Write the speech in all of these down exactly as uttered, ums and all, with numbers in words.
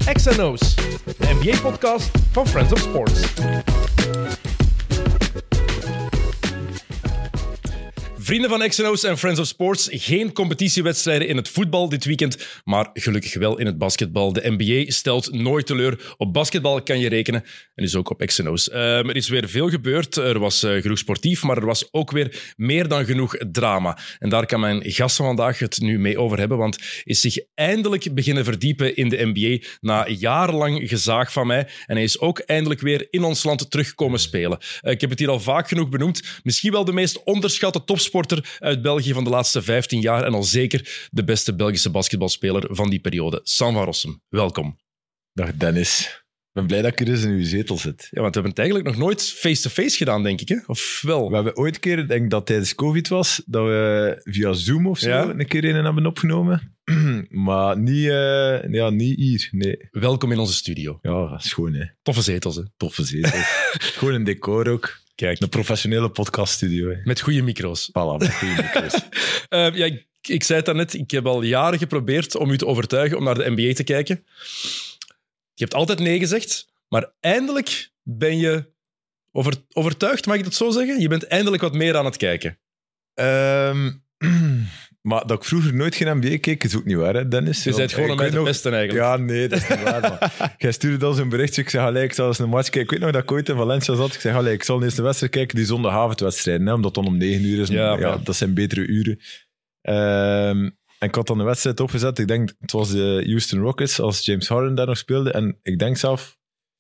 X en O's, de N B A-podcast van Friends of Sports. Vrienden van X en O's en Friends of Sports, geen competitiewedstrijden in het voetbal dit weekend, maar gelukkig wel in het basketbal. De N B A stelt nooit teleur. Op basketbal kan je rekenen en dus ook op X en O's. Uh, er is weer veel gebeurd. Er was uh, genoeg sportief, maar er was ook weer meer dan genoeg drama. En daar kan mijn gast van vandaag het nu mee over hebben, want is zich eindelijk beginnen verdiepen in de N B A na jarenlang gezaag van mij. En hij is ook eindelijk weer in ons land terugkomen spelen. Uh, ik heb het hier al vaak genoeg benoemd. Misschien wel de meest onderschatte topsporter uit België van de laatste vijftien jaar en al zeker de beste Belgische basketbalspeler van die periode. Sam van Rossum, welkom. Dag Dennis. Ik ben blij dat ik hier eens in uw zetel zit. Ja, want we hebben het eigenlijk nog nooit face-to-face gedaan, denk ik. Hè? Of wel? We hebben ooit een keer, ik denk dat tijdens COVID was, dat we via Zoom of zo Ja. een keer een hebben opgenomen. Maar niet, uh, ja, niet hier, nee. Welkom in onze studio. Ja, dat is schoon, hè. Toffe zetels, hè? Toffe zetel. Gewoon een decor ook. Kijk, Een professionele podcaststudio, hè. met goede micro's. Voilà, met goede micro's. Uh, ja, ik, ik zei het daarnet, ik heb al jaren geprobeerd om u te overtuigen om naar de N B A te kijken. Je hebt altijd nee gezegd, maar eindelijk ben je over, overtuigd, mag ik dat zo zeggen? Je bent eindelijk wat meer aan het kijken. um, maar dat ik vroeger nooit geen N B A keek, is ook niet waar, hè, Dennis? Je Want bent gewoon ik aan mij weet te nog- pesten eigenlijk. Ja, nee, dat is niet waar, man. Jij stuurde dan zo'n berichtje, ik zeg, allee, ik zal eens een match kijken. Ik weet nog dat ik ooit in Valencia zat. Ik zeg, allee, ik zal eens een wedstrijd kijken, die zondagavondwedstrijden, hè, omdat het dan om negen uur is. Ja, Ja, maar- dat zijn betere uren. Ehm, en ik had dan een wedstrijd opgezet. Ik denk, het was de Houston Rockets, als James Harden daar nog speelde. En ik denk zelf,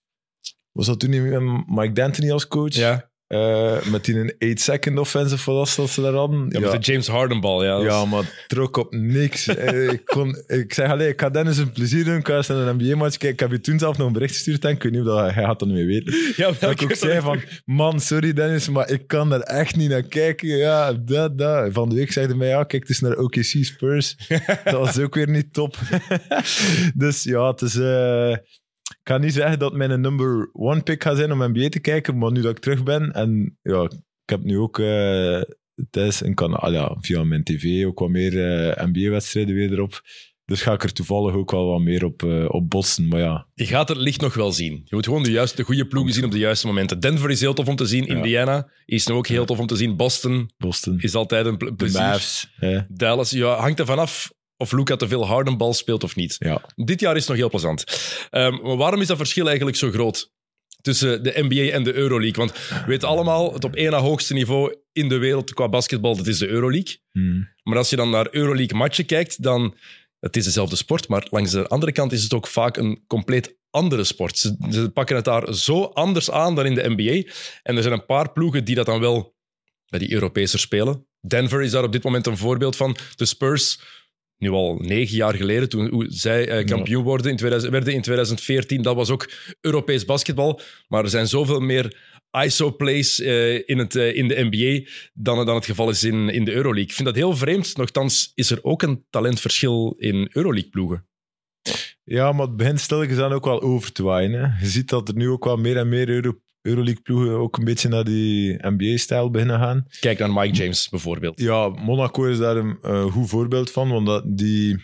was dat toen niet met Mike D'Antoni als coach? Ja, Eh, met die een eight second offensive was dat ze daar hadden. ja, met de James Harden bal. Ja, dat is- Ja, maar het trok op niks. Eh, ik, kon, ik zeg, allee, ik ga Dennis een plezier doen. Ik ga eens naar een N B A-match kijken. Ik heb je toen zelf nog een bericht gestuurd. En ik weet niet of dat, hij gaat dat niet meer weten. ja, Dat ik ook weet zei dat van, man, sorry Dennis, maar ik kan daar echt niet naar kijken. Ja, dat, dat. Van de week zei hij mij, ja, kijk dus naar O K C Spurs. Dat was ook weer niet top. Dus ja, het is... eh, ik ga niet zeggen dat het mijn number one pick gaat zijn om N B A te kijken, maar nu dat ik terug ben en ja, ik heb nu ook uh, thuis een kanaal, ja, via mijn tv ook wat meer uh, N B A-wedstrijden weer erop. Dus ga ik er toevallig ook wel wat meer op, uh, op botsen. Maar ja, Je gaat het licht nog wel zien. Je moet gewoon de, juiste, de goede ploegen zien op de juiste momenten. Denver is heel tof om te zien. Ja. Indiana is nu ook heel tof om te zien. Boston Boston, is altijd een ple- de plezier. Mavs. Hè. Dallas, ja, hangt er vanaf of Luka te veel Hardenbal speelt of niet. Ja. Dit jaar is het nog heel plezant. Um, maar waarom is dat verschil eigenlijk zo groot tussen de N B A en de Euroleague? Want we weten allemaal, het op één na hoogste niveau in de wereld qua basketbal, dat is de Euroleague. Hmm. Maar als je dan naar Euroleague-matchen kijkt, dan... Het is dezelfde sport, maar langs de andere kant is het ook vaak een compleet andere sport. Ze, ze pakken het daar zo anders aan dan in de N B A. En er zijn een paar ploegen die dat dan wel bij die Europeeser spelen. Denver is daar op dit moment een voorbeeld van. De Spurs, nu al negen jaar geleden, toen hoe zij eh, kampioen worden in tweeduizend, werden in tweeduizend veertien, dat was ook Europees basketbal. Maar er zijn zoveel meer I S O-plays uh, in, het, uh, in de N B A dan, dan het geval is in, in de Euroleague. Ik vind dat heel vreemd. Nochtans is er ook een talentverschil in Euroleague-ploegen. Ja, maar het begint stilletjes aan ook wel over te waaien. Hè. Je ziet dat er nu ook wel meer en meer Euro- Euroleague-ploegen ook een beetje naar die N B A-stijl beginnen gaan. Kijk naar Mike James bijvoorbeeld. Ja, Monaco is daar een uh, goed voorbeeld van, want dat die...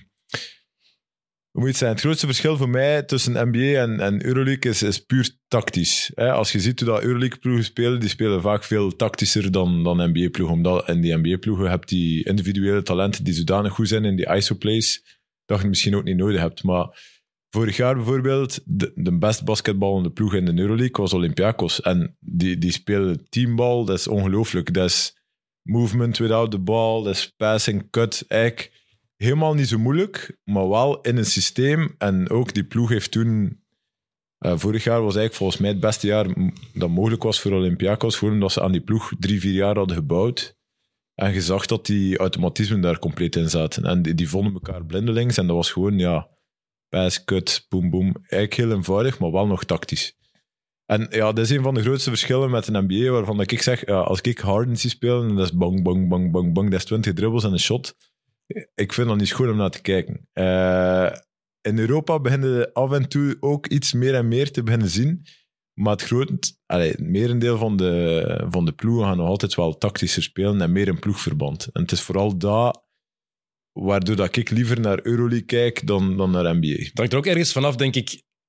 Hoe moet je het zijn? Het grootste verschil voor mij tussen N B A en, en Euroleague is, is puur tactisch. Hè? Als je ziet hoe dat Euroleague-ploegen spelen, die spelen vaak veel tactischer dan, dan N B A-ploegen. Omdat in die N B A-ploegen heb je die individuele talenten die zodanig goed zijn in die I S O-plays, dat je het misschien ook niet nodig hebt. Maar vorig jaar bijvoorbeeld, de, de best basketballende ploeg in de Euroleague was Olympiakos. En die, die spelen teambal, dat is ongelooflijk. Dat is movement without the ball, dat is passing, cut, eigenlijk helemaal niet zo moeilijk, maar wel in een systeem. En ook die ploeg heeft toen... Uh, vorig jaar was eigenlijk volgens mij het beste jaar dat mogelijk was voor Olympiakos, gewoon omdat ze aan die ploeg drie, vier jaar hadden gebouwd. En je zag dat die automatismen daar compleet in zaten. En die, die vonden elkaar blindelings. En dat was gewoon, ja, pass, cut, boom, boom. Eigenlijk heel eenvoudig, maar wel nog tactisch. En ja, dat is een van de grootste verschillen met een N B A, waarvan ik zeg, ja, als ik Harden zie spelen, dat is bang, bang, bang, bang, bang, dat is twintig dribbles en een shot. Ik vind dat niet schoon om naar te kijken. Uh, in Europa beginnen we af en toe ook iets meer en meer te beginnen zien. Maar het, groot, allee, het merendeel van de, van de ploegen gaan nog altijd wel tactischer spelen en meer in ploegverband. En het is vooral dat waardoor dat ik liever naar Euroleague kijk dan, dan naar N B A. Het hangt er ook ergens vanaf, denk ik,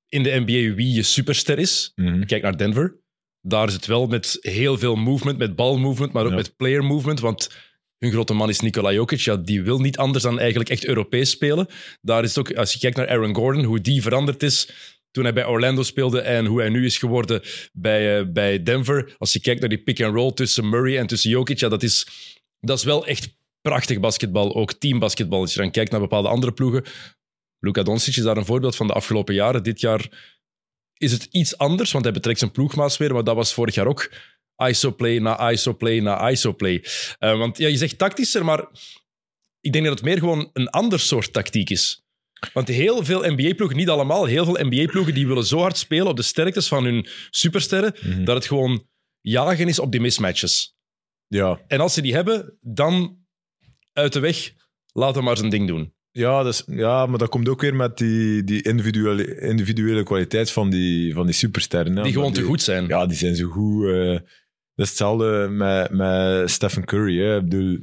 in de N B A wie je superster is. Mm-hmm. Kijk naar Denver. Daar is het wel met heel veel movement, met balmovement, maar ook Ja. met player movement, want hun grote man is Nikola Jokic. Ja, die wil niet anders dan eigenlijk echt Europees spelen. Daar is het ook, als je kijkt naar Aaron Gordon, hoe die veranderd is toen hij bij Orlando speelde en hoe hij nu is geworden bij, uh, bij Denver. Als je kijkt naar die pick-and-roll tussen Murray en tussen Jokic, ja, dat is, dat is wel echt prachtig basketbal, ook teambasketbal. Als je dan kijkt naar bepaalde andere ploegen, Luka Doncic is daar een voorbeeld van de afgelopen jaren. Dit jaar is het iets anders, want hij betrekt zijn ploegmaats weer, maar dat was vorig jaar ook I S O-play na I S O-play na I S O-play. Uh, want ja, je zegt tactischer, maar ik denk dat het meer gewoon een ander soort tactiek is. Want heel veel N B A-ploegen, niet allemaal, heel veel N B A-ploegen die willen zo hard spelen op de sterktes van hun supersterren, mm-hmm. dat het gewoon jagen is op die mismatches. Ja. En als ze die hebben, dan uit de weg, laat hem maar zijn ding doen. Ja, dus, ja, maar dat komt ook weer met die, die individuele, individuele kwaliteit van die, van die supersterren. Hè? Die gewoon die, te goed zijn. Ja, die zijn zo goed. Uh, dat is hetzelfde met, met Stephen Curry. Hè? Ik bedoel,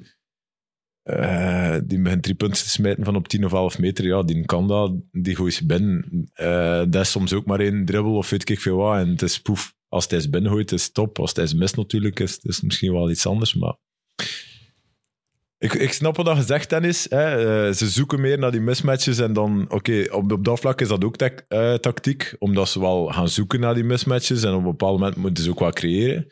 uh, die begint drie punten te smijten van op tien of elf meter. Ja, die kan dat. Die gooit ze binnen. Uh, dat is soms ook maar één dribbel of weet ik veel wat. En het is poef. Als hij ze binnengooit, is het top. Als hij ze mist natuurlijk, is het misschien wel iets anders. Maar... Ik, ik snap wat je zegt, Dennis. Hè. Uh, ze zoeken meer naar die mismatches en dan... Oké, okay, op, op dat vlak is dat ook tak, uh, tactiek, omdat ze wel gaan zoeken naar die mismatches en op een bepaald moment moeten ze ook wel creëren.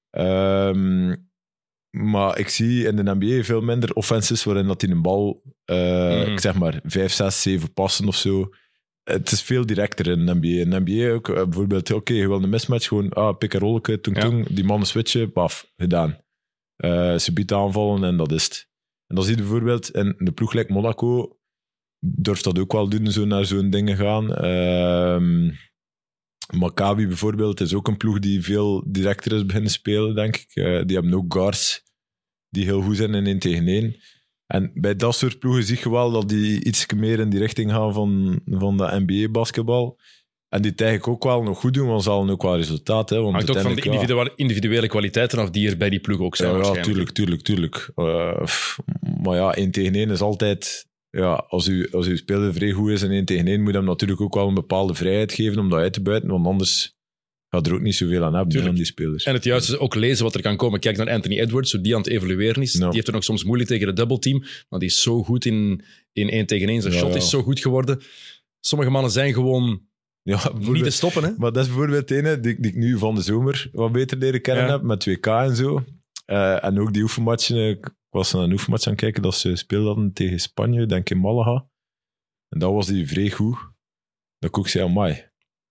Um, maar ik zie in de N B A veel minder offenses waarin dat in een bal, uh, mm-hmm. ik zeg maar, vijf, zes, zeven passen of zo. Het is veel directer in de N B A. In de N B A ook, uh, bijvoorbeeld, oké, okay, je wil een mismatch, gewoon ah, pick en rolletje, toeng, toeng, ja. Die mannen switchen, paf, gedaan. Uh, ze biedt aanvallen en dat is het. En dan zie je bijvoorbeeld in de ploeg like Monaco, durft dat ook wel doen, zo naar zo'n dingen gaan. Um, Maccabi bijvoorbeeld is ook een ploeg die veel directer is beginnen spelen, denk ik. Uh, die hebben ook guards die heel goed zijn in één tegen één. En bij dat soort ploegen zie je wel dat die iets meer in die richting gaan van, van de N B A-basketbal. En die het eigenlijk ook wel nog goed doen, want ze halen ook wel resultaat. Hè, want hangt ook van de individuele, individuele kwaliteiten af die er bij die ploeg ook zijn. Ja, ja tuurlijk, tuurlijk, tuurlijk. Uh, maar ja, één tegen één is altijd... Ja, als, u, als uw speler vrij goed is in één tegen één, moet je hem natuurlijk ook wel een bepaalde vrijheid geven om dat uit te buiten, want anders gaat er ook niet zoveel aan hebben aan die spelers. En het juiste is ook lezen wat er kan komen. Kijk naar Anthony Edwards, hoe die aan het evolueren is. No. Die heeft er nog soms moeilijk tegen het dubbelteam, maar die is zo goed in, in één tegen één. Zijn ja, shot is zo goed geworden. Sommige mannen zijn gewoon... Ja, niet te stoppen, hè? Maar dat is bijvoorbeeld de ene die, die ik nu van de zomer wat beter leren kennen ja. heb, met twee K en zo. Uh, en ook die oefenmatchen. Ik was naar een oefenmatch aan het kijken dat ze speelden tegen Spanje, denk ik in Malaga. En dat was die vrij goed. Dat ik ook zei, amai.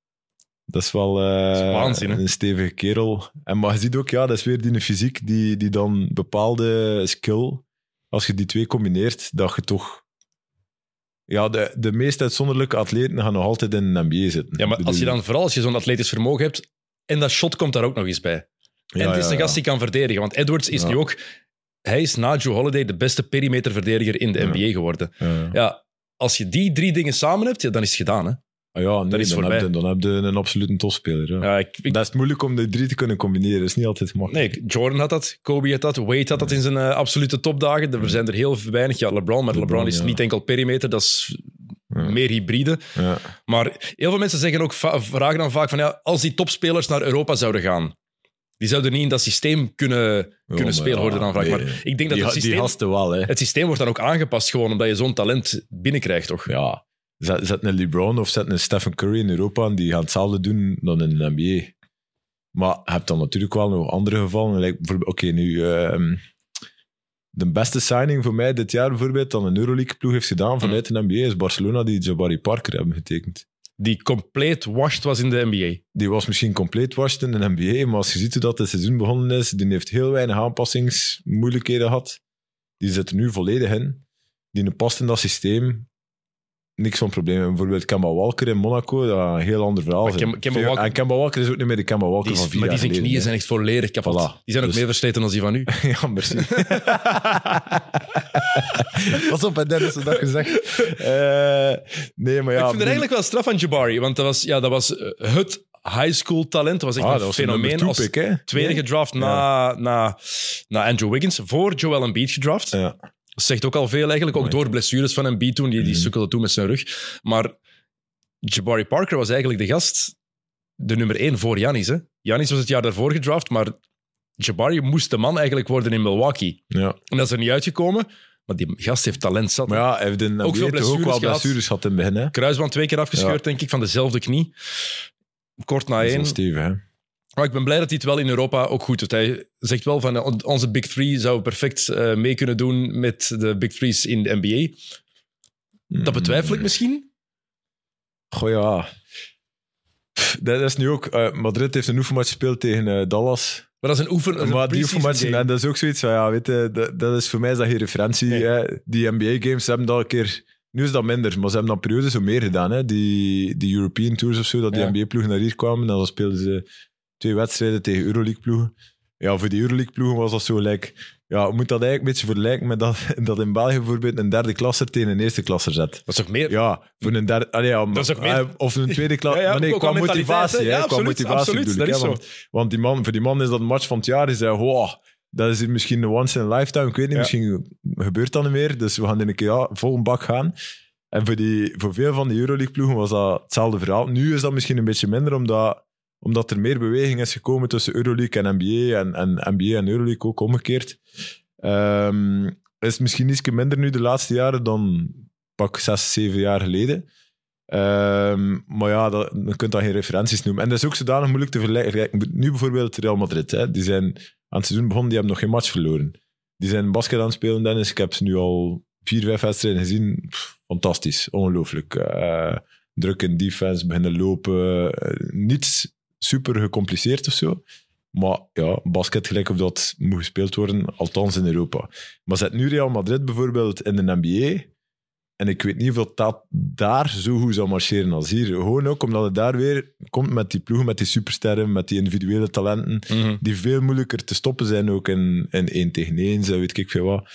Dat is wel uh, dat is waanzin, een stevige kerel. En, maar je ziet ook, ja, dat is weer die fysiek die, die dan bepaalde skill, als je die twee combineert, dat je toch... Ja, de, de meest uitzonderlijke atleten gaan nog altijd in de N B A zitten. Ja, maar als je dan vooral als je zo'n atletisch vermogen hebt, en dat shot komt daar ook nog eens bij. En ja, het is een ja, gast die kan verdedigen, want Edwards is ja. nu ook... Hij is na Jrue Holiday de beste perimeterverdediger in de ja. N B A geworden. Ja, ja. ja, als je die drie dingen samen hebt, ja, dan is het gedaan, hè. Ah ja, nee, is dan, heb je, dan heb je een absolute topspeler. Ja. Ja, ik, ik, dat is moeilijk om de drie te kunnen combineren. Dat is niet altijd gemakkelijk. Nee, Jordan had dat, Kobe had dat, Wade had ja. dat in zijn uh, absolute topdagen. Er zijn er heel weinig. Ja, LeBron, maar LeBron, LeBron is ja. niet enkel perimeter, dat is ja. meer hybride. Ja. Maar heel veel mensen zeggen ook, vragen dan vaak van, ja, als die topspelers naar Europa zouden gaan, die zouden niet in dat systeem kunnen, kunnen oh, spelen, ja, hoorde dan vaak. Nee, maar ik denk dat die, het systeem, die wel, hè. het systeem wordt dan ook aangepast, gewoon omdat je zo'n talent binnenkrijgt, toch? Ja. Zet, zet een LeBron of zet een Stephen Curry in Europa en die gaan hetzelfde doen dan in de N B A. Maar je hebt dan natuurlijk wel nog andere gevallen. Like, Oké, okay, nu... Uh, de beste signing voor mij dit jaar bijvoorbeeld, dan een Euroleague-ploeg heeft gedaan vanuit mm. de N B A, is Barcelona, die Jabari Parker hebben getekend. Die compleet washed was in de N B A. Die was misschien compleet washed in de N B A, maar als je ziet hoe dat het seizoen begonnen is, die heeft heel weinig aanpassingsmoeilijkheden gehad. Die zit er nu volledig in. Die past in dat systeem. Niks van problemen. Bijvoorbeeld Kemba Walker in Monaco, dat is een heel ander verhaal. Kem, Kemba Walker, en Kemba Walker is ook niet meer de Kemba Walker is, van vier maar jaar die zijn knieën zijn echt volledig kapot. Voilà. Die zijn ook dus, meer versleten dan die van nu. Ja, merci. Pas op, en Dennis, dat gezegd. Uh, nee, maar ja... Ik vind er eigenlijk wel straf aan Jabari, want dat was, ja, dat was uh, het high school talent. Dat was echt ah, een dat fenomeen. Als pick, hè? tweede nee. gedraft na, ja. na, na Andrew Wiggins. Voor Joel Embiid gedraft. Ja. Dat zegt ook al veel eigenlijk, ook nee. door blessures van Embiid toen. Die, die sukkelde toen met zijn rug. Maar Jabari Parker was eigenlijk de gast, de nummer één voor Giannis. Hè? Giannis was het jaar daarvoor gedraft, maar Jabari moest de man eigenlijk worden in Milwaukee. Ja. En dat is er niet uitgekomen, maar die gast heeft talent zat. Maar ja, hij heeft in Ook veel ook blessures wel gehad. blessures gehad in het begin. Hè? Kruisband twee keer afgescheurd, Ja. denk ik, van dezelfde knie. Kort na Dat is één. wel stevig, hè? Maar ik ben blij dat hij het wel in Europa ook goed doet. Hij zegt wel van uh, onze Big Three zou perfect uh, mee kunnen doen met de Big Threes in de N B A. Dat betwijfel ik misschien. Goh ja. Pff, dat is nu ook... Uh, Madrid heeft een oefenmatch gespeeld tegen uh, Dallas. Maar dat is een oefen. dat is een Maar die pre-season oefenmatchen, game. en dat is ook zoiets van, ja, weet je, dat, dat is voor mij is dat geen referentie. Nee. Hè. Die N B A-games hebben dat een keer... Nu is dat minder, maar ze hebben dat periode zo meer gedaan. Hè. Die, die European Tours of zo, dat die Ja. N B A-ploegen naar hier kwamen. En dan speelden ze twee wedstrijden tegen Euroleague-ploegen. Ja, voor die Euroleague-ploegen was dat zo gelijk... Ja, moet dat eigenlijk een beetje vergelijken met dat, dat in België bijvoorbeeld een derde klasser tegen een eerste klasser zet. Dat is toch meer? Ja, voor een derde... Allee, ja, Dat is ook meer- eh, Of een tweede klas. Ja, ja, maar nee, ook qua qua mentaliteit, motivatie. hè. Hè, Ja, qua absoluut, motivatie absoluut, bedoel ik. dat Hè, is want, want die man, voor die man is dat een match van het jaar. Die zei, wow, dat is hier misschien een once in a lifetime. Ik weet niet, Ja. misschien gebeurt dat niet meer. Dus we gaan in een keer ja, vol een bak gaan. En voor, die, voor veel van die Euroleague-ploegen was dat hetzelfde verhaal. Nu is dat misschien een beetje minder, omdat, omdat er meer beweging is gekomen tussen Euroleague en N B A. En, en N B A en Euroleague ook omgekeerd. Um, is het misschien iets minder nu de laatste jaren dan pak zes, zeven jaar geleden. Um, maar ja, dat, je kunt dat geen referenties noemen. En dat is ook zodanig moeilijk te vergelijken. Nu bijvoorbeeld Real Madrid. Hè. Die zijn aan het seizoen begonnen, die hebben nog geen match verloren. Die zijn basket aan het spelen, Dennis. Ik heb ze nu al vier, vijf wedstrijden gezien. Pff, fantastisch, ongelooflijk. Uh, druk in defense, beginnen lopen. Uh, niets super gecompliceerd of zo. Maar ja, basket gelijk of dat moet gespeeld worden, althans in Europa. Maar zet nu Real Madrid bijvoorbeeld in de N B A, en ik weet niet of dat daar zo goed zou marcheren als hier. Gewoon ook omdat het daar weer komt met die ploegen, met die supersterren, met die individuele talenten, Mm-hmm. die veel moeilijker te stoppen zijn ook in, in één tegen één, zo weet ik veel wat.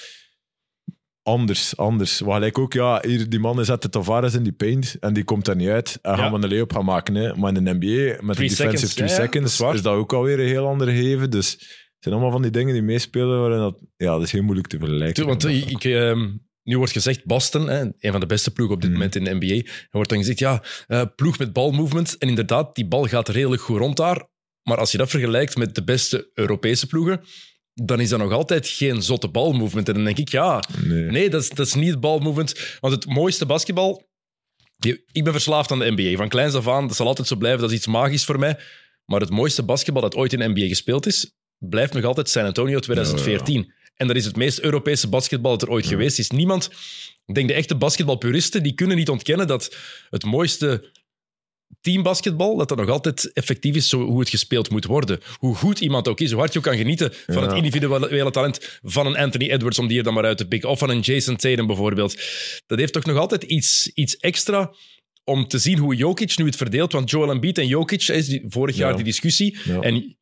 Anders, anders. Wat gelijk ook, ja, hier, die mannen zetten Tavares in die paint en die komt er niet uit. En gaan Ja. we een lay-up gaan maken. Hè. Maar in de N B A, met Three de defensive seconds, three ja, ja, seconds, dat is waar. is dat ook alweer een heel ander gegeven. Dus het zijn allemaal van die dingen die meespelen, waarin dat, ja, dat is heel moeilijk te vergelijken. Want ik, ik, uh, nu wordt gezegd, Boston, hè, een van de beste ploegen op dit Mm. moment in de N B A, er wordt dan gezegd, ja, uh, ploeg met balmovement. En inderdaad, die bal gaat redelijk goed rond daar. Maar als je dat vergelijkt met de beste Europese ploegen, dan is dat nog altijd geen zotte balmovement. En dan denk ik, ja, Nee. nee, dat is, dat is niet het balmovement. Want het mooiste basketbal... Je- Ik ben verslaafd aan de N B A. Van kleins af aan, dat zal altijd zo blijven. Dat is iets magisch voor mij. Maar het mooiste basketbal dat ooit in de N B A gespeeld is, blijft nog altijd San Antonio twintig veertien. En dat is het meest Europese basketbal dat er ooit geweest is. Niemand, ik denk de echte basketbalpuristen, die kunnen niet ontkennen dat het mooiste teambasketbal, dat dat nog altijd effectief is zo hoe het gespeeld moet worden. Hoe goed iemand ook is, hoe hard je ook kan genieten van Ja. het individuele talent van een Anthony Edwards, om die er dan maar uit te pikken, of van een Jason Tatum bijvoorbeeld. Dat heeft toch nog altijd iets, iets extra om te zien hoe Jokic nu het verdeelt. Want Joel Embiid en Jokic, is die, vorig jaar Ja. die discussie. Ja. En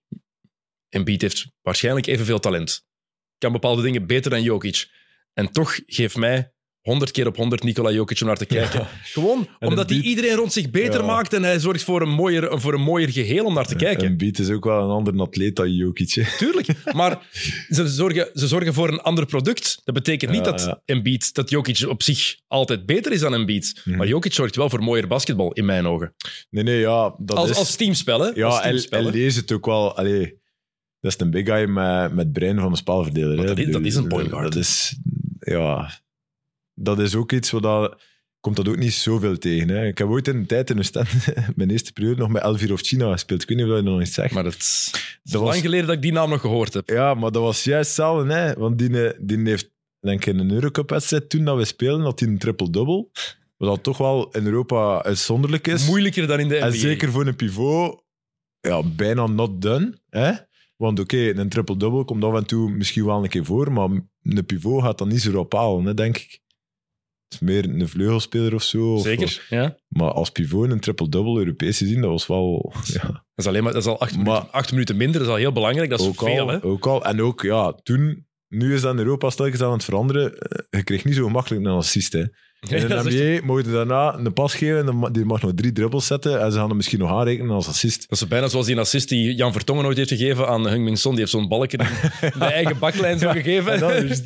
Embiid heeft waarschijnlijk evenveel talent. Kan bepaalde dingen beter dan Jokic. En toch geeft mij honderd keer op honderd Nikola Jokic om naar te kijken. Ja. Gewoon En omdat hij Embiid- iedereen rond zich beter Ja. maakt en hij zorgt voor een mooier, voor een mooier geheel om naar te kijken. Embiid is ook wel een ander atleet dan Jokic. Hè. Tuurlijk, maar ze zorgen, ze zorgen voor een ander product. Dat betekent niet Ja, dat ja. Embiid, dat Jokic op zich altijd beter is dan Embiid. Mhm. Maar Jokic zorgt wel voor mooier basketbal, in mijn ogen. Nee, nee, ja, dat Als, is... als teamspel, hè? Ja, als hij, teamspel, hij hè. leest het ook wel. Allee, dat is een big guy met, met het brein van een spelverdeler. Maar hè. dat is- dat is een point Dat- guard. Dat is, ja, dat is ook iets wat dat, komt dat ook niet zoveel tegen. Hè. Ik heb ooit in een tijd in een stand, mijn eerste periode, nog met Elvir of China gespeeld. Ik weet niet of dat je nog iets zegt. Maar het is Dat lang was- geleden dat ik die naam nog gehoord heb. Ja, maar dat was juist hetzelfde. Hè. Want die, die heeft, denk ik, in een Eurocup-wedstrijd toen dat we speelden, had hij een triple-double. Wat dat toch wel in Europa uitzonderlijk is. Moeilijker dan in de N B A. En zeker voor een pivot, ja, bijna not done. Hè? Want oké, een triple-double komt af en toe misschien wel een keer voor, maar een pivot gaat dat niet zo rap halen, hè, denk ik. Het is meer een vleugelspeler of zo. Of, Zeker, ja. Dat maar als pivot een triple-double Europees gezien, dat was wel... Ja, is, alleen maar, dat is al acht, Maar- minuten, acht minuten minder. Dat is al heel belangrijk. Dat is ook, veel, al, hè. ook al. En ook, ja, toen... Nu is dat in Europa stelkens aan het veranderen. Eh, Je kreeg niet zo gemakkelijk een assist, hè. In Ja, de dat N is B A echt- mogen je daarna een pas geven en dan ma- die mag nog drie dribbels zetten en ze gaan hem misschien nog aanrekenen als assist. Dat is bijna zoals die assist die Jan Vertongen ooit heeft gegeven aan Heung-min Son. Die heeft zo'n balken in de eigen baklijn zo gegeven. En dan is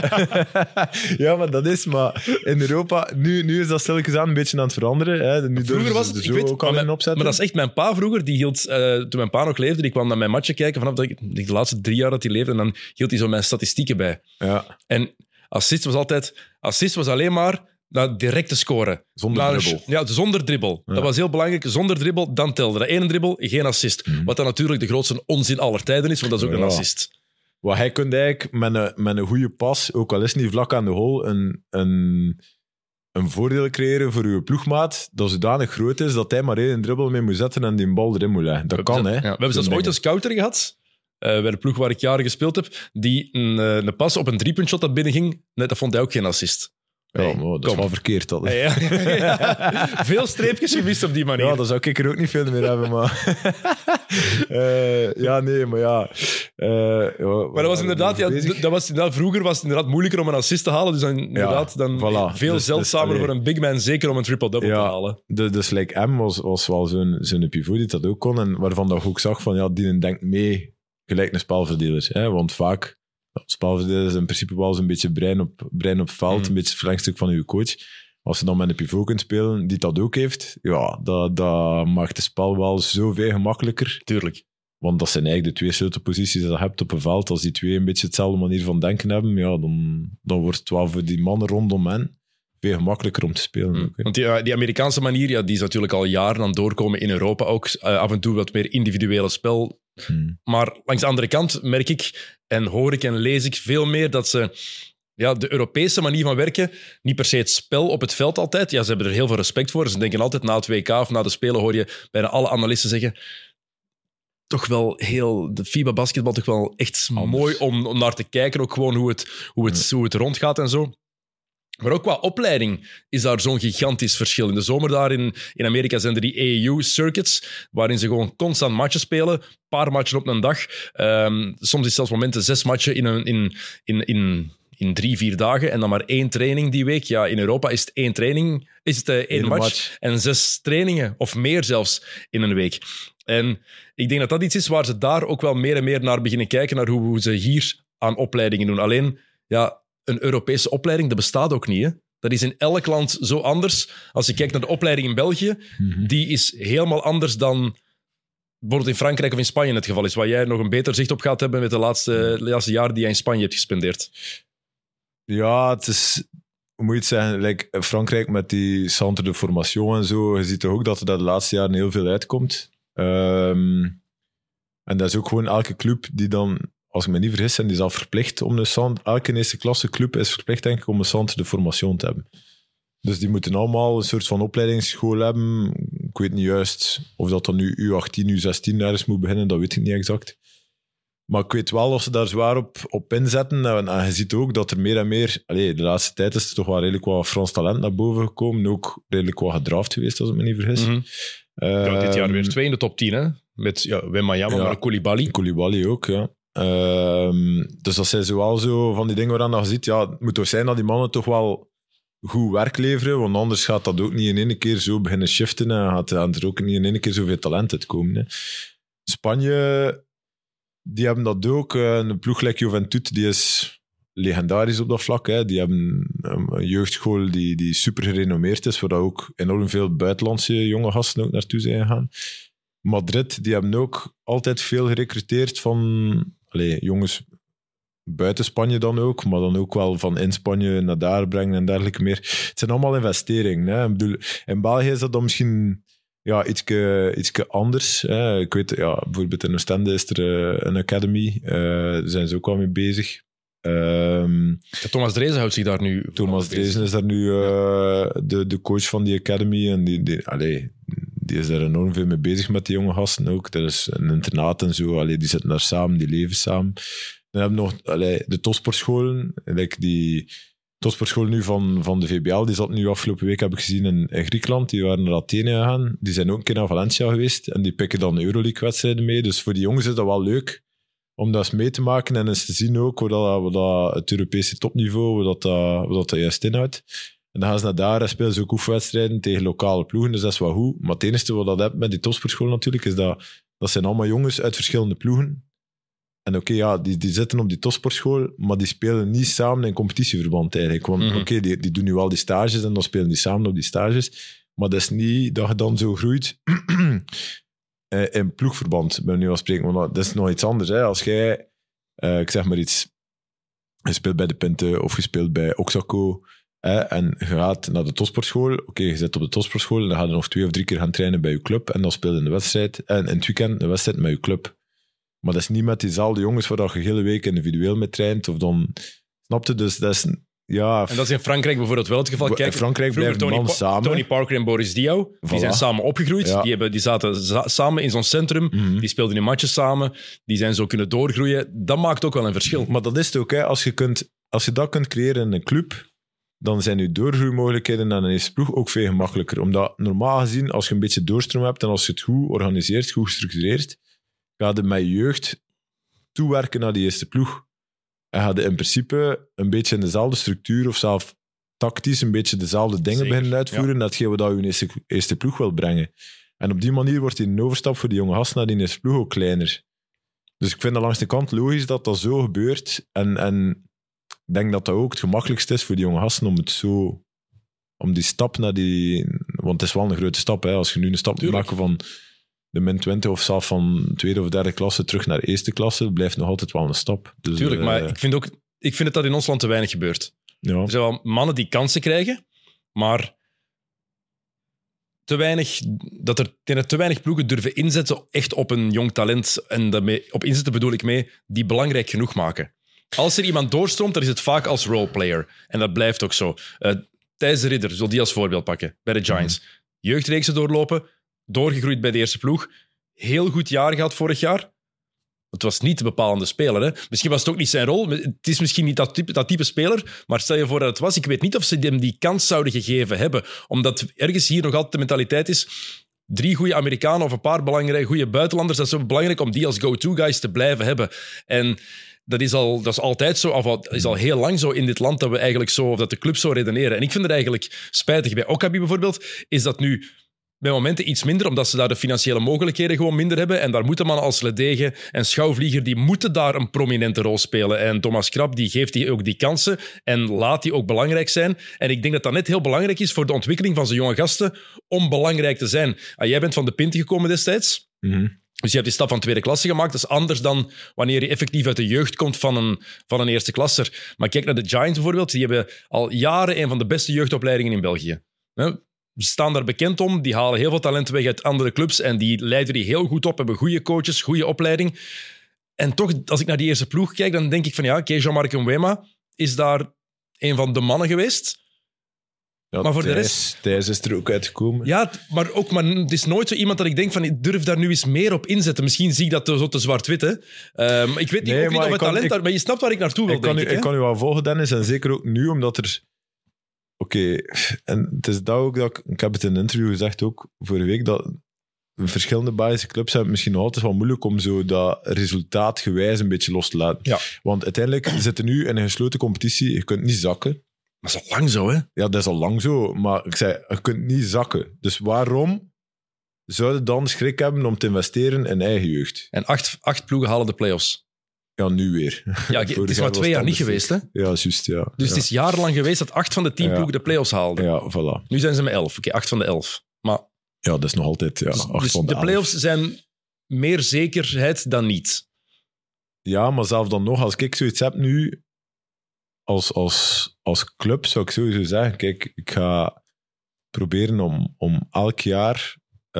ja, maar dat is maar in Europa, nu, nu is dat stilletjes aan een beetje aan het veranderen. Hè. Nu Vroeger was het, de ik zo weet, ook al maar, in mijn- opzetten. maar dat is echt mijn pa vroeger. Die hield, eh, toen mijn pa nog leefde, die kwam naar mijn matchen kijken vanaf dat ik, ik denk de laatste drie jaar dat hij leefde. En dan hield hij zo mijn statistieken bij. Ja, En assist was altijd, assist was alleen maar dat directe scoren. zonder Na een dribbel. sh- Ja, zonder dribbel. Ja. Dat was heel belangrijk. Zonder dribbel, dan telde. Dat ene dribbel, geen assist. Mhm. Wat dan natuurlijk de grootste onzin aller tijden is, want dat is ook Ja. een assist. Wat hij kunt eigenlijk met een, met een goede pas, ook al is het niet vlak aan de goal, een, een, een voordeel creëren voor uw ploegmaat dat zodanig groot is dat hij maar één dribbel mee moet zetten en die bal erin moet leggen. Dat kan, hè. Ja, we hebben zelfs ooit een scouter gehad, uh, bij de ploeg waar ik jaren gespeeld heb, die een, uh, een pas op een driepuntshot dat binnenging. Nee, dat vond hij ook geen assist. Ja, Hey, maar dat is kom. wel verkeerd. Dat, hè. Hey, ja. Veel streepjes gemist op die manier. Ja, dan zou ik er ook niet veel meer hebben, maar... Eh, ja, nee, maar ja... eh, ja Maar dat was inderdaad, ja, bezig? d- dat was inderdaad, vroeger was het inderdaad moeilijker om een assist te halen. Dus dan, inderdaad, dan voilà. veel Dus- zeldzamer dus, allee. voor een big man, zeker om een triple-double Ja. te halen. De, dus like M was, was wel zo'n zo'n pivot die dat ook kon. En waarvan dat ik ook zag van, ja, die denkt mee gelijk een spelverdeler. Hè? Want vaak, ja, spelverdeler is in principe wel zo'n beetje brein op, brein op veld, Mm. een beetje het verlengstuk van je coach. Als je dan met een pivot kunt spelen die dat ook heeft, ja, dat, dat maakt het spel wel zoveel gemakkelijker. Tuurlijk. Want dat zijn eigenlijk de twee sleutelposities die je hebt op een veld. Als die twee een beetje hetzelfde manier van denken hebben, ja, dan, dan wordt het wel voor die mannen rondom hen veel gemakkelijker om te spelen. Ook, hè. Want die, die Amerikaanse manier, ja, die is natuurlijk al jaren aan het doorkomen in Europa ook. Uh, af en toe wat meer individuele spel. Hmm. Maar langs de andere kant merk ik en hoor ik en lees ik veel meer dat ze ja, de Europese manier van werken, niet per se het spel op het veld altijd. Ja, ze hebben er heel veel respect voor. Ze denken altijd na het W K of na de Spelen hoor je bijna alle analisten zeggen toch wel heel, de FIBA-basketbal toch wel echt Anders. mooi om, om naar te kijken. Ook gewoon hoe het, hoe het, hoe het rondgaat en zo. Maar ook qua opleiding is daar zo'n gigantisch verschil. In de zomer daar in, in Amerika zijn er die A A U-circuits, waarin ze gewoon constant matchen spelen. Een paar matchen op een dag. Um, soms is het zelfs momenten zes matchen in, een, in, in, in, in drie, vier dagen en dan maar één training die week. Ja, in Europa is het één training, is het uh, één Eén match, match. en zes trainingen, of meer zelfs, in een week. En ik denk dat dat iets is waar ze daar ook wel meer en meer naar beginnen kijken, naar hoe, hoe ze hier aan opleidingen doen. Alleen, ja, een Europese opleiding, dat bestaat ook niet, hè. Dat is in elk land zo anders. Als je kijkt naar de opleiding in België, Mhm. die is helemaal anders dan bijvoorbeeld in Frankrijk of in Spanje het geval is, waar jij nog een beter zicht op gaat hebben met de laatste, de laatste jaren die jij in Spanje hebt gespendeerd. Ja, het is... Hoe moet je het zeggen? Like Frankrijk met die centre de formation en zo. Je ziet toch ook dat er daar de laatste jaren heel veel uitkomt. Um, en dat is ook gewoon elke club die dan, als ik me niet vergis, zijn die zelf verplicht om een centre... Elke eerste klasse club is verplicht, denk ik, om een centre de formation te hebben. Dus die moeten allemaal een soort van opleidingsschool hebben. Ik weet niet juist of dat dan nu U achttien, U zestien ergens moet beginnen. Dat weet ik niet exact. Maar ik weet wel dat ze daar zwaar op, op inzetten. En, en je ziet ook dat er meer en meer... Allee, de laatste tijd is er toch wel redelijk wat Frans talent naar boven gekomen. Ook redelijk wat gedraft geweest, als ik me niet vergis. Mm-hmm. Ja, dit jaar Ehm, weer twee in de top tien, hè? Met ja, Wembanyama, Ja. maar ook Koulibaly. Koulibaly ook, ja. Ehm, dus dat zijn zoal zo van die dingen waaraan je ziet, ja, het moet toch zijn dat die mannen toch wel goed werk leveren, want anders gaat dat ook niet in één keer zo beginnen shiften en gaat er ook niet in één keer zoveel talent uitkomen. Hè. Spanje, die hebben dat ook. Een ploeg like Juventud, die is legendarisch op dat vlak. Hè. Die hebben een jeugdschool die, die super gerenommeerd is, waar ook enorm veel buitenlandse jonge gasten ook naartoe zijn gegaan. Madrid, die hebben ook altijd veel gerecruiteerd van allez, jongens buiten Spanje dan ook, maar dan ook wel van in Spanje naar daar brengen en dergelijke meer. Het zijn allemaal investeringen. Hè. Ik bedoel, in België is dat dan misschien ja, ietske, ietske anders. Hè. Ik weet, ja, bijvoorbeeld in Oostende is er uh, een academy. Uh, daar zijn ze ook wel mee bezig. Um, Ja, Thomas Dreesen houdt zich daar nu... Thomas Dreesen is daar nu uh, de, de coach van die academy en die, die, allee, die is daar enorm veel mee bezig met die jonge gasten ook. Er is een internaat en zo, allee, die zitten daar samen, die leven samen. Dan hebben we nog allee, de topsportscholen, like die topsportschool nu van, van de V B L, die zat nu afgelopen week, heb ik gezien, in, in Griekenland. Die waren naar Athene gegaan. Die zijn ook een keer naar Valencia geweest en die pikken dan Euroleague-wedstrijden mee. Dus voor die jongens is dat wel leuk om dat eens mee te maken en eens te zien ook hoe dat, hoe dat het Europese topniveau, hoe dat, hoe dat, dat juist inhoudt. En dan gaan ze naar daar en spelen ze ook oefenwedstrijden tegen lokale ploegen. Dus dat is wel goed. Maar het enige wat dat hebt met die topsportschool natuurlijk, is dat dat zijn allemaal jongens uit verschillende ploegen. En oké, okay, ja, die, die zitten op die topsportschool, maar die spelen niet samen in competitieverband eigenlijk. Want mm-hmm. oké, okay, die, die doen nu wel die stages en dan spelen die samen op die stages. Maar dat is niet dat je dan zo groeit in ploegverband, bij nu al spreken. Want dat is nog iets anders. Hè. Als jij, uh, ik zeg maar iets, je speelt bij de Pinte of je speelt bij Oxaco hè, en je gaat naar de topsportschool. Oké, okay, je zit op de topsportschool en dan ga je nog twee of drie keer gaan trainen bij je club en dan speel je in de wedstrijd, en in het weekend een wedstrijd met je club. Maar dat is niet met diezelfde jongens waar je de hele week individueel mee traint. Of dan, snap je? Dus dat is... Ja, en dat is in Frankrijk bijvoorbeeld wel het geval. Kijk, in Frankrijk blijven Tony, man pa- samen. Tony Parker en Boris Diaw, voilà. Die zijn samen opgegroeid. Ja. Die, hebben, die zaten za- samen in zo'n centrum. Mm-hmm. Die speelden in matches samen. Die zijn zo kunnen doorgroeien. Dat maakt ook wel een verschil. Maar dat is het ook. Hè. Als, je kunt, als je dat kunt creëren in een club, dan zijn je doorgroeimogelijkheden naar een eerste ploeg ook veel gemakkelijker. Omdat normaal gezien, als je een beetje doorstroom hebt en als je het goed organiseert, goed gestructureerd, ga je met je jeugd toewerken naar die eerste ploeg. En ga je in principe een beetje in dezelfde structuur of zelf tactisch een beetje dezelfde dingen Zeker, beginnen uitvoeren, ja. Datgene wat je eerste, eerste ploeg wil brengen. En op die manier wordt die overstap voor die jonge gasten naar die eerste ploeg ook kleiner. Dus ik vind dat langs de kant logisch dat dat zo gebeurt. En, en ik denk dat dat ook het gemakkelijkste is voor die jonge gasten om het zo... Om die stap naar die... Want het is wel een grote stap, hè. Als je nu een stap moet maken van de min twintig of zelfs van tweede of derde klasse terug naar eerste klasse, blijft nog altijd wel een stap. Dus, Tuurlijk, uh, maar ik vind, ook, ik vind het dat in ons land te weinig gebeurt. Ja. Er zijn wel mannen die kansen krijgen, maar te weinig, dat er te weinig ploegen durven inzetten echt op een jong talent. En daarmee, op inzetten bedoel ik mee, die belangrijk genoeg maken. Als er iemand doorstroomt, dan is het vaak als roleplayer. En dat blijft ook zo. Uh, Thijs de Ridder, zal die als voorbeeld pakken, bij de Giants. Mm. Jeugdreeksen doorlopen, doorgegroeid bij de eerste ploeg. Heel goed jaar gehad vorig jaar. Het was niet de bepalende speler. Hè? Misschien was het ook niet zijn rol. Het is misschien niet dat type, dat type speler, maar stel je voor dat het was. Ik weet niet of ze hem die kans zouden gegeven hebben. Omdat ergens hier nog altijd de mentaliteit is, drie goede Amerikanen of een paar belangrijke goede buitenlanders, dat is zo belangrijk om die als go-to-guys te blijven hebben. En dat is, al, dat is altijd zo, of dat is al heel lang zo in dit land, dat we eigenlijk zo, of dat de clubs zo redeneren. En ik vind het eigenlijk spijtig. Bij Okabi bijvoorbeeld is dat nu bij momenten iets minder, omdat ze daar de financiële mogelijkheden gewoon minder hebben. En daar moeten mannen als Ledege en Schouwvlieger, die moeten daar een prominente rol spelen. En Thomas Krab, die geeft die ook die kansen en laat die ook belangrijk zijn. En ik denk dat dat net heel belangrijk is voor de ontwikkeling van zijn jonge gasten om belangrijk te zijn. Ah, jij bent van de Pinte gekomen destijds. Mm-hmm. Dus je hebt die stap van tweede klasse gemaakt. Dat is anders dan wanneer je effectief uit de jeugd komt van een, van een eerste klasser. Maar kijk naar de Giants bijvoorbeeld. Die hebben al jaren een van de beste jeugdopleidingen in België. Ze staan daar bekend om. Die halen heel veel talenten weg uit andere clubs en die leiden die heel goed op, hebben goede coaches, goede opleiding. En toch, als ik naar die eerste ploeg kijk, dan denk ik van ja, oké, Jean-Marc Nwema is daar een van de mannen geweest. Ja, maar voor Thijs, de rest... Thijs is er ook uitgekomen. Ja, maar, ook, maar het is nooit zo iemand dat ik denk van ik durf daar nu eens meer op inzetten. Misschien zie ik dat zo te zwart-wit. Hè. Um, ik weet niet, nee, ook niet of het talent ik, daar... Maar je snapt waar ik naartoe wil, ik denk kan ik. U, ik kan u wel volgen, Dennis. En zeker ook nu, omdat er... Oké, okay. En het is dat ook dat ik... Ik heb het in een interview gezegd ook, vorige week, dat verschillende Belgische clubs hebben misschien nog altijd wel moeilijk om zo dat resultaatgewijs een beetje los te laten. Ja. Want uiteindelijk zitten nu in een gesloten competitie, je kunt niet zakken. Dat is al lang zo, hè? Ja, dat is al lang zo. Maar ik zei, je kunt niet zakken. Dus waarom zouden dan schrik hebben om te investeren in eigen jeugd? En acht, acht ploegen halen de play-offs. Ja, nu weer. Ja, het is maar twee jaar niet geweest, hè? Ja, juist, ja. Dus ja. het is jarenlang geweest dat acht van de tien ja. ploegen de play-offs haalden. Ja, voilà. Nu zijn ze met elf. Oké, okay, acht van de elf. Maar... Ja, dat is nog altijd ja, dus, acht dus van de de play-offs elf. Zijn meer zekerheid dan niet. Ja, maar zelfs dan nog, als ik zoiets heb nu, als, als, als club zou ik sowieso zeggen, kijk, ik ga proberen om, om elk jaar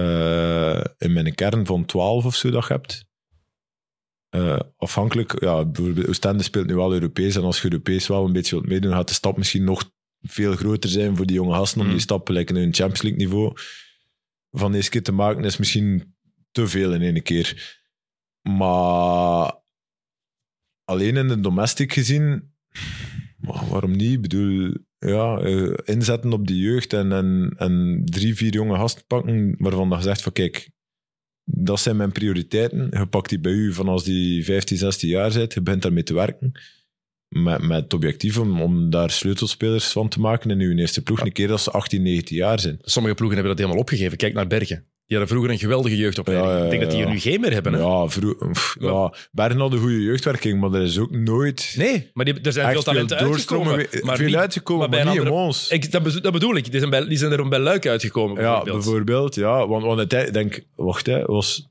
uh, in mijn kern van twaalf of zo dat je hebt, Uh, afhankelijk, ja, bijvoorbeeld Oostende speelt nu wel Europees en als je Europees wel een beetje wilt meedoen, gaat de stap misschien nog veel groter zijn voor die jonge gasten om mm. die stap gelijk in een Champions League niveau van de eerste keer te maken, is misschien te veel in één keer. Maar alleen in de domestic gezien, waarom niet? Ik bedoel, ja, uh, inzetten op die jeugd en, en, en drie, vier jonge gasten pakken waarvan je zegt van kijk, dat zijn mijn prioriteiten. Je pakt die bij u van als die vijftien, zestien jaar bent. Je begint daarmee te werken. met, met het objectief om, om daar sleutelspelers van te maken in uw eerste ploeg, een keer dat ze achttien, negentien jaar zijn. Sommige ploegen hebben dat helemaal opgegeven. Kijk naar Bergen. Die hadden vroeger een geweldige jeugdopleiding. Ja, ja, ja, ik denk dat die er nu geen meer hebben. Hè? Ja, vroeg, pff, ja, Bergen had een goede jeugdwerking, maar er is ook nooit... Nee, maar die, er zijn veel talenten uitgekomen. Maar veel niet, uitgekomen, maar, maar niet andere, in ons. Ik, dat, bedoel, dat bedoel ik. Die zijn, bij, die zijn er bij Luik uitgekomen, bijvoorbeeld. Ja, bijvoorbeeld. Ja, want, want het, ik denk... Wacht, hè, was...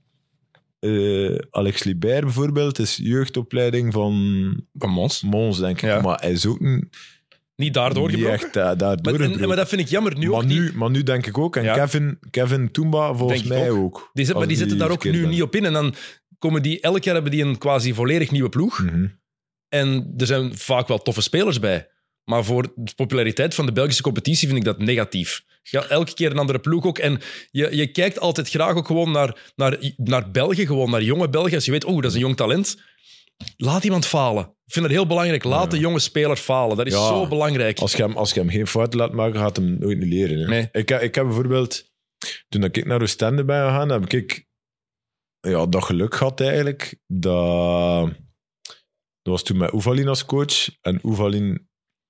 Uh, Alex Libert bijvoorbeeld is jeugdopleiding van... Van Mons. Mons, denk ik. Ja. Maar hij is ook... Een, Niet daardoor niet gebroken. Echt, uh, daardoor maar, en, maar dat vind ik jammer. Nu maar, ook nu, niet. maar nu denk ik ook. En ja. Kevin, Kevin Toomba volgens denk mij ook. ook. Die zet, maar die zitten daar ook nu ben. niet op in. En dan komen die... Elk jaar hebben die een quasi volledig nieuwe ploeg. Mm-hmm. En er zijn vaak wel toffe spelers bij. Maar voor de populariteit van de Belgische competitie vind ik dat negatief. Ja, elke keer een andere ploeg ook. En je, je kijkt altijd graag ook gewoon naar, naar, naar België, gewoon naar jonge België. Als je weet, oh, dat is een jong talent. Laat iemand falen. Ik vind dat heel belangrijk. Laat ja. de jonge speler falen. Dat is ja, zo belangrijk. Als je, hem, als je hem geen fouten laat maken, gaat hem nooit niet leren. Hè. Nee. Ik, ik heb bijvoorbeeld... Toen ik naar Oostende ben gegaan, heb ik ja, dat geluk gehad eigenlijk. Dat, dat was toen met Oevalin als coach. En Oevalin...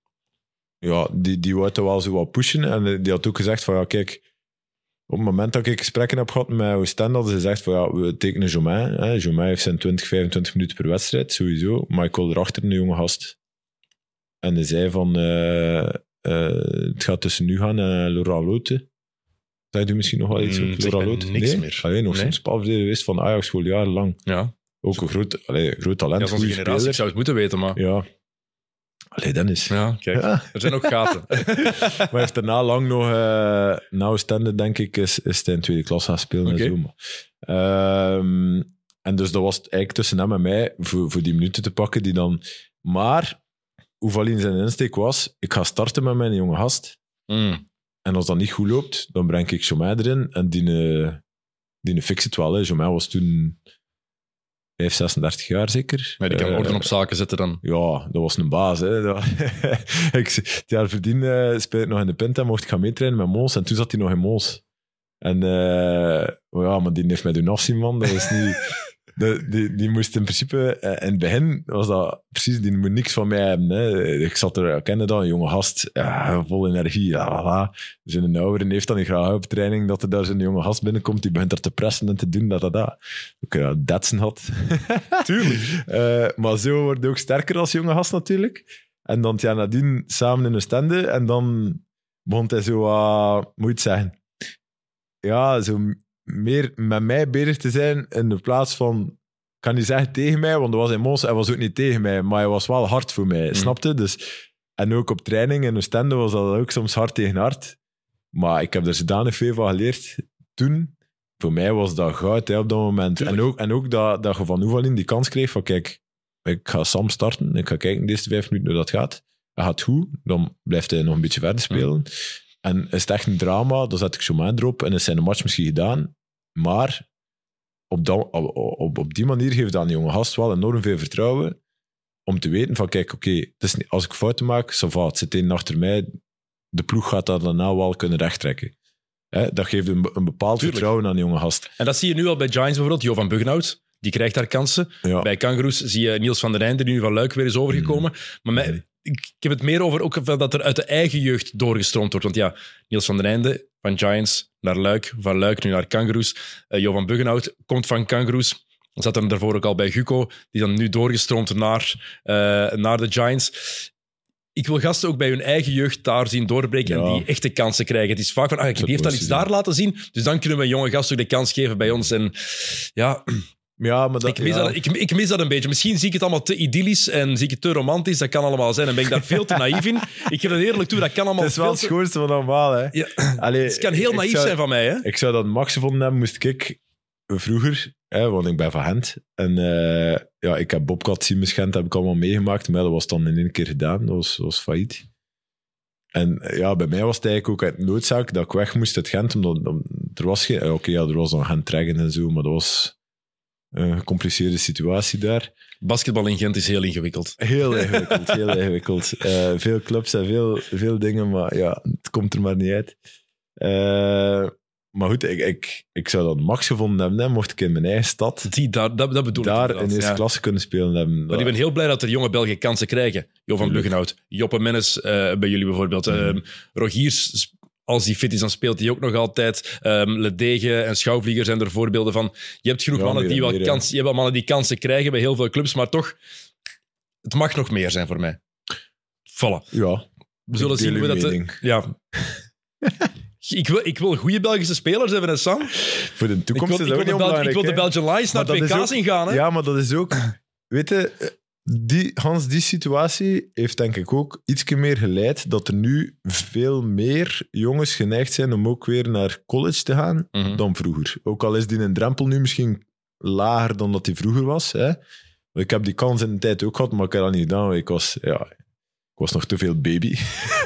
Ja, die, die wou toch wel zo wat pushen. En die had ook gezegd van, ja, kijk... Op het moment dat ik gesprekken heb gehad met Oostende, hadden ze gezegd van, ja, we tekenen Jomain. Hè. Jomain heeft zijn twintig, vijfentwintig minuten per wedstrijd, sowieso. Maar ik wil erachter een jonge gast. En hij zei van, uh, uh, het gaat tussen nu gaan en uh, Laurent Lote. Zei je misschien nog wel iets? Mm, Laurent Lote? Niks nee? meer. Alleen nog nee. zo'n spelverdeler geweest van Ajax voor jarenlang. Ja. Ook een groot, allee, groot talent, ja, goede generatie, speler. Ik zou het moeten weten, maar... Ja. Allee, Dennis. Ja, kijk. Ja. Er zijn ook gaten. Maar hij heeft daarna lang nog... Uh, na Oostende, denk ik, is, is hij in tweede klas gaan spelen. Okay. En, zo. Maar, um, en dus dat was eigenlijk tussen hem en mij voor, voor die minuten te pakken die dan... Maar, Oevalin zijn insteek was, ik ga starten met mijn jonge gast. Mm. En als dat niet goed loopt, dan breng ik Jomain erin. En die, uh, die fix het wel. Hè. Jomain was toen... vijf, zesendertig jaar zeker. Maar die kan orde uh, op zaken zetten dan. Ja, dat was een baas. Hè. Dat, ik, het jaar voordien uh, speelde ik nog in de Pinta, mocht ik gaan meetrainen met Mons. En toen zat hij nog in Mons. En uh, oh ja, maar die heeft mij doen afzien, man. Dat was niet... De, die, die moest in principe... Uh, in het begin was dat precies... Die moet niks van mij hebben. Hè. Ik zat er... Ik kende dat, een jonge gast. Ja, vol energie. Ja, voilà. Dus een oudere heeft dan niet graag op training dat er daar zo'n jonge gast binnenkomt. Die begint er te pressen en te doen. Dat, dat, dat. Ik uh, datsen had. Tuurlijk. uh, maar zo word je ook sterker als jonge gast natuurlijk. En dan ja, nadien samen in een stende. En dan begon hij zo... Uh, moet je het zeggen? Ja, zo... meer met mij bezig te zijn in de plaats van... Ik kan niet zeggen tegen mij, want dat was in Mons. Hij was ook niet tegen mij, maar hij was wel hard voor mij. Mm. Snapte? Dus, en ook op training in Oostende was dat ook soms hard tegen hard. Maar ik heb er zodanig veel van geleerd toen. Voor mij was dat goud hè, op dat moment. En ook, en ook dat, dat je van Oevalin die kans kreeg van kijk, ik ga Sam starten. Ik ga kijken de eerste vijf minuten hoe dat gaat. Hij gaat goed, dan blijft hij nog een beetje verder spelen. Mm. En is het echt een drama, dan zet ik Jomain erop en is zijn match misschien gedaan. Maar op, dat, op, op, op die manier geeft dat aan die jonge gast wel enorm veel vertrouwen om te weten van kijk, oké, okay, als ik fouten maak, ça va, het zit één achter mij, de ploeg gaat dat daarna wel kunnen rechttrekken. Hè, dat geeft een, een bepaald Tuurlijk. vertrouwen aan die jonge gast. En dat zie je nu al bij Giants bijvoorbeeld, Jo van Buggenhout, die krijgt daar kansen. Ja. Bij Kangaroos zie je Niels van der Einde, die nu van Luik weer is overgekomen. Mm. Maar mij, nee. ik heb het meer over ook dat er uit de eigen jeugd doorgestroomd wordt. Want ja, Niels van der Einde van Giants naar Luik, van Luik nu naar Kangaroos. Uh, Jo van Buggenhout komt van Kangaroos. Zat er daarvoor ook al bij Guco, die dan nu doorgestroomd naar, uh, naar de Giants. Ik wil gasten ook bij hun eigen jeugd daar zien doorbreken ja. en die echte kansen krijgen. Het is vaak van, ah, die heeft al iets daar laten zien, dus dan kunnen we een jonge gast ook de kans geven bij ons. En ja... Ja, maar dat, ik, mis ja. dat, ik, ik mis dat een beetje. Misschien zie ik het allemaal te idyllisch en zie ik het te romantisch. Dat kan allemaal zijn. En ben ik daar veel te naïef in. Ik geef het eerlijk toe, dat kan allemaal... Het is wel het schoonste van allemaal, hè. Ja. Allee, het kan heel naïef zou, zijn van mij, hè. Ik zou dat max gevonden hebben, moest ik vroeger... Hè, want ik ben van Gent. En uh, ja, ik heb Bobcat zien Gent, heb ik allemaal meegemaakt. Maar dat was dan in één keer gedaan. Dat was, was failliet. En ja, bij mij was het eigenlijk ook uit noodzaak dat ik weg moest uit Gent. Omdat om, er was geen... Oké, okay, ja, er was dan Gent Treggen en zo, maar dat was... een gecompliceerde situatie daar. Basketbal in Gent is heel ingewikkeld. Heel ingewikkeld, heel ingewikkeld. Uh, veel clubs en veel, veel dingen, maar ja, het komt er maar niet uit. Uh, maar goed, ik, ik, ik zou dat max gevonden hebben, hè, mocht ik in mijn eigen stad Die, daar, dat, dat bedoel daar ik in eerste ja. klasse kunnen spelen hebben. Maar ik ben heel blij dat er jonge Belgen kansen krijgen. Jo van Buggenhout, Joppe Mennes uh, bij jullie bijvoorbeeld. Mm. Um, Rogiers, als die fit is, dan speelt hij ook nog altijd. Um, Ledege en Schouwvlieger zijn er voorbeelden van. Je hebt genoeg Ja, mannen, die meer, wel meer, kans, je hebt wel mannen die kansen krijgen bij heel veel clubs, maar toch, het mag nog meer zijn voor mij. Voilà. Ja, We zullen zien hoe dat... mening. Ja. ik, wil, ik wil goede Belgische spelers hebben, hè, Sam. Voor de Ik toekomst wil, is ik dat wil, ook de, niet Bel- ik onbelangrijk. wil de hè. Belgian Lions naar Maar het dat W is K's ook- ingaan. Hè? Ja, maar dat is ook... Weet je, die, Hans, die situatie heeft denk ik ook iets meer geleid dat er nu veel meer jongens geneigd zijn om ook weer naar college te gaan Mhm. dan vroeger. Ook al is die een drempel nu misschien lager dan dat die vroeger was. Hè. Ik heb die kans in de tijd ook gehad, maar ik heb dat niet gedaan. Ik was, ja, ik was nog te veel baby.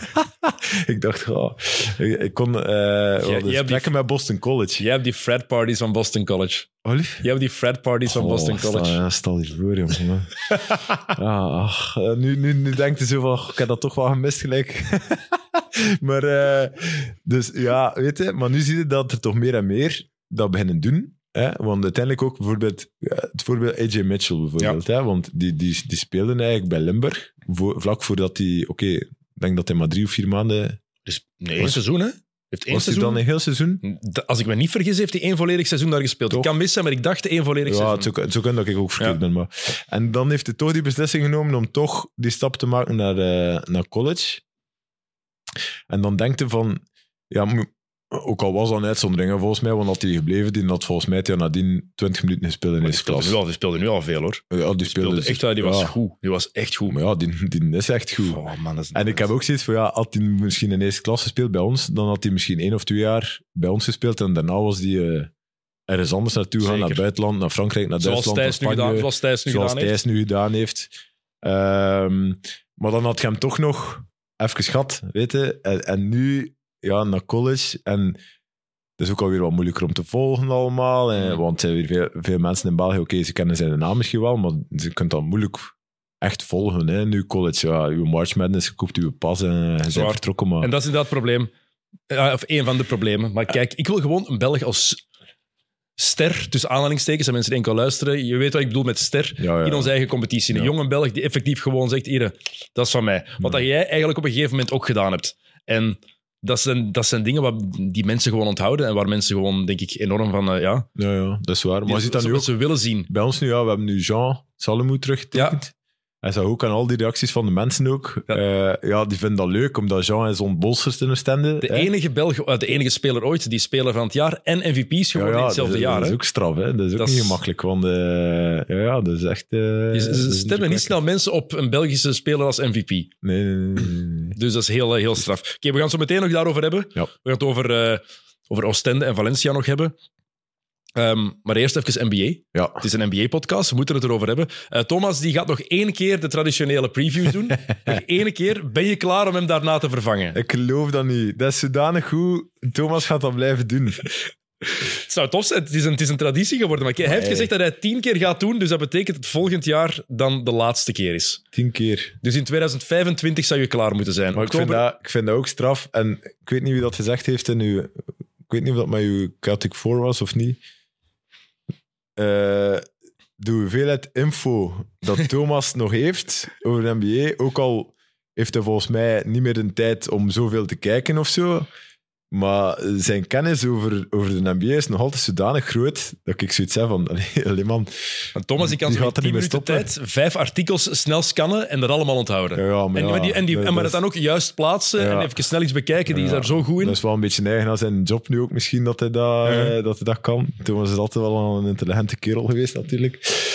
ik dacht, oh, ik, ik kon uh, jij wel hebt die- gesprekken met Boston College. Jij hebt die frat parties van Boston College. Oh, lief? Jij hebt die frat parties van Oh, Boston stel- College. ja, stel je voor, jongen. ja, ach, eh, nu, nu, nu denkt hij zo van, "Goh, ik heb dat toch wel gemist gelijk. maar, uh, dus ja, weet je, maar nu zie je dat er toch meer en meer dat beginnen doen. Hè? Want uiteindelijk ook bijvoorbeeld, ja, het voorbeeld A J Mitchell bijvoorbeeld, hè? Want die, die, die speelden eigenlijk bij Limburg, voor, vlak voordat hij, oké, okay, ik denk dat hij maar drie of vier maanden... Dus, nee, één Was- seizoen, hè? Heeft één Was hij seizoen. dan een heel seizoen? Als ik me niet vergis, heeft hij één volledig seizoen daar gespeeld. Toch? Ik kan missen, maar ik dacht één volledig Ja, seizoen. het zou, het zou kunnen dat ik ook verkeerd Ja. ben. Maar... En dan heeft hij toch die beslissing genomen om toch die stap te maken naar, uh, naar college. En dan denkt hij van... Ja, mo- ook al was dat een uitzondering, hè, volgens mij, want had hij gebleven, die had volgens mij het jaar nadien twintig minuten gespeeld in Maar deze die, speelde klas. nu al, die speelde nu al veel, hoor. Ja, die Die speelde, speelde dus- echt, wel, die was ja. goed. Die was echt goed. Maar ja, die, die is echt goed. Oh, man, dat is- En ik heb ook zoiets van, ja, had hij misschien in eerste klas gespeeld bij ons, dan had hij misschien één of twee jaar bij ons gespeeld en daarna was hij uh, ergens anders naartoe gaan, Zeker. naar het buitenland, naar Frankrijk, naar Zoals Duitsland, Thijs nu naar Spanje. gedaan, zoals Thijs nu zoals gedaan heeft. Thijs nu gedaan heeft. Ehm, maar dan had je hem toch nog even gehad, weet je. En, en nu, ja, naar college. En het is ook alweer wat moeilijker om te volgen allemaal. En, Mm. want er zijn weer veel, veel mensen in België, oké, ze kennen zijn naam misschien wel, maar ze kunt dat moeilijk echt volgen. Hè. Nu college, ja, uw March Madness, je koopt uw pas en je bent Zwaar. vertrokken. Maar En dat is inderdaad het probleem. Ja, of één van de problemen. Maar kijk, ik wil gewoon een Belg als ster, tussen aanhalingstekens, dat mensen enkel luisteren. Je weet wat ik bedoel met ster. ja, ja. In onze eigen competitie. Een Ja. jonge Belg die effectief gewoon zegt, hier, dat is van mij. Wat dat jij eigenlijk op een gegeven moment ook gedaan hebt. En dat zijn, dat zijn dingen wat die mensen gewoon onthouden en waar mensen gewoon, denk ik, enorm van, uh, ja... Ja, ja, dat is waar. Maar je ziet dat nu wat ook ze willen zien. bij ons nu, ja, we hebben nu Jean Salomou teruggetekend. En zag ook aan al die reacties van de mensen ook. Ja. Ja, uh, ja die vinden dat leuk, omdat Jean is ontbolsterd in Oostende. De hè. enige Belg, uh, de enige speler ooit die speler van het jaar en M V P is geworden in hetzelfde dat, jaar. Dat is hè. ook straf, hè. Dat is ook Dat niet is- gemakkelijk, want uh, ja, ja, dat is echt... Uh, Je- dat Ze is ze stemmen niet indrukwekkend. snel mensen op een Belgische speler als M V P. Nee, nee, nee. nee, nee. Dus dat is heel, eh, heel straf. Oké, we gaan het zo meteen nog daarover hebben. Ja. We gaan het over, uh, over Oostende en Valencia nog hebben. Um, maar eerst even N B A. Ja. Het is een N B A-podcast, we moeten het erover hebben. Uh, Thomas die gaat nog één keer de traditionele preview doen. Nog één keer. Ben je klaar om hem daarna te vervangen? Ik geloof dat niet. Dat is zodanig goed. Thomas gaat dat blijven doen. Het zou tof zijn. Het is een, het is een traditie geworden. Maar hij heeft Nee. gezegd dat hij het tien keer gaat doen. Dus dat betekent dat het volgend jaar dan de laatste keer is. Tien keer. Dus in tweeduizend vijfentwintig zou je klaar moeten zijn. Maar ik vind, Oktober- dat, ik vind dat ook straf. En ik weet niet wie dat gezegd heeft in uw... Ik weet niet of dat met uw Celtic Four was of niet. Uh, de hoeveelheid info dat Thomas nog heeft over de N B A, ook al heeft hij volgens mij niet meer de tijd om zoveel te kijken of zo, maar zijn kennis over, over de N B A is nog altijd zodanig groot dat ik zoiets heb van, allee, allee man, Want Thomas die kan Die zo in gaat er tien niet mee minuten tijd vijf artikels snel scannen en dat allemaal onthouden. ja, ja, maar, En, ja, maar, die, en, die, dat- en maar dat het dan ook juist plaatsen Ja. en even snel iets bekijken. Die is Ja, daar zo goed in. Dat is wel een beetje eigen aan zijn job nu ook misschien, dat hij dat, Ja. eh, dat, hij dat kan. Thomas is altijd wel een intelligente kerel geweest, natuurlijk.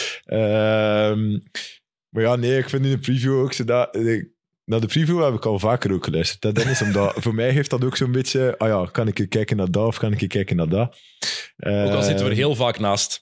Ehm, maar ja, nee, ik vind in de preview ook zo dat... eh, Naar de preview heb ik al vaker ook geluisterd, hè, Dennis, omdat voor mij heeft dat ook zo'n beetje... Ah ja, kan ik kijken naar dat of kan ik kijken naar dat? Ook al zitten we er heel vaak naast.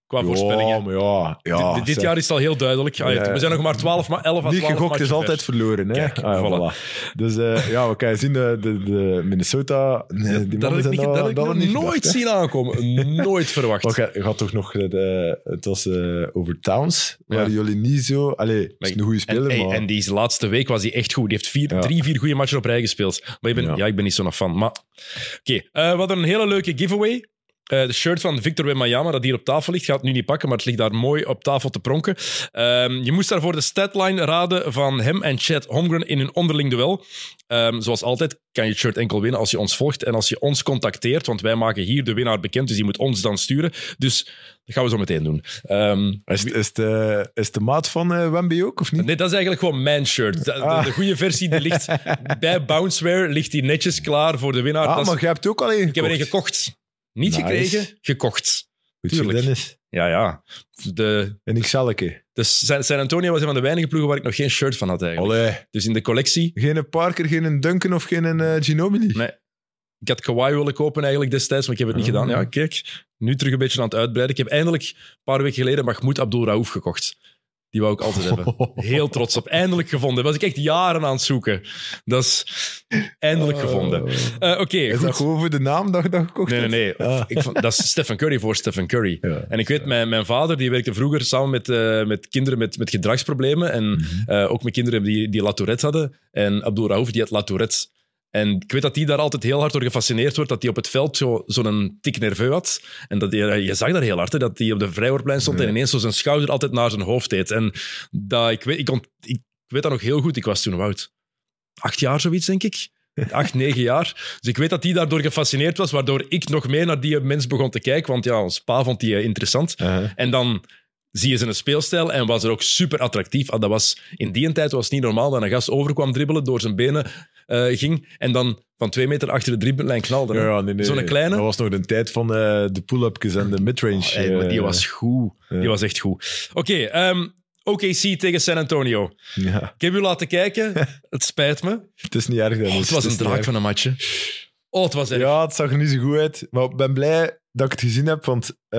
qua voorspellingen. Ja, maar ja. ja dit dit jaar is het al heel duidelijk. Ah, ja, we zijn nog maar twaalf, maar elf à twaalf niet gegokt is altijd ver. verloren. Hè? Kijk, ah, ja, voilà. voilà. Dus uh, ja, we kunnen zien, de, de, de Minnesota... Nee, die dat mannen heb ik, zijn niet, dat heb ik nog niet nooit gedacht, zien aankomen. Nooit verwacht. Maar je had toch nog... De, het was uh, over Towns, waar Ja. jullie niet zo... Allee, is een goede speler, en, maar... en die laatste week was hij echt goed. Die heeft vier, Ja. drie, vier goede matchen op rij gespeeld. Maar ik ben, ja. Ja. ik ben niet zo'n fan. Maar oké, okay. uh, we hadden een hele leuke giveaway. Uh, de shirt van Victor Wembanyama, dat hier op tafel ligt, gaat het nu niet pakken, maar het ligt daar mooi op tafel te pronken. Um, je moest daarvoor de statline raden van hem en Chet Holmgren in hun onderling duel. Um, zoals altijd kan je het shirt enkel winnen als je ons volgt en als je ons contacteert, want wij maken hier de winnaar bekend, dus die moet ons dan sturen. Dus dat gaan we zo meteen doen. Um, is, is, de, is de maat van uh, Wemby ook, of niet? Nee, dat is eigenlijk gewoon mijn shirt. De, ah. de, de goede versie die ligt bij Bounceware, ligt die netjes klaar voor de winnaar. Ah, dat maar is, jij hebt ook al één ik heb er een gekocht. Niet nice. gekregen, gekocht. Goed Tuurlijk. voor Dennis. Ja, ja. De, En ik zal een de San, San Antonio was een van de weinige ploegen waar ik nog geen shirt van had eigenlijk. Allee. Dus in de collectie... Geen Parker, geen Duncan of geen uh, Ginobili? Nee. Ik had Kawhi willen kopen eigenlijk destijds, maar ik heb het niet Oh. gedaan. Ja, kijk. Nu terug een beetje aan het uitbreiden. Ik heb eindelijk een paar weken geleden Mahmoud Abdul Raouf gekocht. Die wou ik altijd hebben. Heel trots op. Eindelijk gevonden. Dat was ik echt jaren aan het zoeken. Dat is eindelijk gevonden. Uh, Oké, okay, Is goed. dat gewoon voor de naam dat je dat gekocht Nee, nee, hebt? nee. Ah. Ik vond, dat is Stephen Curry voor Stephen Curry. Ja, en ik weet, mijn, mijn vader die werkte vroeger samen met, uh, met kinderen met, met gedragsproblemen. En Mm-hmm. uh, ook met kinderen die, die La Tourette hadden. En Abdul Raouf die had La Tourette. En ik weet dat hij daar altijd heel hard door gefascineerd wordt, dat hij op het veld zo, zo'n tik nerveus had. En dat hij, je zag dat heel hard, hè, dat hij op de vrijworplijn stond Ja. en ineens zo zijn schouder altijd naar zijn hoofd deed. En dat, ik, weet, ik, ont, ik weet dat nog heel goed. Ik was toen oud. Acht jaar zoiets, denk ik. Acht, negen jaar. Dus ik weet dat hij daardoor gefascineerd was, waardoor ik nog meer naar die mens begon te kijken. Want ja, ons pa vond die interessant. Uh-huh. En dan zie je zijn speelstijl en was er ook super attractief. Dat was, in die tijd was het niet normaal dat een gast overkwam dribbelen, door zijn benen uh, ging en dan van twee meter achter de driepuntlijn knalde. Ja, ja, nee, nee. Zo'n kleine. Dat was nog de tijd van uh, de pull-upjes en de midrange. Oh, hey, maar die was goed. Ja. Die was echt goed. Oké, okay, um, O K C tegen San Antonio. Ja. Ik heb u laten kijken. Het spijt me. Het is niet erg. Oh, het was het een draak van een match. Oh, het was erg. Ja, het zag er niet zo goed uit. Maar ik ben blij dat ik het gezien heb, want uh,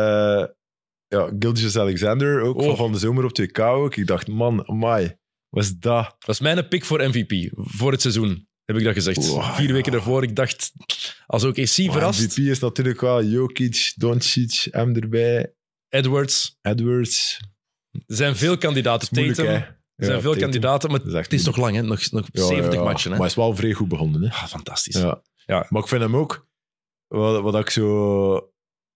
ja, Gilgeous-Alexander, ook oh. van, van de zomer op twee K ook. Ik dacht, man, amai, wat is dat? Dat was mijn pick voor M V P. Voor het seizoen, heb ik dat gezegd. Oh, Vier ja. weken daarvoor. Ik dacht, als O K C verrast... M V P is natuurlijk wel Jokic, Doncic, hem erbij, Edwards. Edwards. Er zijn veel kandidaten. Moeilijk, Tatum. hè? Er zijn Ja, veel Tatum. kandidaten, maar Dat is echt het is nog lang, hè? Nog, nog Ja, zeventig ja, ja. matchen. Hè? Maar hij is wel vrij goed begonnen. Hè? Ah, fantastisch. Ja. Ja. Maar ik vind hem ook, wat, wat ik zo...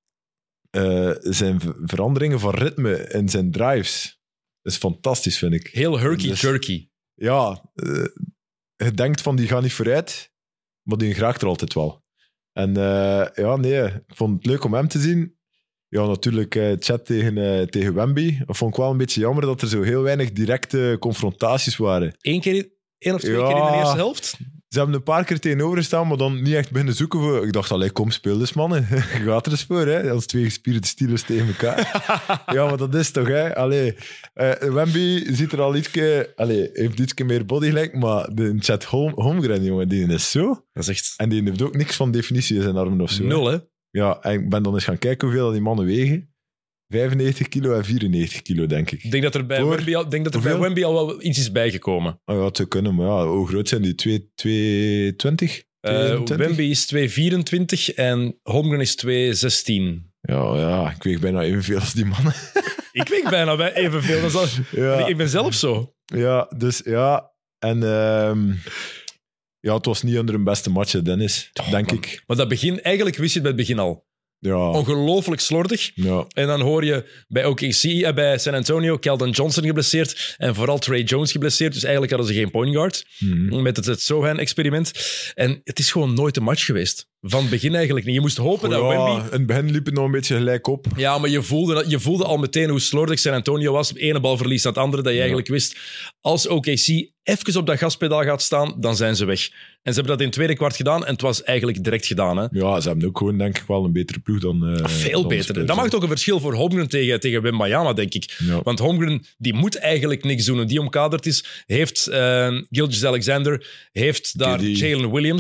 Uh, zijn v- veranderingen van ritme in zijn drives, is fantastisch, vind ik. Heel Dus- herky-jerky. Ja, uh, je denkt van die gaat niet vooruit, maar die geraakt er altijd wel. En uh, ja, nee, ik vond het leuk om hem te zien. Ja, natuurlijk uh, chat tegen, uh, tegen Wemby. Dat vond ik wel een beetje jammer dat er zo heel weinig directe confrontaties waren. Eén keer, één of twee Ja. keer in de eerste helft. Ze hebben een paar keer tegenover gestaan, maar dan niet echt beginnen zoeken. Voor... Ik dacht, allee, kom, speel dus, mannen. Je gaat er eens voor, hè. Als twee gespierde stielers tegen elkaar. Ja, maar dat is toch, hè. Allee, uh, Wemby ziet er al ietsje... Allee, heeft ietsje meer body gelijk, maar de Chet Holm, Holmgren, jongen, die is zo. Dat is echt En die heeft ook niks van definitie in zijn armen of zo. nul, hè. Ja, en ik ben dan eens gaan kijken hoeveel die mannen wegen. vijfennegentig kilo en vierennegentig kilo, denk ik. Ik denk dat er bij Voor- Wemby al, denk dat er bij hoeveel? Wemby al wel iets is bijgekomen. Oh ja, het zou kunnen, maar ja, hoe groot zijn die? twee twintig? Uh, Wemby is twee vierentwintig en Holmgren is twee zestien. Ja, ja, ik weeg bijna evenveel als die mannen. Ik weeg bijna bij evenveel. Dat is al... Ja. Ik ben zelf zo. Ja, dus ja. En um, ja, het was niet onder hun beste match, hè, Dennis. Oh, denk man. ik. Maar dat begin, eigenlijk wist je het bij het begin al. Ja. Ongelooflijk slordig. ja. En dan hoor je bij O K C, eh, bij San Antonio, Keldon Johnson geblesseerd en vooral Trey Jones geblesseerd. Dus eigenlijk hadden ze geen point guard Mhm. met het, het Sohan-experiment. En het is gewoon nooit een match geweest. Van het begin eigenlijk niet. Je moest hopen dat ja, Wemby... in het begin liep het nog een beetje gelijk op. Ja, maar je voelde, dat- je voelde al meteen hoe slordig San Antonio was. Op ene balverlies naar het andere, dat je Ja. eigenlijk wist. Als O K C even op dat gaspedaal gaat staan, dan zijn ze weg. En ze hebben dat in het tweede kwart gedaan en het was eigenlijk direct gedaan. Hè? Ja, ze hebben ook gewoon, denk ik, wel een betere ploeg dan... Uh, Veel dan de beter. Spurs, Dat hè. maakt ook een verschil voor Holmgren tegen, tegen Wembanyama, denk ik. Ja. Want Holmgren, die moet eigenlijk niks doen. En die omkaderd is, heeft uh, Gilgeous-Alexander, heeft daar K D. Jalen Williams.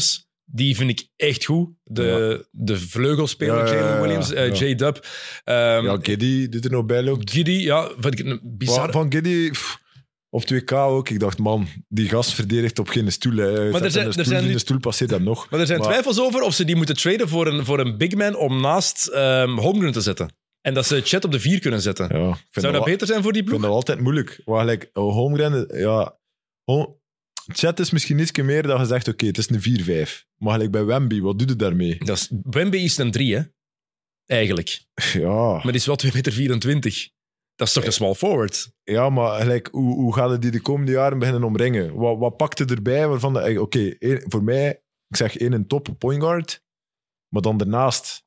Die vind ik echt goed. De, ja. de vleugelspeler, ja, ja, ja, Jalen Williams, uh, ja. J-Dub. Um, ja, Giddy die er nog bij loopt. Giddy, ja, vind ik een bizar... Van Giddy... Pff, op twee K ook. Ik dacht, man, die gast verdedigt op geen stoel. Hè. Maar er zijn, een stoel, er zijn die nu... de stoel passeert hem nog. Maar er zijn maar... twijfels over of ze die moeten traden voor een, voor een big man om naast um, Holmgren te zetten. En dat ze Chet op de vier kunnen zetten. Ja, Zou dat, dat beter zijn voor die Ik ploeg? vind dat altijd moeilijk. Maar gelijk, Holmgren, ja... Hol... Chat is misschien iets meer dat je zegt, oké, okay, het is een vier vijf. Maar gelijk bij Wemby, wat doe je daarmee? Dat is, Wemby is een drie, hè? Eigenlijk. Ja. Maar die is wel twee meter vierentwintig. Dat is toch een small forward? Ja, maar gelijk, hoe, hoe gaat het die de komende jaren beginnen omringen? Wat, wat pakt het erbij waarvan... Oké, okay, voor mij, ik zeg één een top point guard, maar dan daarnaast...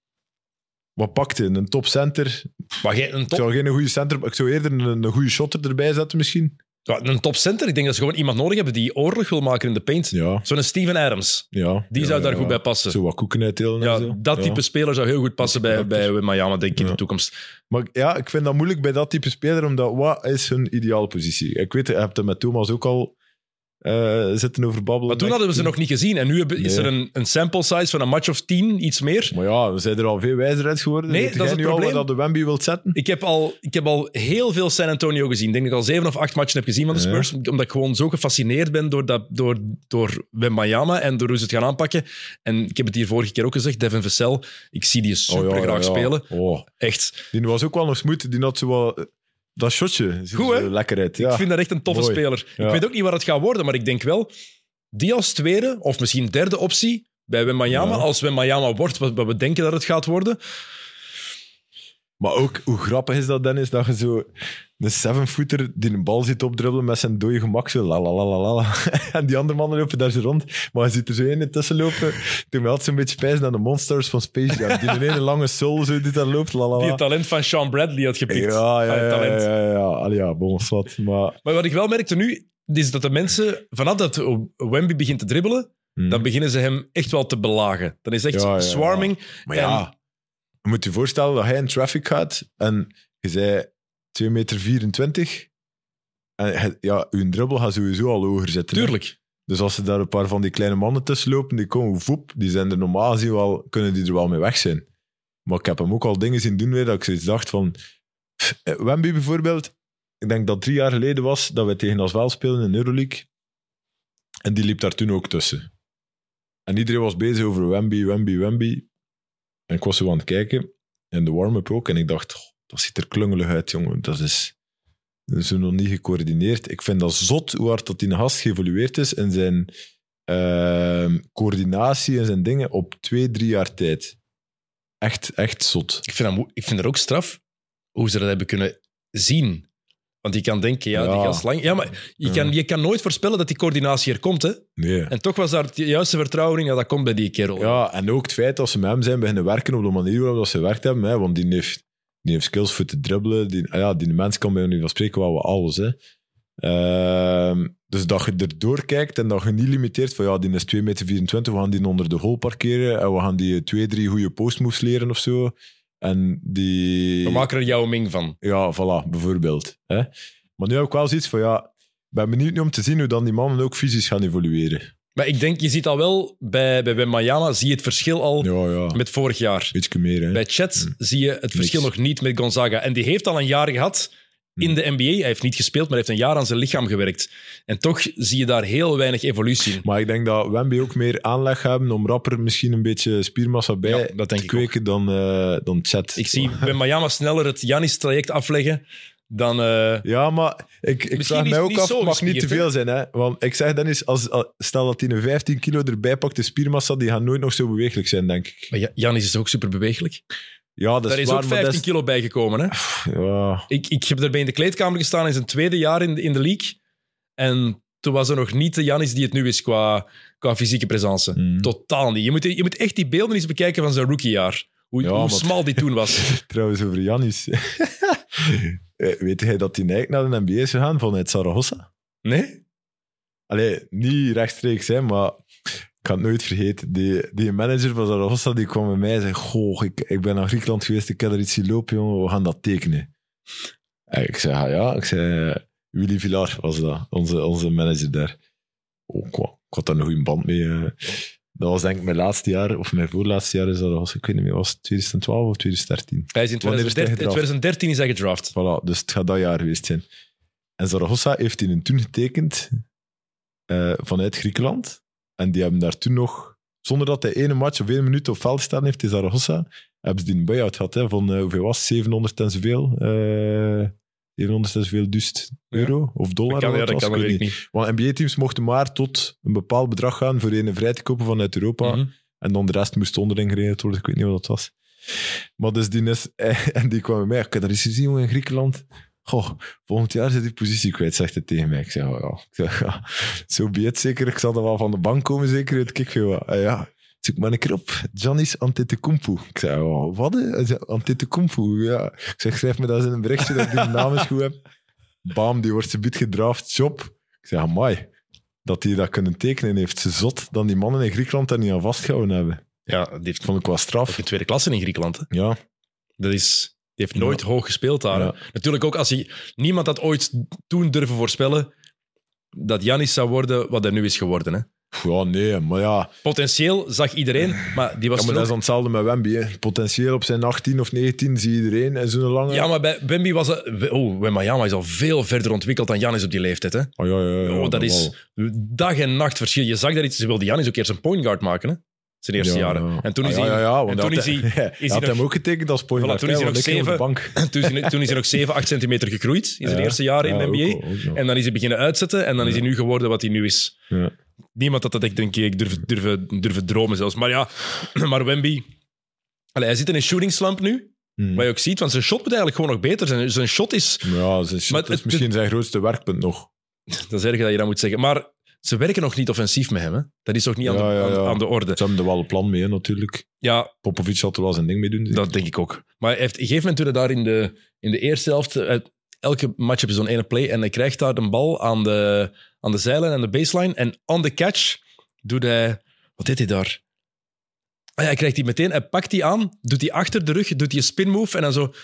Wat pakt hij? Een top center? Maar geen, een top... Ik zou geen goede center... Ik zou eerder een, een goede shotter erbij zetten misschien. Ja, een top center? Ik denk dat ze gewoon iemand nodig hebben die oorlog wil maken in de paint. Ja. Zo'n Steven Adams. Ja. Die ja, zou daar ja, goed bij passen. Zo wat koeken uitdelen Ja, en zo. dat type ja. speler zou heel goed passen bij, bij Miami, denk ik, in Ja. de toekomst. Maar ja, ik vind dat moeilijk bij dat type speler, omdat wat is hun ideale positie? Ik weet, je hebt het met Thomas ook al uh, zitten over babbelen. Maar toen hadden we ze nog niet gezien. En nu hebben, is Nee. er een, een sample size van een match of tien, iets meer. Maar ja, we zijn er al veel wijzer uit geworden. Nee, Weet dat is jij het nu al probleem. wat dat de Wemby wilt zetten? Ik heb, al, ik heb al heel veel San Antonio gezien. Ik denk dat ik al zeven of acht matchen heb gezien van de Ja. Spurs. Omdat ik gewoon zo gefascineerd ben door, dat, door, door Wembanyama en door hoe ze het gaan aanpakken. En ik heb het hier vorige keer ook gezegd, Devin Vassell. Ik zie die super Oh, ja, graag ja, ja. spelen. Oh. Echt. Die was ook wel nog smooth. Die had zo wel... Dat shotje ziet Goed, er hè? lekker uit. Ja. Ik vind dat echt een toffe Mooi. speler. Ja. Ik weet ook niet waar het gaat worden, maar ik denk wel... Die als tweede, of misschien derde optie bij Wembanyama. Ja. Als Wembanyama wordt wat, wat we denken dat het gaat worden. Maar ook, hoe grappig is dat, Dennis, dat je zo een seven-footer die een bal ziet opdribbelen met zijn dode gemak, zo la la la la la. En die andere mannen lopen daar zo rond. Maar je ziet er zo een tussen lopen. Toen me altijd zo'n beetje spijzen naar de Monsters van Space Jam. Die een ene lange soul zo die daar loopt, la la la. Die het talent van Sean Bradley had gepikt. Ja, ja, Ah, het ja, talent. ja, ja, ja. Allee, ja, bon, wat. Maar... Maar wat ik wel merkte nu, is dat de mensen, vanaf dat Wemby begint te dribbelen, Hmm. dan beginnen ze hem echt wel te belagen. Dan is echt Ja, ja, ja. swarming. Maar ja, je moet je voorstellen dat hij in traffic gaat en je zei twee meter vierentwintig. En hij- ja, uw dribbel gaat sowieso al hoger zitten. hè. Tuurlijk. Dus als er daar een paar van die kleine mannen tussen lopen, die komen voep, die zijn er normaal gezien wel, kunnen die er wel mee weg zijn. Maar ik heb hem ook al dingen zien doen weer dat ik zoiets dacht van... pff, Wemby bijvoorbeeld, ik denk dat het drie jaar geleden was dat we tegen Asvel speelden in de Euroleague. En die liep daar toen ook tussen. En iedereen was bezig over Wemby, Wemby, Wemby. En ik was zo aan het kijken, en de warm-up ook, en ik dacht, "Goh, dat ziet er klungelig uit, jongen. Dat is, dat is nog niet gecoördineerd. Ik vind dat zot hoe hard dat die gast geëvolueerd is in zijn uh, coördinatie en zijn dingen op twee, drie jaar tijd. Echt, echt zot. Ik vind, dat, mo- ik vind het ook straf hoe ze dat hebben kunnen zien. Want je kan denken, ja, Ja. die gast lang... Ja, maar je, Ja. kan, je kan nooit voorspellen dat die coördinatie er komt, hè. Nee. En toch was daar het juiste vertrouwen in, ja, dat komt bij die kerel. Ja, en ook het feit dat ze met hem zijn beginnen werken op de manier waarop dat ze gewerkt hebben, hè, want die heeft, die heeft skills voor te dribbelen. Die, ah ja, die mens kan bij wijze van spreken wel wat alles. Hè. Ehm, dus dat je erdoor kijkt en dat je niet limiteert van ja, die is twee meter vierentwintig, we gaan die onder de hol parkeren en we gaan die twee, drie goede postmoves leren of zo. En die... We maken er Yao Ming van. Ja, voilà, bijvoorbeeld. Hè. Maar nu heb ik wel zoiets van ja, ik ben benieuwd nu om te zien hoe dan die mannen ook fysisch gaan evolueren. Maar ik denk, je ziet al wel, bij, bij Wembanyama zie je het verschil al Ja, ja. met vorig jaar. Ietsje meer, hè. Bij Chet Hmm. zie je het verschil nog niet met Gonzaga. En die heeft al een jaar gehad in de N B A. Hij heeft niet gespeeld, maar hij heeft een jaar aan zijn lichaam gewerkt. En toch zie je daar heel weinig evolutie in. Maar ik denk dat Wemby ook meer aanleg hebben om rapper misschien een beetje spiermassa bij Ja, dat denk te ik kweken dan, eh dan Chet. Ik zie Wembanyama sneller het Giannis-traject afleggen dan... eh, Ja, maar ik, ik Misschien vraag niet- mij ook niet af, zo het mag niet te gespierd, veel zijn. Hè? Want ik zeg dan eens, als, als- stel dat hij een vijftien kilo erbij pakt, de spiermassa, die gaat nooit nog zo bewegelijk zijn, denk ik. maar Ja- Giannis is ook super bewegelijk. Ja, dat Daar is is waar, ook maar vijftien dat kilo bijgekomen. Hè? is... Ja, Ik, ik heb erbij in de kleedkamer gestaan in zijn tweede jaar in de, in de league. En toen was er nog niet de Giannis die het nu is qua, qua fysieke presence. Mm. Totaal niet. Je moet, je moet echt die beelden eens bekijken van zijn rookiejaar. Hoe, Ja, hoe maar- smal die toen was. trouwens over Giannis. Eh, Weet jij dat hij eigenlijk naar de N B A is gegaan vanuit Zaragoza? Nee? Allee, niet rechtstreeks, hè, maar ik kan het nooit vergeten. Die, die manager van Zaragoza die kwam bij mij en zei: Goh, ik, ik ben naar Griekenland geweest, ik heb er iets zien lopen, jongen, we gaan dat tekenen. En ik zei: ah, ja, ik zei: Willy Villar was dat, onze, onze manager daar. Oh, ik, wa- ik had daar een goede band mee. eh. Dat was denk ik mijn laatste jaar, of mijn voorlaatste jaar is dat, was, ik weet niet meer, was het twintig twaalf of twintig dertien? Hij is in twintig dertien, in twintig dertien is hij gedraft. Voilà, dus het gaat dat jaar geweest zijn. En Zaragoza heeft hij toen getekend uh, vanuit Griekenland. En die hebben daar toen nog, zonder dat hij ene match of één minuut op veld staan heeft in Zaragoza, hebben ze die een buy-out gehad hè, van, uh, hoeveel was het? zevenhonderd en zoveel? Uh, zevenhonderd en zoveel duizend euro ja. of dollar. Dat kan, ja, dat was, kan ik weet niet. niet. Want N B A-teams mochten maar tot een bepaald bedrag gaan voor een vrij te kopen vanuit Europa. Mm-hmm. En dan de rest moest onderin geregeld worden. Ik weet niet wat dat was. Maar dus die is, en die kwam bij mij. Ik heb dat eens gezien in Griekenland. Goh, volgend jaar zit die positie kwijt, zegt hij tegen mij. Ik zeg, oh, ja. Ik zeg, ja, zo be it, zeker. Ik zal er wel van de bank komen, zeker. Het kijk veel. Uh, ja, zoek maar een keer op. Giannis Antetokounmpo. Ik zeg, oh, wat? Antetokounmpo, ja. Ik zeg, schrijf me dat eens in een berichtje dat ik die naam eens goed heb. Bam, die wordt subiet gedraft. Job. Ik zeg, amai. Dat die dat kunnen tekenen heeft. Ze zot dan die mannen in Griekenland daar niet aan vastgehouden hebben. Ja, die heeft, vond ik wel straf. De tweede klasse in Griekenland. Hè? Ja. Dat is... Die heeft nooit ja. hoog gespeeld daar. Ja. Natuurlijk ook als hij... Niemand had ooit toen durven voorspellen dat Giannis zou worden wat hij nu is geworden. Hè? Ja, nee, maar ja... Potentieel zag iedereen, maar die was... Ja, maar dat is dan hetzelfde met Wemby. Hè. Potentieel op zijn achttien of negentien zie iedereen en zo'n lange... Ja, maar bij Wemby was... Het... Oh, Wembanyama is al veel verder ontwikkeld dan Giannis op die leeftijd. Hè? Oh, ja, ja, ja, oh, dat, dat is wel. Dag en nacht verschil. Je zag dat iets... Ze wilde Giannis ook eerst een point guard maken, hè? Zijn eerste ja, jaren. Ja. En toen is hij... Ah, ja, ja, en toen is hij... Is hij, hij had nog, hem ook getekend als point guard. Voilà, toen is hij nog zeven... Toen is hij, toen is hij nog zeven, acht centimeter gegroeid in zijn ja, eerste jaren ja, in de N B A. Ook, ook, ook, en dan is hij beginnen uitzetten en dan ja. is hij nu geworden wat hij nu is. Ja. Niemand had dat echt, denk ik, durven, durven, durven dromen zelfs. Maar ja, maar Wemby... Allee, hij zit in een shooting slump nu. Hmm. Wat je ook ziet, want zijn shot moet eigenlijk gewoon nog beter zijn. Zijn shot is... Ja, zijn shot maar, is misschien het, zijn grootste werkpunt nog. Dat is erg dat je dat moet zeggen. Maar... Ze werken nog niet offensief met hem. Hè? Dat is toch niet aan, ja, de, ja, ja. aan de orde. Ze hebben er wel een plan mee, natuurlijk. Ja, Popovic had er wel zijn ding mee doen. Denk dat denk ik ook. Maar hij heeft, op een gegeven moment toen hij daar in de, in de eerste helft... Elke match heb je zo'n ene play en hij krijgt daar een bal aan de, aan de zijlijn en de baseline. En on the catch doet hij... Wat deed hij daar? Ah ja, hij krijgt die meteen... Hij pakt die aan, doet die achter de rug, doet die een spin move en dan zo...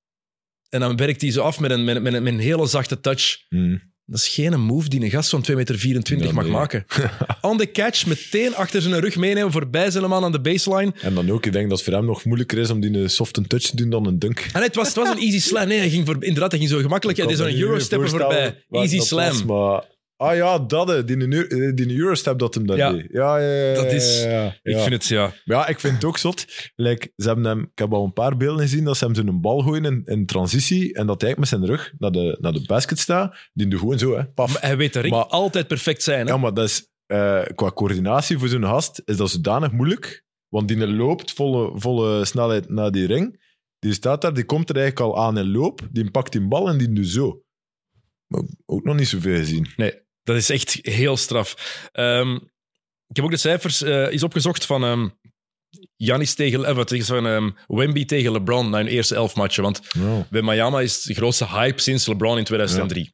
En dan werkt hij zo af met een, met, met, met een hele zachte touch. Hmm. Dat is geen move die een gast van twee meter vierentwintig ja, nee. mag maken. On the catch, meteen achter zijn rug meenemen, voorbij zijn man aan de baseline. En dan ook, ik denk dat het voor hem nog moeilijker is om die een softe touch te doen dan een dunk. En nee, het, was, het was een easy slam. Nee, hij ging voor, inderdaad, hij ging zo gemakkelijk. Hij deed zo'n Eurostepper voorbij. Easy slam. Was, maar... Ah ja, dat, die, die Eurostep dat hem dat ja. deed. Ja, ja, ja, dat is... Ja, ja. Ik vind het, ja... Ja, ik vind het ook zot. Like, ze hebben hem, ik heb al een paar beelden gezien dat ze hem zo'n bal gooien in, in transitie en dat hij met zijn rug naar de, naar de basket staat. Die doet gewoon zo, hè. Paf. Maar hij weet de ring maar, altijd perfect zijn, hè? Ja, maar dat is... Uh, qua coördinatie voor zo'n gast is dat zodanig moeilijk, want die loopt volle, volle snelheid naar die ring. Die staat daar, die komt er eigenlijk al aan en loopt. Die pakt die bal en die doet zo. Maar ook nog niet zoveel gezien. Nee. Dat is echt heel straf. Um, ik heb ook de cijfers uh, eens opgezocht van um, Giannis tegen, uh, wat is van um, Wemby tegen LeBron na hun eerste elf matchen. Want oh. Wembanyama is de grootste hype sinds LeBron in tweeduizend drie. Ja.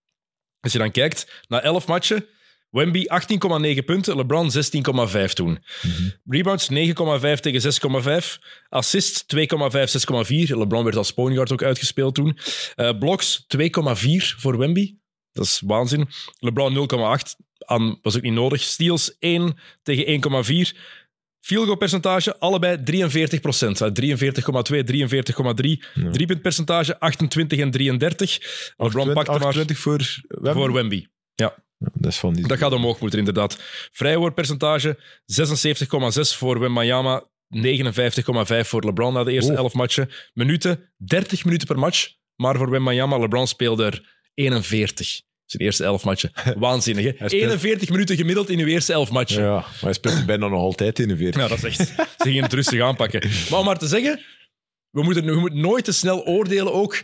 Als je dan kijkt naar elf matchen, Wemby achttien komma negen punten, LeBron zestien komma vijf toen. Mm-hmm. Rebounds negen komma vijf tegen zes komma vijf. Assists twee komma vijf, zes komma vier. LeBron werd als point guard ook uitgespeeld toen. Uh, blocks twee komma vier voor Wemby. Dat is waanzin. LeBron nul komma acht, aan, was ook niet nodig. Steals één tegen één komma vier. Field goal percentage, allebei drieënveertig procent. drieënveertig komma twee, drieënveertig komma drie. Ja. Driepuntpercentage, achtentwintig en drieëndertig. LeBron pakte maar... achtentwintig voor Wemby? Voor Wemby, ja. ja dat is van die dat gaat omhoog moeten, inderdaad. Vrijwoordpercentage, zesenzeventig komma zes voor Wembanyama, negenenvijftig komma vijf voor LeBron na de eerste oh. elf matchen. Minuten, dertig minuten per match. Maar voor Wembanyama, LeBron speelde er eenenveertig. Zijn eerste elf matchen. Waanzinnig, hè? Speelt... eenenveertig minuten gemiddeld in uw eerste elf matchen. Ja, maar hij speelt bijna nog altijd eenenveertig. Ja, dat is echt... Ze gingen het rustig aanpakken. Maar om maar te zeggen, we moeten, we moeten nooit te snel oordelen ook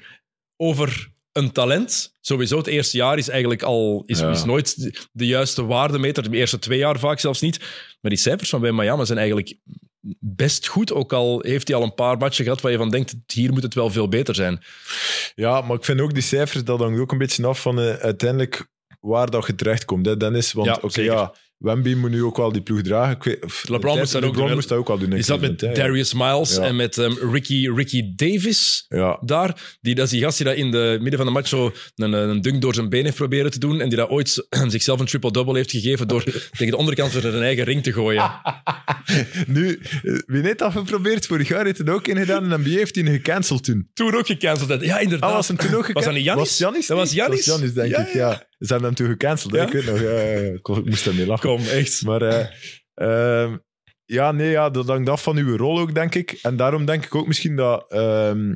over een talent. Sowieso, het eerste jaar is eigenlijk al... Is, ja. is nooit de juiste waardemeter. De eerste twee jaar vaak zelfs niet. Maar die cijfers van Wembanyama zijn eigenlijk best goed. Ook al heeft hij al een paar matchen gehad waar je van denkt, hier moet het wel veel beter zijn. Ja, maar ik vind ook die cijfers, dat hangt ook een beetje af van uh, uiteindelijk waar dat je terechtkomt, hè, Dennis. Want ja, oké, okay, ja, Wemby moet nu ook wel die ploeg dragen. Ik weet, pff, LeBron moest dat ook doen. moest dat ook wel doen. Die zat met hè, Darius Miles ja. en met um, Ricky, Ricky Davis ja. daar. Die, dat is die gast die dat in de midden van de match zo een, een dunk door zijn been heeft proberen te doen en die dat ooit zichzelf een triple-double heeft gegeven door tegen de onderkant van zijn eigen ring te gooien. Nu, wie heeft dat geprobeerd? Vorig jaar heeft het ook in gedaan en de N B A heeft hij gecanceld toen. Toen ook gecanceld. Ja, inderdaad. Ah, was hem toen ook gecanceld? Was dat niet Giannis? Was Giannis? Dat was Giannis? Dat was Giannis, denk ja, ik, ja. Ze hebben hem toen gecanceld, ja. ik weet nog. Ja, ja, ja. Ik moest ermee lachen. Kom, echt. Maar uh, uh, ja, nee, ja, dat hangt af van uw rol ook, denk ik. En daarom denk ik ook misschien dat um,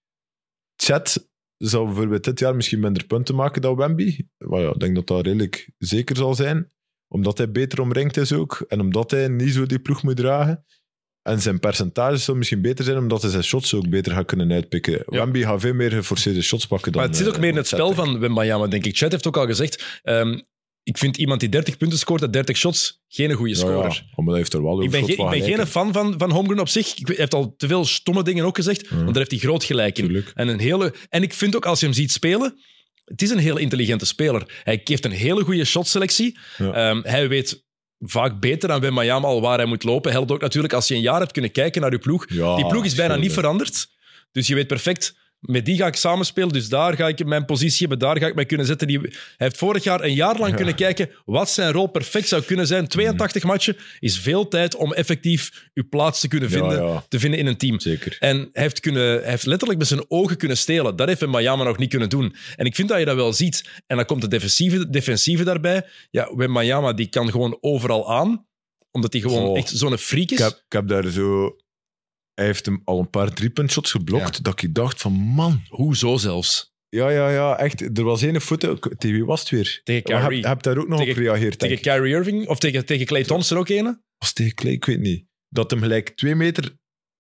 Chet zal bijvoorbeeld dit jaar misschien minder punten maken dan Wemby. Maar ja, ik denk dat dat redelijk zeker zal zijn. Omdat hij beter omringd is ook. En omdat hij niet zo die ploeg moet dragen. En zijn percentages zal misschien beter zijn, omdat hij zijn shots ook beter gaat kunnen uitpikken. Ja. Wemby gaat veel meer geforceerde shots pakken dan... Maar het zit ook uh, meer in het Chet, spel van Wembanyama, denk ik. Chet heeft ook al gezegd... Um, ik vind iemand die dertig punten scoort uit dertig shots geen goede scorer. Ja, ja. Maar hij heeft er wel ik ben, ge- ik ben geen fan van, van Holmgren op zich. Ik, hij heeft al te veel stomme dingen ook gezegd, ja. Want daar heeft hij groot gelijk in. En, een hele, en ik vind ook, als je hem ziet spelen... Het is een heel intelligente speler. Hij heeft een hele goede shotselectie. Ja. Um, hij weet... vaak beter dan Wembanyama al waar hij moet lopen. Helpt ook natuurlijk als je een jaar hebt kunnen kijken naar je ploeg. Ja, die ploeg is bijna niet veranderd. Dus je weet perfect, met die ga ik samenspelen, dus daar ga ik mijn positie hebben, daar ga ik mij kunnen zetten. Die, hij heeft vorig jaar een jaar lang ja. kunnen kijken wat zijn rol perfect zou kunnen zijn. tweeëntachtig mm. matchen is veel tijd om effectief je plaats te kunnen vinden, ja, ja. te vinden in een team. Zeker. En hij heeft, kunnen, hij heeft letterlijk met zijn ogen kunnen stelen. Dat heeft Wembanyama nog niet kunnen doen. En ik vind dat je dat wel ziet. En dan komt de defensieve, defensieve daarbij. Ja, Wembanyama die kan gewoon overal aan, omdat hij gewoon oh. echt zo'n freak is. Ik heb, ik heb daar zo... Hij heeft hem al een paar driepuntshots geblokt, ja. dat ik dacht van, man... Hoezo zelfs? Ja, ja, ja, echt. Er was één foto... Tegen wie was het weer? Tegen Kyrie. Je hebt daar ook nog tegen, op gereageerd, Tegen Kyrie Irving? Of tegen, tegen Klay Thompson ook een? Was tegen Klay? Ik weet niet. Dat hem gelijk twee meter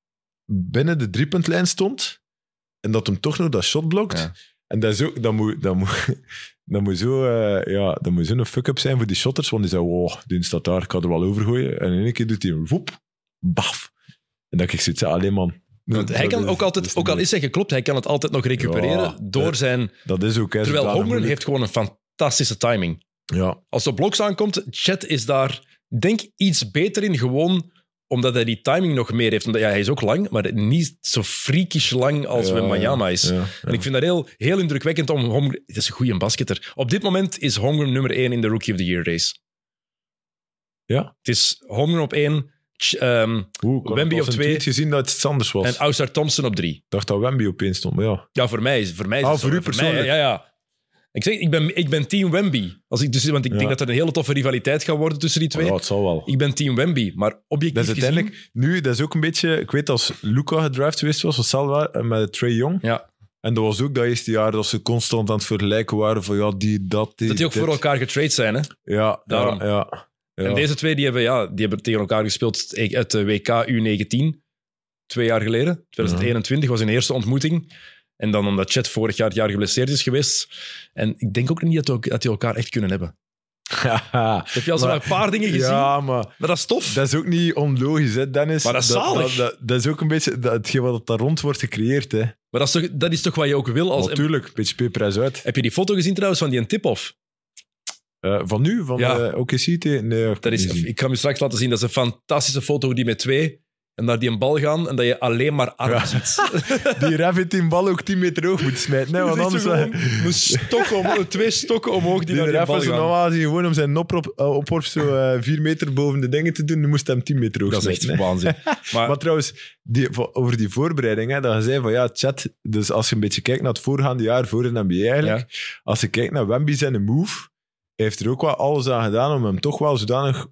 binnen de driepuntlijn stond en dat hem toch nog dat shot blokt. Ja. En dat, is ook, dat, moet, dat, moet, dat moet zo... Uh, ja, dat moet zo'n fuck-up zijn voor die shotters, want die zei, wow, die staat daar, ik ga er wel over gooien. En in één keer doet hij een woep, baf. En dat ik zoiets zei, alleen man. Want hij kan ook altijd, ook al is hij geklopt, hij kan het altijd nog recupereren ja, door dat, zijn... Dat is ook... Hè, terwijl Holmgren heeft gewoon een fantastische timing. Ja. Als de bloks aankomt, Chet is daar, denk iets beter in, gewoon omdat hij die timing nog meer heeft. Omdat, ja, hij is ook lang, maar niet zo freakish lang als ja, Wembanyama is. Ja, ja. En ik vind dat heel, heel indrukwekkend om Holmgren... Het is een goede basketter. Op dit moment is Holmgren nummer één in de Rookie of the Year race. Ja? Het is Holmgren op één... Um, Oeh, Wemby op twee. Ik heb gezien dat het anders was. En Ausar Thompson op drie. Ik dacht dat Wemby op één stond, maar ja. Ja, voor mij is, voor mij is ah, het voor zo. u persoonlijk? Voor mij, ja, ja. Ik zeg, ik ben, ik ben team Wemby. Als ik, dus, want ik ja. denk dat er een hele toffe rivaliteit gaat worden tussen die twee. Oh, ja, het zal wel. Ik ben team Wemby, maar objectief dat is uiteindelijk, gezien... Nu, dat is ook een beetje... Ik weet als Luka gedraft geweest was, was Salva met Trae Young. Ja. En dat was ook dat eerste jaar dat ze constant aan het vergelijken waren van ja, die, dat, die, Dat die ook dit. voor elkaar getrade zijn, hè? Ja, daarom. Ja, ja. Ja. En deze twee die hebben, ja, die hebben tegen elkaar gespeeld uit de W K U negentien, twee jaar geleden. twintig eenentwintig was hun eerste ontmoeting. En dan omdat Chet vorig jaar het jaar geblesseerd is geweest. En ik denk ook niet dat, dat die elkaar echt kunnen hebben. Heb je al zo'n paar dingen gezien? Ja, maar... Maar dat is tof. Dat is ook niet onlogisch, hè, Dennis. Maar dat is dat, zalig. Dat, dat, dat is ook een beetje dat, hetgeen wat daar rond wordt gecreëerd, hè. Maar dat is toch, dat is toch wat je ook wil als... Natuurlijk, een beetje peperhuis uit. Heb je die foto gezien trouwens van die een tip-off? Uh, van nu? Van ja. uh, O K C? Nee, dat is, ik ga hem straks laten zien. Dat is een fantastische foto hoe die met twee en naar die een bal gaan en dat je alleen maar arm ja. ziet. Die ref heeft die bal ook tien meter hoog moet smijten. Nee, want anders... Gewoon een stok om, twee stokken omhoog die, die naar die bal gaan. Die ref normaal gewoon om zijn nop uh, opworp zo uh, vier meter boven de dingen te doen. Nu moest hij hem tien meter hoog dat smijten. Dat is echt waanzin. maar, maar trouwens, die, over die voorbereiding, hè, dat je zei van ja, Chet, dus als je een beetje kijkt naar het voorgaande jaar voor de N B A eigenlijk, ja. als je kijkt naar Wemby zijn move... Hij heeft er ook wel alles aan gedaan om hem toch wel zodanig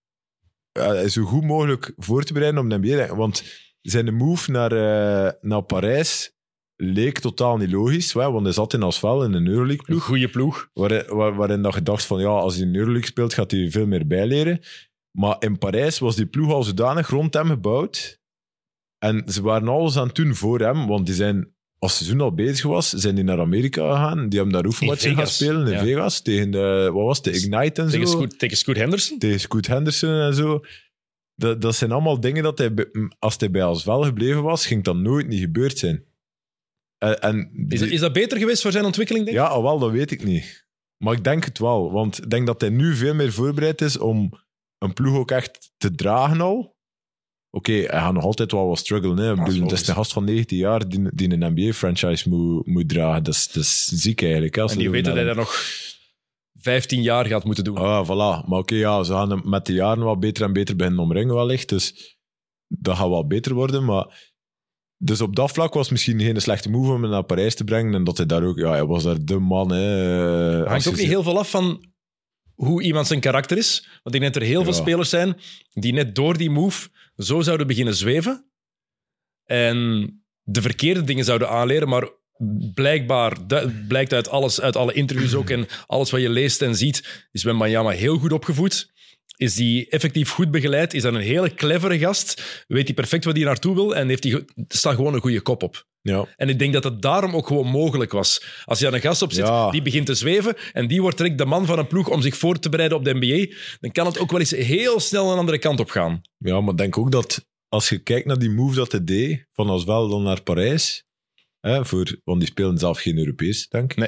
uh, zo goed mogelijk voor te bereiden op de N B A. Want zijn move naar, uh, naar Parijs leek totaal niet logisch, hè, want hij zat in Asvel in een Euroleague-ploeg. Een goede ploeg. Waar, waar, waarin dat je dacht van, ja, als hij in Euroleague speelt, gaat hij veel meer bijleren. Maar in Parijs was die ploeg al zodanig rond hem gebouwd. En ze waren alles aan het doen voor hem, want die zijn... Als het seizoen al bezig was, zijn die naar Amerika gegaan. Die hebben daar oefenmatchen gaan spelen in ja. Vegas. Tegen de, wat was het, de Ignite en tegen zo. Scoot, tegen Scoot Henderson? Tegen Scoot Henderson en zo. Dat, dat zijn allemaal dingen dat hij, als hij bij Asvel gebleven was, ging dat nooit niet gebeurd zijn. En, en is, dat, is dat beter geweest voor zijn ontwikkeling, denk je? Ja, wel, dat weet ik niet. Maar ik denk het wel. Want ik denk dat hij nu veel meer voorbereid is om een ploeg ook echt te dragen al. Oké, okay, hij gaat nog altijd wel wat strugglen. Hè. Bedoel, het is een gast van negentien jaar die, die een N B A-franchise moet, moet dragen. Dat is, dat is ziek eigenlijk. Hè, en die weet dat hij dat nog vijftien jaar gaat moeten doen. Ah, voilà. Maar oké, okay, ja, ze gaan hem met de jaren wel beter en beter beginnen omringen wellicht. Dus dat gaat wel beter worden. Maar... Dus op dat vlak was het misschien geen slechte move om hem naar Parijs te brengen. En dat hij daar ook... Ja, hij was daar de man. Het hangt ook niet heel veel af van hoe iemand zijn karakter is. Want ik denk dat er heel ja. veel spelers zijn die net door die move zo zouden beginnen zweven. En de verkeerde dingen zouden aanleren, maar blijkbaar, dat blijkt uit alles, uit alle interviews ook en alles wat je leest en ziet, is Wembanyama heel goed opgevoed. Is die effectief goed begeleid? Is dat een hele clevere gast? Weet hij perfect wat hij naartoe wil? En heeft hij, er staat gewoon een goede kop op. Ja. En ik denk dat het daarom ook gewoon mogelijk was. Als je aan een gast op zit, ja. die begint te zweven en die wordt direct de man van een ploeg om zich voor te bereiden op de N B A, dan kan het ook wel eens heel snel een andere kant op gaan. Ja, maar ik denk ook dat als je kijkt naar die move dat hij deed, van als wel dan naar Parijs, hè, voor, want die spelen zelf geen Europees, denk ik. Nee.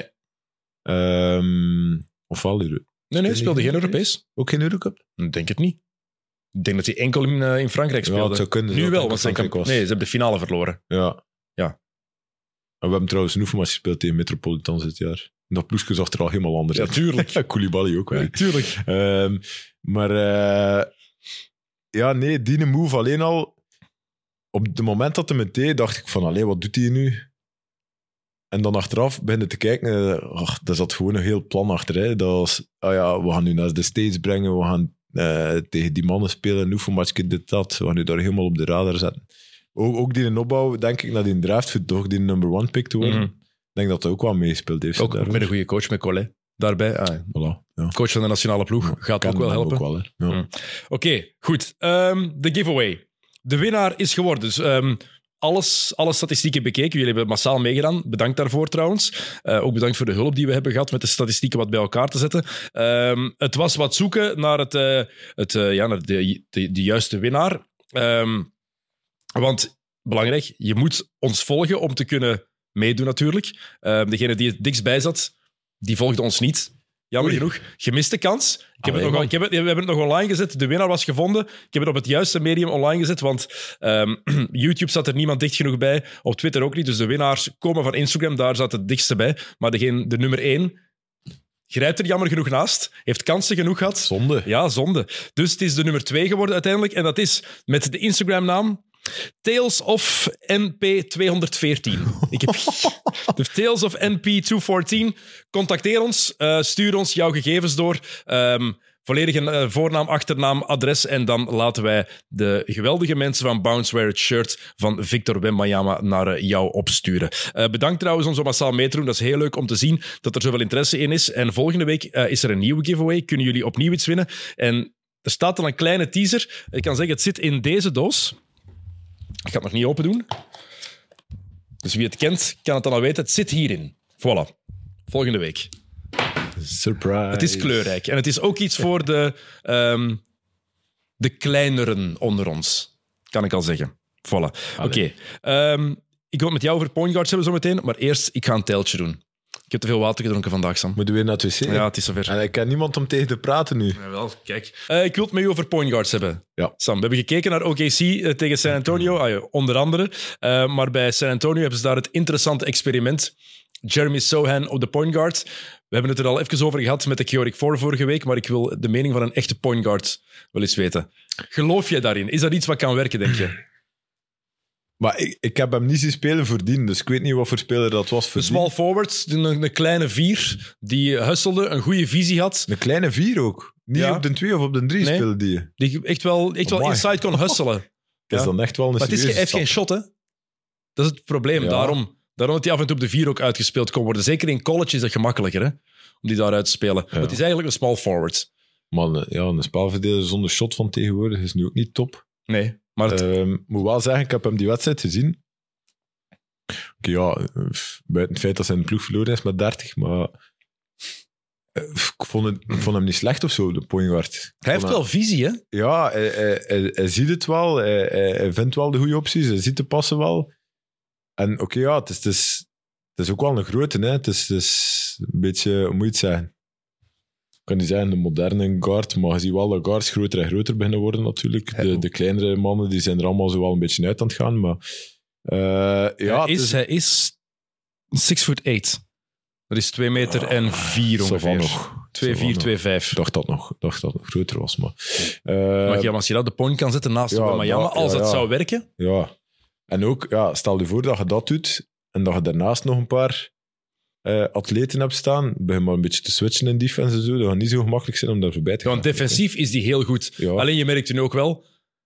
Um, of wel Euro. Nee, nee, speelde geen Europees. Ook geen Eurocup? Ik denk het niet. Ik denk dat hij enkel in, uh, in Frankrijk speelde. Ja, het zou kunnen. Nu wel, want ze kan... nee, ze hebben de finale verloren. Ja. ja. En we hebben trouwens een oefenmatch gespeeld tegen Metropolitans dit jaar. Dat ploegje zag er al helemaal anders uit. Ja, tuurlijk. Koulibaly ook wel. Ja, tuurlijk. Um, maar uh, ja, nee, die move alleen al... Op het moment dat hij me deed, dacht ik van, allee, wat doet hij nu? En dan achteraf ben je te kijken, ach, daar zat gewoon een heel plan achter. Hè. Dat was, ah ja, we gaan nu naar de States brengen, we gaan uh, tegen die mannen spelen, een oefenmatchje, dit, dat. We gaan nu daar helemaal op de radar zetten. Ook, ook die opbouw, denk ik, naar die draft, voor toch die number one pick te worden. Mm-hmm. Ik denk dat dat ook wel meegespeeld heeft. Ook, ook met een goede coach, met Collet. Daarbij, ah, voilà, ja. coach van de nationale ploeg, ja, gaat ook wel helpen. Ook wel, ja. mm. Oké, okay, goed. Um, de giveaway. De winnaar is geworden. Dus... Um, Alles, alle statistieken bekeken. Jullie hebben massaal meegedaan. Bedankt daarvoor trouwens. Uh, ook bedankt voor de hulp die we hebben gehad met de statistieken wat bij elkaar te zetten. Um, het was wat zoeken naar, het, uh, het, uh, ja, naar de, de, de juiste winnaar. Um, want, belangrijk, je moet ons volgen om te kunnen meedoen natuurlijk. Um, degene die het dichtst bij zat, die volgde ons niet. Jammer Oei. genoeg. Gemiste kans. Ik heb, Allee, het nog, ik heb het, we hebben het nog online gezet. De winnaar was gevonden. Ik heb het op het juiste medium online gezet, want um, YouTube zat er niemand dicht genoeg bij. Op Twitter ook niet. Dus de winnaars komen van Instagram. Daar zat het dichtste bij. Maar degene, de nummer één grijpt er jammer genoeg naast. Heeft kansen genoeg gehad. Zonde. Ja, zonde. Dus het is de nummer twee geworden uiteindelijk. En dat is met de Instagram-naam Tales of N P tweehonderdveertien. Ik heb de Tales of N P tweehonderdveertien. Contacteer ons, uh, stuur ons jouw gegevens door. Um, volledige uh, voornaam, achternaam, adres. En dan laten wij de geweldige mensen van Bounceware het shirt van Victor Wembanyama naar uh, jou opsturen. Uh, bedankt trouwens om zo massaal mee te doen. Dat is heel leuk om te zien dat er zoveel interesse in is. En volgende week uh, is er een nieuwe giveaway. Kunnen jullie opnieuw iets winnen. En er staat al een kleine teaser. Ik kan zeggen, het zit in deze doos. Ik ga het nog niet open doen. Dus wie het kent, kan het dan al weten. Het zit hierin. Voilà. Volgende week. Surprise. Het is kleurrijk. En het is ook iets voor de, um, de kleineren onder ons. Kan ik al zeggen. Voilà. Oké. Okay. Um, ik wil het met jou over point guards hebben zometeen. Maar eerst, ik ga een teltje doen. Ik heb te veel water gedronken vandaag, Sam. Moeten we weer naar het wc? Ja, het is zover. En ik ken niemand om tegen te praten nu. Jawel, kijk. Uh, ik wil het met u over point guards hebben. Ja. Sam, we hebben gekeken naar O K C uh, tegen San Antonio, ah, ja, onder andere. Uh, maar bij San Antonio hebben ze daar het interessante experiment. Jeremy Sohan op de point guard. We hebben het er al even over gehad met de Keurig voor vorige week, maar ik wil de mening van een echte point guard wel eens weten. Geloof jij daarin? Is dat iets wat kan werken, denk je? Maar ik, ik heb hem niet zien spelen voordien, dus ik weet niet wat voor speler dat was voordien. Een small forward, een, een kleine vier, die hustelde, een goede visie had. Een kleine vier ook? Niet ja. op de twee of op de drie nee. speelde die? Die echt wel, echt wel inside kon hustelen. Dat is ja. dan echt wel een maar het is, hij heeft geen shot, hè? Dat is het probleem. Ja. Daarom, daarom dat hij af en toe op de vier ook uitgespeeld kon worden. Zeker in college is dat gemakkelijker, hè? Om die daaruit te spelen. Ja. Maar het is eigenlijk een small forward. Maar ja, een spelverdediger zonder shot van tegenwoordig is nu ook niet top. Nee. Maar het... uh, moet wel zeggen, ik heb hem die wedstrijd gezien. Okay, ja, buiten het feit dat zijn ploeg verloren is met dertig, maar uh, ik, vond het, ik vond hem niet slecht of zo, de point guard. Hij heeft wel visie, hè? Ja, hij, hij, hij, hij ziet het wel, hij, hij, hij vindt wel de goede opties, hij ziet de passen wel. En oké, okay, ja, het is, het, is, het is ook wel een grote, hè. Het is, het is een beetje, hoe moet je het zeggen? kan niet zeggen de moderne guard, maar je ziet wel dat guards groter en groter beginnen worden natuurlijk. De, de kleinere mannen die zijn er allemaal zo wel een beetje uit aan het gaan, maar uh, ja, hij, is, is, hij is six foot eight. Dat is twee meter uh, en vier ongeveer. twee vier, twee vijf. Ik dacht dat nog, dacht dat het nog groter was, maar... Uh, maar ja, als je dat de point kan zetten naast ja, Wembanyama, dat, als ja, dat ja. zou werken... Ja, en ook, ja, stel je voor dat je dat doet en dat je daarnaast nog een paar uh, atleten hebt staan, begin maar een beetje te switchen in defense en zo, dat gaat niet zo gemakkelijk zijn om daar voorbij te gaan. Want defensief is die heel goed. Ja. Alleen je merkt nu ook wel,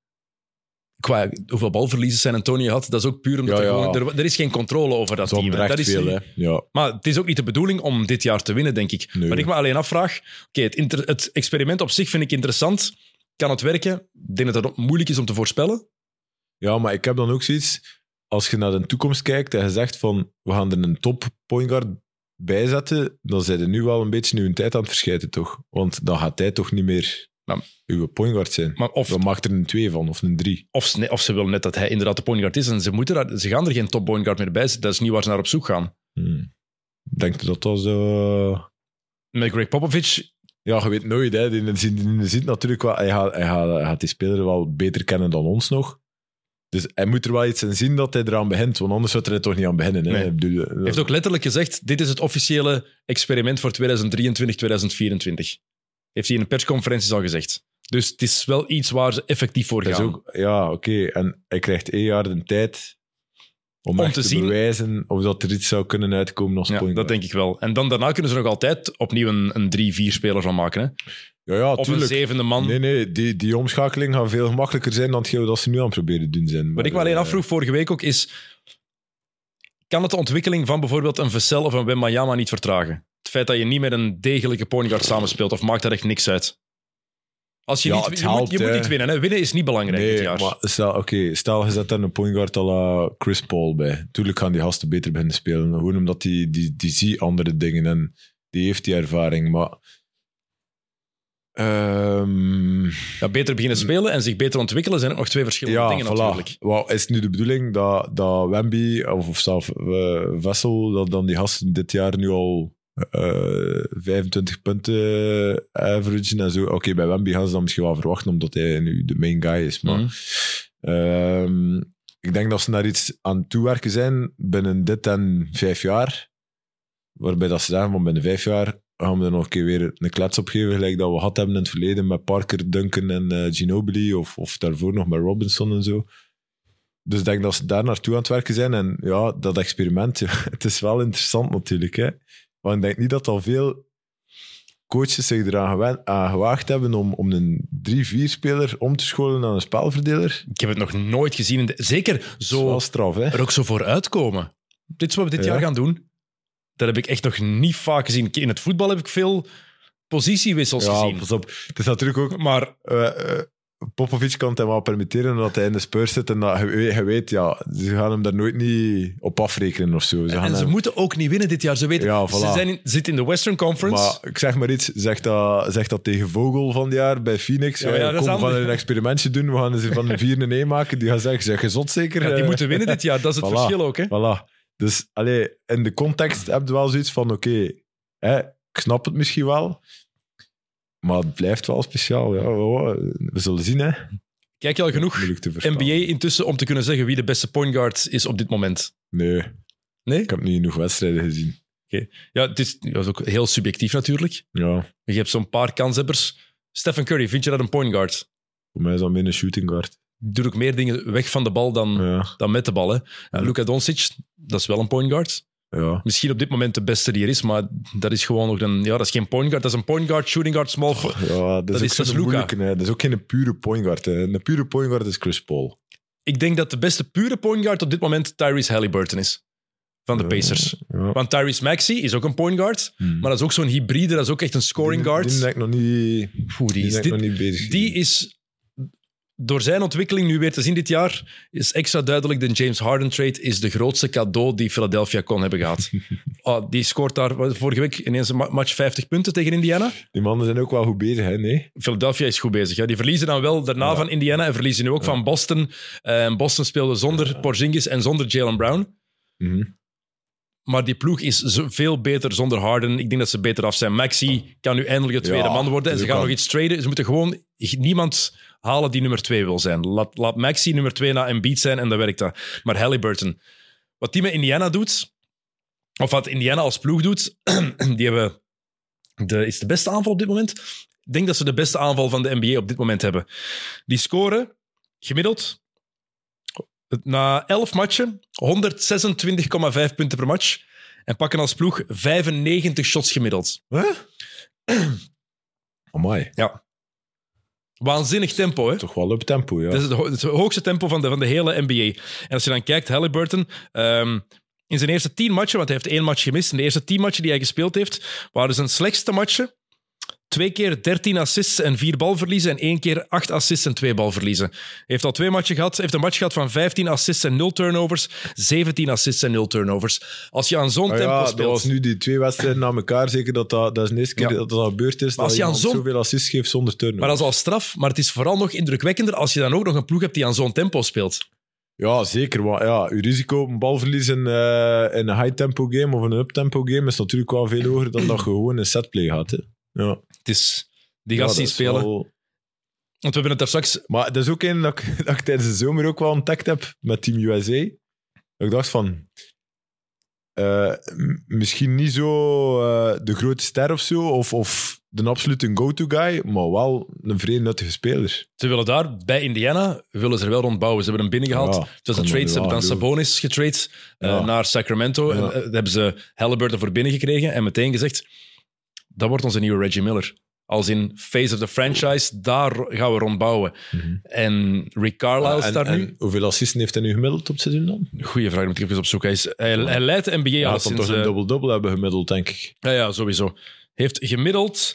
qua hoeveel balverliezen San Antonio had, dat is ook puur omdat Ja, er, ja. gewoon, er, er is geen controle over dat Dat team. ontbreekt Dat is, veel, hè. Ja. Maar het is ook niet de bedoeling om dit jaar te winnen, denk ik. Nee. Wat ik me alleen afvraag, oké, het, inter- het experiment op zich vind ik interessant. Kan het werken? Ik denk dat het ook moeilijk is om te voorspellen. Ja, maar ik heb dan ook zoiets, als je naar de toekomst kijkt en je zegt van, we gaan er een top point guard bij zetten, dan zijn er nu wel een beetje nu een tijd aan het verschijten, toch? Want dan gaat hij toch niet meer Maar- uw point guard zijn. Maar of, Dan maakt er een twee van, of een drie. of, ze, of ze willen net dat hij inderdaad de point guard is en ze, moeten daar, ze gaan er geen top point guard meer bij zetten. Dat is niet waar ze naar op zoek gaan. Hmm. Denk je dat dat zo... Met Greg Popovich, Ja, je weet nooit, hè. Die, die, die, die ziet natuurlijk wel... Hij gaat, hij, gaat, hij gaat die speler wel beter kennen dan ons nog. Dus hij moet er wel iets in zien dat hij eraan begint, want anders zou hij er toch niet aan beginnen. Hè. Nee. Ik bedoel, Hij heeft ook letterlijk gezegd, dit is het officiële experiment voor tweeduizend drieëntwintig, tweeduizend vierentwintig. Heeft hij in een persconferentie al gezegd. Dus het is wel iets waar ze effectief voor dat is gaan. ook, ja, oké. Okay. En hij krijgt één jaar de tijd om, Om echt te te, zien- bewijzen of dat er iets zou kunnen uitkomen als Ja, point dat guard. denk ik wel. En dan daarna kunnen ze nog altijd opnieuw een, een drie vier speler van maken. Hè? Ja, ja, Of tuurlijk. een zevende man. Nee, nee, die, die omschakeling gaat veel gemakkelijker zijn dan hetgeen dat ze nu aan het proberen doen zijn. Wat ik me alleen eh, afvroeg vorige week ook is... Kan het de ontwikkeling van bijvoorbeeld een Vassell of een Wembanyama niet vertragen? Het feit dat je niet met een degelijke point guard samenspeelt, of maakt dat echt niks uit? Als je Ja, niet, het je, moet, helpt, je moet hè. niet winnen. Hè? Winnen is niet belangrijk dit Nee, jaar. maar stel, oké, stel je zet daar een point guard à la Chris Paul bij. Tuurlijk gaan die gasten beter beginnen spelen. Gewoon omdat die, die, die ziet andere dingen en die heeft die ervaring. Maar... Ehm, Ja, beter beginnen spelen en zich beter ontwikkelen zijn ook nog twee verschillende ja, dingen voilà. natuurlijk. Wel, is het nu de bedoeling dat, dat Wemby of, of zelf uh, Vessel, dat dan die gasten dit jaar nu al uh, vijfentwintig punten averagen en zo? Oké, okay, bij Wemby gaan ze dan misschien wel verwachten, omdat hij nu de main guy is. Maar Mhm. um, ik denk dat ze naar iets aan het toewerken zijn binnen dit en vijf jaar. Waarbij dat ze zeggen van binnen vijf jaar gaan we er nog een keer weer een klets op geven, gelijk dat we gehad hebben in het verleden met Parker, Duncan en uh, Ginobili, of, of daarvoor nog met Robinson en zo. Dus ik denk dat ze daar naartoe aan het werken zijn. En ja, dat experiment, ja, het is wel interessant natuurlijk. Hè. Want ik denk niet dat al veel coaches zich eraan gewen, aan gewaagd hebben om, om een drie vier speler om te scholen naar een spelverdeler. Ik heb het nog nooit gezien. In de- Zeker Dat is zo wel straf, hè. er ook zo voor uitkomen. Dit is wat we dit Ja. jaar gaan doen. Dat heb ik echt nog niet vaak gezien. In het voetbal heb ik veel positiewissels Ja, gezien. pas op. Het is natuurlijk ook... Maar Uh, uh, Popovic kan het hem wel permitteren omdat hij in de Spurs zit en dat je, je weet, ja, ze gaan hem daar nooit niet op afrekenen of zo. Ze gaan en ze hem- moeten ook niet winnen dit jaar. Ze weten, Ja, ze voilà. zijn in, zitten in de Western Conference. Maar ik zeg maar iets, zeg dat, zeg dat tegen Vogel van het jaar bij Phoenix. Ja, Ja, ja, dat is kom, we gaan handig. een experimentje doen, we gaan er van een vier een één maken. Die gaan zeggen, zeg gezond zeker? Ja, die Eh, moeten winnen dit jaar. Dat is het Voilà. verschil ook. Hè? Voilà. Dus allee, in de context heb je wel zoiets van, oké, hè, ik snap het misschien wel, maar het blijft wel speciaal. Ja, we zullen zien, hè. Kijk je al genoeg Moeilijk te N verstaan. B A intussen om te kunnen zeggen wie de beste point guard is op dit moment? Nee, Nee? ik heb niet genoeg wedstrijden gezien. Ja, het is, dat is ook heel subjectief natuurlijk. Ja, Je hebt zo'n paar kanshebbers. Stephen Curry, vind je dat een point guard? voor mij is dat meer een shooting guard. Doet ook meer dingen weg van de bal dan, Ja, dan met de bal. Hè? Ja, Ja. Luka Doncic, dat is wel een point guard. ja. Misschien op dit moment de beste die er is, maar dat is gewoon nog een... Ja, dat is geen point guard. Dat is een point guard, shooting guard, small... forward. Ja, dat is, is- ook dat is zo'n Luka. moeilijke. Hè. Dat is ook geen pure point guard. Hè. Een pure point guard is Chris Paul. Ik denk dat de beste pure point guard op dit moment Tyrese Halliburton is. Van de Ja, Pacers. Ja. Want Tyrese Maxey is ook een point guard, Hmm. maar dat is ook zo'n hybride, dat is ook echt een scoring guard. Die, die denk ik nog niet, Oeh, die die is denk ik dit- nog niet bezig. Die is door zijn ontwikkeling nu weer te zien dit jaar, is extra duidelijk de James Harden trade is de grootste cadeau die Philadelphia kon hebben gehad. Oh, die scoort daar wat, vorige week ineens een ma- match vijftig punten tegen Indiana. Die mannen zijn ook wel goed bezig, hè? Nee? Philadelphia is goed bezig. Ja. Die verliezen dan wel daarna Ja. van Indiana en verliezen nu ook Ja. van Boston. Eh, Boston speelde zonder Porzingis en zonder Jalen Brown. Mhm. Maar die ploeg is zo veel beter zonder Harden. Ik denk dat ze beter af zijn. Maxey kan nu eindelijk de tweede Ja, man worden. En ze gaan kan. nog iets traden. Ze moeten gewoon niemand halen die nummer twee wil zijn. Laat, laat Maxey nummer twee na Embiid zijn en dan werkt dat. Maar Haliburton, wat die met Indiana doet, of wat Indiana als ploeg doet, die hebben de, is de beste aanval op dit moment. Ik denk dat ze de beste aanval van de N B A op dit moment hebben. Die scoren gemiddeld na elf matchen honderdzesentwintig komma vijf punten per match en pakken als ploeg vijfennegentig shots gemiddeld. Huh? Amai. Ja. Waanzinnig tempo, hè? Toch wel op tempo, ja. Dat is het, ho- het hoogste tempo van de, van de hele N B A. En als je dan kijkt, Haliburton, um, in zijn eerste tien matchen, want hij heeft één match gemist, in de eerste tien matchen die hij gespeeld heeft, waren zijn slechtste matchen twee keer dertien assists en vier balverliezen en één keer acht assists en twee balverliezen. Hij heeft al twee matchen gehad, heeft een match gehad van vijftien assists en nul turnovers, zeventien assists en nul turnovers. Als je aan zo'n Ah tempo ja, speelt... dat was nu die twee wedstrijden na elkaar, zeker dat dat, dat is de eerste keer Ja. dat dat gebeurd is, Maar als dat je aan iemand zo'n- zoveel assists geeft zonder turnover. Maar dat is al straf, maar het is vooral nog indrukwekkender als je dan ook nog een ploeg hebt die aan zo'n tempo speelt. Ja, zeker. Want ja, uw risico op een balverlies in, eh, in een high-tempo game of een up-tempo game is natuurlijk wel veel hoger dan dat je gewoon een setplay gaat. Hè. Ja. Het is... Die Ja, gasten dat die is spelen... wel- Want we hebben het daar straks... Maar dat is ook een dat ik, dat ik tijdens de zomer ook wel ontdekt heb met Team U S A. Dat ik dacht van... eh, m- misschien niet zo eh, de grote ster of zo, of, of de absolute go-to-guy, maar wel een vrij nuttige speler. Ze willen daar, bij Indiana, willen ze er wel rondbouwen. Ze hebben hem binnengehaald. Ja, Het was een kan trade. dat Ze hebben wel, dan bedoel. Sabonis getrade eh, Ja. naar Sacramento. Ja. En, eh, daar hebben ze Haliburton voor binnengekregen en meteen gezegd, dat wordt onze nieuwe Reggie Miller. Als in face of the franchise, daar gaan we rondbouwen. Mhm. En Rick Carlisle is en, daar en nu. hoeveel assisten heeft hij nu gemiddeld op het seizoen dan? Goeie vraag, moet ik even opzoeken. Hij, is, hij, hij leidt de N B A Ja, al hij kan sinds... toch een eh, double-double hebben gemiddeld, denk ik. Ja, ja, sowieso. Heeft gemiddeld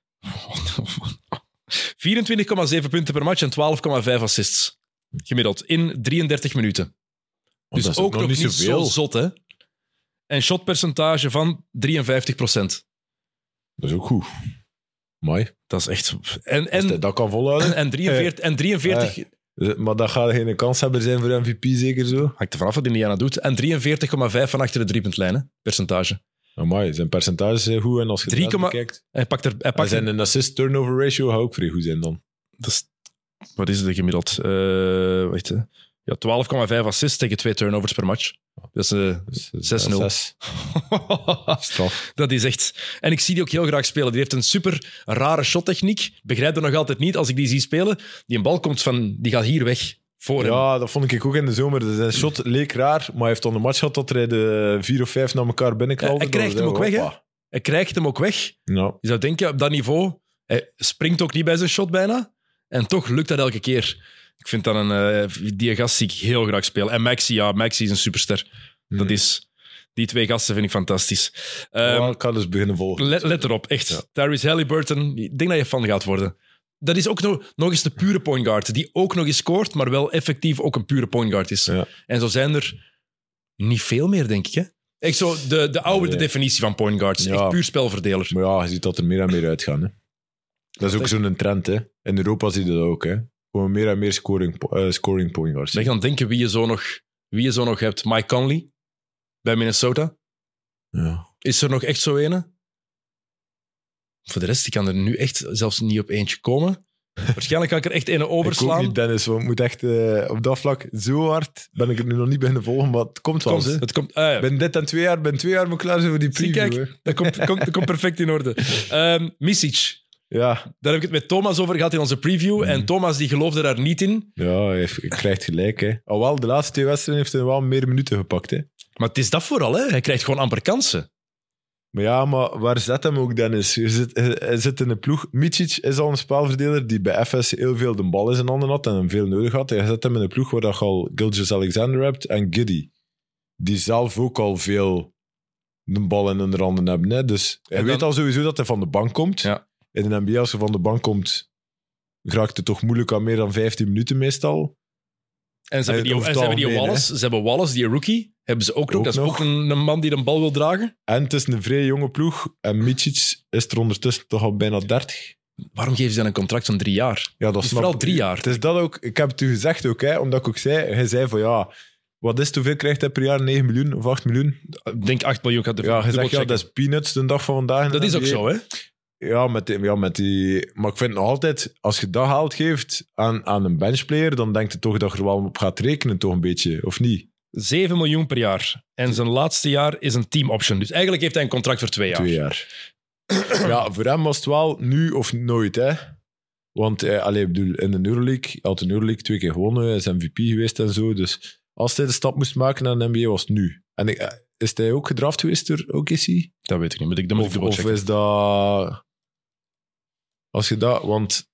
vierentwintig komma zeven punten per match en twaalf komma vijf assists. Gemiddeld in drieëndertig minuten. Want Dus dat is ook nog niet zo zot, hè? En shotpercentage van drieënvijftig procent. Dat is ook goed. Mooi. Dat is echt... En, Als hij en, dat kan volhouden. en drieënveertig... En drieënveertig Eh. Maar dat gaat geen kanshebber zijn voor M V P, zeker zo? hangt er vanaf wat Indiana doet. En drieënveertig komma vijf van achter de driepuntlijn, hè? Percentage. Amai, zijn percentage is goed en als je drie het komma- bekijkt... Hij pakt er... Hij En pakt zijn er een assist-turnover ratio gaat ook vrij goed zijn dan. dat is, wat is het gemiddeld? Uh, wacht, hè. Ja, twaalf komma vijf assists tegen twee turnovers per match. Dat is uh, Dus, eh, zes nul. zes. Straf. Dat is echt... En ik zie die ook heel graag spelen. Die heeft een super rare shottechniek. Ik begrijp dat nog altijd niet als ik die zie spelen. Die een bal komt van... Die gaat hier weg. Voor hem. Ja, dat vond ik ook in de zomer. Dus zijn shot leek raar, maar hij heeft dan een match gehad dat hij de vier of vijf naar elkaar binnenknalde. Hij krijgt hem ook weg, hè? Hij krijgt hem ook weg. Ja. Je zou denken, op dat niveau... Hij springt ook niet bij zijn shot bijna. En toch lukt dat elke keer. Ik vind dat een... Uh, die gast zie ik heel graag spelen. En Maxey, ja, Maxey is een superster. Hmm. Dat is... Die twee gasten vind ik fantastisch. Um, Ja, ik ga dus beginnen volgen. let, let erop, echt. Ja. Tyrese Haliburton, ik denk dat je fan gaat worden. Dat is ook nog, nog eens de pure point guard, die ook nog eens scoort, maar wel effectief ook een pure point guard is. Ja. En zo zijn er niet veel meer, denk ik. Hè? Echt zo de, de oude Nee. definitie van point guards. Ja. Echt puur spelverdeler. Maar ja, je ziet dat er meer en meer uitgaan. Hè. Dat is ook zo'n trend. Hè. In Europa zie je dat ook. Hè. Gewoon meer en meer scoring, po- eh, scoring point guards. Ben je aan het denken wie je, zo nog, wie je zo nog hebt? Mike Conley bij Minnesota. Ja. Is er nog echt zo ene? Voor de rest, ik kan er nu echt zelfs niet op eentje komen. Waarschijnlijk kan ik er echt ene Ik ook overslaan. niet, Dennis. Want het moet echt eh, op dat vlak zo hard. Ben ik er nu nog niet beginnen volgen, maar het komt wel. Komt, Hè. het komt, ah, ja. Ben dit en twee jaar, ben twee jaar maar klaar zijn voor die Zie, preview. kijk. hè. Dat komt, komt, dat komt perfect in orde. Um, Misic. Ja, Daar heb ik het met Thomas over gehad in onze preview. Mhm. En Thomas die geloofde daar niet in. ja hij heeft- hij krijgt gelijk. Hè. Alhoewel, de laatste twee wedstrijden heeft hij wel meer minuten gepakt. Hè. Maar het is dat vooral, hè. Hij krijgt gewoon amper kansen. Maar ja, maar waar zet hem ook, Dennis? Je zit, hij hij zit in een ploeg. Micic is al een spelverdeler die bij F S heel veel de bal in zijn handen had en hem veel nodig had. Hij zet hem in een ploeg waar je al Gilgeous-Alexander hebt en Giddy. Die zelf ook al veel de bal in hun handen hebben. Hè. Dus hij En dan- weet al sowieso dat hij van de bank komt. Ja. In de N B A, als je van de bank komt, raakt het toch moeilijk aan meer dan vijftien minuten meestal. En ze hebben die, over en het ze hebben die algemeen, Wallace. Ze hebben Wallace, die rookie. Hebben ze ook nog. Ook Dat is nog. ook een, een man die de bal wil dragen. En het is een vrij jonge ploeg. En Micic is er ondertussen toch al bijna dertig. Waarom geven ze dan een contract van drie jaar? Ja, dat Het is snap vooral ik. drie jaar. Het is dat ook, ik heb het u gezegd ook, hè, omdat ik ook zei, hij zei van ja, Wat is het? Hoeveel krijgt hij per jaar? negen miljoen of acht miljoen? Ik denk acht miljoen gaat er Ja, je zegt, ja, dat is peanuts de dag van vandaag. Dat is ook zo, hè? Ja, met die, ja, met die... Maar ik vind nog altijd, als je dat geld geeft aan, aan een benchplayer, dan denk je toch dat je er wel op gaat rekenen, toch een beetje, of niet? zeven miljoen per jaar. En zijn laatste jaar is een team option. Dus eigenlijk heeft hij een contract voor twee jaar. Twee jaar. Ja, voor hem was het wel nu of nooit, hè. Want, eh, allee, ik bedoel, in de Euroleague, hij had de Euroleague twee keer gewonnen, hij is M V P geweest en zo, dus als hij de stap moest maken naar de N B A, was het nu. En ik, is hij ook gedraft geweest door O K C? Dat weet ik niet, moet ik, dat moet Of, ik of dubbelchecken. is dat... Als je dat... Want...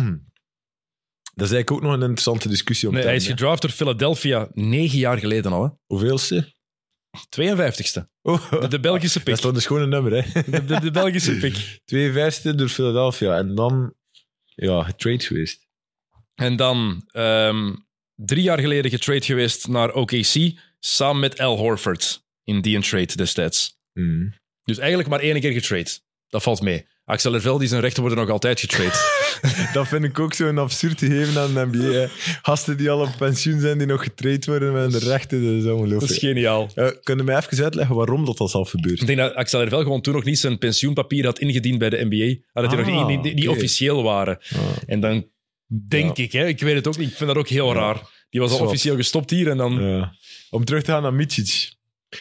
dat is eigenlijk ook nog een interessante discussie om Nee, te hij is hebben, gedraft door Philadelphia negen jaar geleden al. Hè? hè. Hoeveelste? tweeënvijftigste. Oh, De, de Belgische dat pick. is toch een schone nummer, hè? De, de, de Belgische pick. tweeënvijftigste door Philadelphia. En dan... Ja, getrade geweest. En dan um, drie jaar geleden getrade geweest naar O K C, samen met Al Horford in die trade destijds. Mm. Dus eigenlijk maar één keer getrade. Dat valt mee. Axel Hervel, die zijn rechten worden nog altijd getrade. Dat vind ik ook zo'n absurd gegeven aan de N B A. Hè. Gasten die al op pensioen zijn, die nog getraind worden met de rechten, dat is ongelooflijk. Dat is geniaal. Uh, kun je mij even uitleggen waarom dat, dat al gebeurt? Ik denk dat Axel Hervel gewoon toen nog niet zijn pensioenpapier had ingediend bij de N B A. Had het Ah, die nog niet, niet, niet oké. officieel waren. Ah. En dan denk Ja. ik, hè, ik weet het ook niet, ik vind dat ook heel Ja. raar. Die was al Zwat. officieel gestopt hier en dan... Ja. Om terug te gaan naar Micic.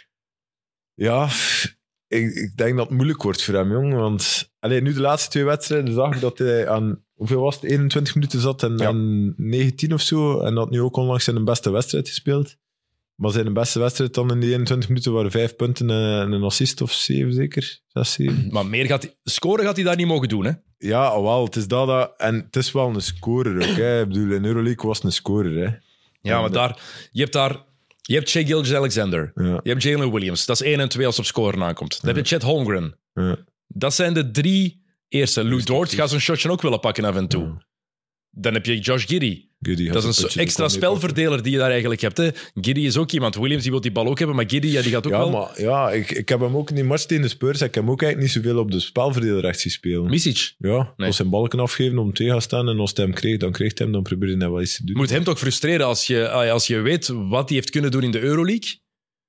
Ja, ik, ik denk dat het moeilijk wordt voor hem, jong. Want allee, nu de laatste twee wedstrijden zag ik dat hij aan... Hoeveel was het? eenentwintig minuten zat en, Ja. en negentien of zo. En dat nu ook onlangs zijn beste wedstrijd gespeeld. Maar zijn beste wedstrijd dan in die eenentwintig minuten waren vijf punten en een assist of zeven zeker? Zes, zeven. Maar meer gaat hij... Scoren gaat hij daar niet mogen doen, hè? Ja, oh, wel. Het is dat, dat... En het is wel een scorer ook. Hè. Ik bedoel, in Euroleague was het een scorer. Hè. Ja, maar daar... Je hebt daar... Je hebt Shai Gilgeous-Alexander. Ja. Je hebt Jalen Williams. Dat is één en twee als het op scoren aankomt. Dan heb je Chet Holmgren. Ja. Dat zijn de drie eerste. Lou Dort gaat zijn shotje ook willen pakken af en toe. Ja. Dan heb je Josh Giddey. Giddy gaat Dat is een zijn so- putjes extra ook wel meepakken. spelverdeler die je daar eigenlijk hebt. Hè. Giddey is ook iemand. Williams die wil die bal ook hebben, maar Giddey ja, die gaat ook Ja, wel... maar ja, ik, ik heb hem ook in die match tegen de Spurs. Ik heb hem ook eigenlijk niet zoveel op de spelverdeler rechts zien spelen. Micic. Ja, Nee. als zijn balken afgeven om twee gaan staan en als hij hem kreeg, dan kreeg hij hem, dan probeerde hij wel iets te doen. Moet hem toch frustreren als je, als je weet wat hij heeft kunnen doen in de Euroleague?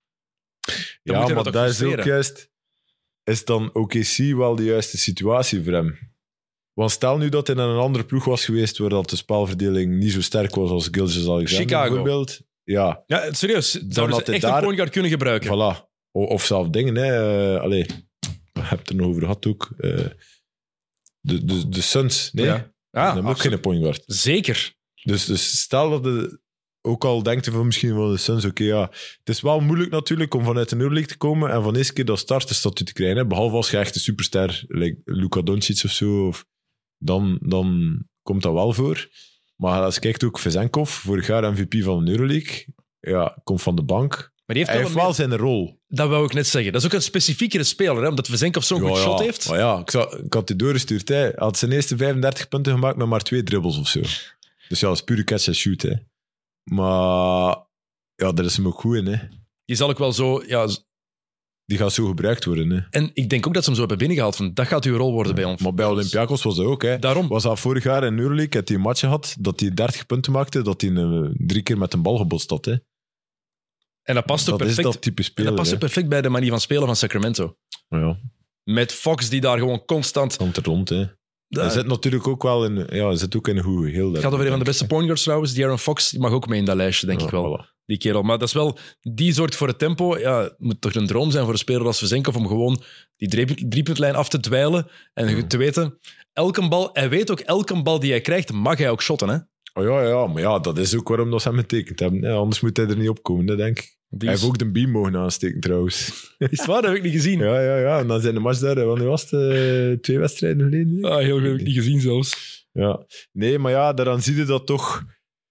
Dan ja, moet hij maar dat dat toch is ook frustreren? juist... Is dan O K C wel de juiste situatie voor hem? Want stel nu dat hij naar een andere ploeg was geweest waar dat de spelverdeling niet zo sterk was als Gilgeous-Alexander Chicago. bijvoorbeeld. Ja, Ja, serieus. Zouden had ze hij echt daar- een point guard kunnen gebruiken? voilà. O- Of zelf dingen, hè. Uh, allee, we hebben het er nog over gehad ook. Uh, de, de, de Suns, nee. Ja. Ja, Ja, dan heb ook absoluut. geen point guard. Zeker. Dus, dus stel dat de, ook al denkt je van misschien wel de Suns, oké, ja. Het is wel moeilijk natuurlijk om vanuit de Euroleague te komen en van eerste keer dat starterstatuut te krijgen. Hè. Behalve als je echt een superster, like Luka Doncic of zo, of, dan, dan komt dat wel voor. Maar als je kijkt ook, Vezenkov, vorig jaar M V P van de Euroleague, ja, komt van de bank. Maar die heeft, Hij wel heeft een wel meer- zijn rol. Dat wou ik net zeggen. Dat is ook een specifiekere speler, hè? Omdat Vezenkov zo'n goed Ja, shot ja. heeft. Maar ja, ik, zou, ik had die doorgestuurd. Hè. Hij had zijn eerste vijfendertig punten gemaakt met maar twee dribbles of zo. Dus ja, dat is pure catch and shoot. Hè. Maar ja, daar is hem ook goed in. Hè. Die zal ook wel zo... Ja, z- Die gaat zo gebruikt worden. Hè. en ik denk ook dat ze hem zo hebben binnengehaald. Van, dat gaat uw rol worden bij ons. Maar bij Olympiakos was dat ook. Hè. Daarom. Was dat vorig jaar in Euroleague, had hij een match gehad, dat hij dertig punten maakte, dat hij uh, drie keer met een bal gebotst had. Hè. En dat past ook Dat is perfect. dat type En speler. dat past ook hè. perfect bij de manier van spelen van Sacramento. Ja, Met Fox die daar gewoon constant... komt er rond. Hè. Hij Dat zit natuurlijk ook wel in, ja, hij zit ook in een goede geheel. gaat over een van de beste point guards trouwens. Die Aaron Fox die mag ook mee in dat lijstje, denk ik wel. Die kerel. Maar dat is wel... Die zorgt voor het tempo. Ja, het moet toch een droom zijn voor een speler als Vezenkov om gewoon die drie- driepuntlijn af te dweilen en Ja. te weten... Elke bal... Hij weet ook, elke bal die hij krijgt, mag hij ook shotten, hè? Oh ja, ja, maar ja, dat is ook waarom dat ze hem getekend hebben. Ja, anders moet hij er niet op komen, dat denk ik. Die Hij is- heeft ook de beam mogen aansteken, trouwens. Is het waar? Dat heb ik niet gezien. Ja, ja, ja. En dan zijn de match daar, wanneer was het? Eh, twee wedstrijden geleden? denk ik? Ah, heel goed, heb ik niet gezien zelfs. Ja. Nee, maar ja, daaraan zie je dat toch...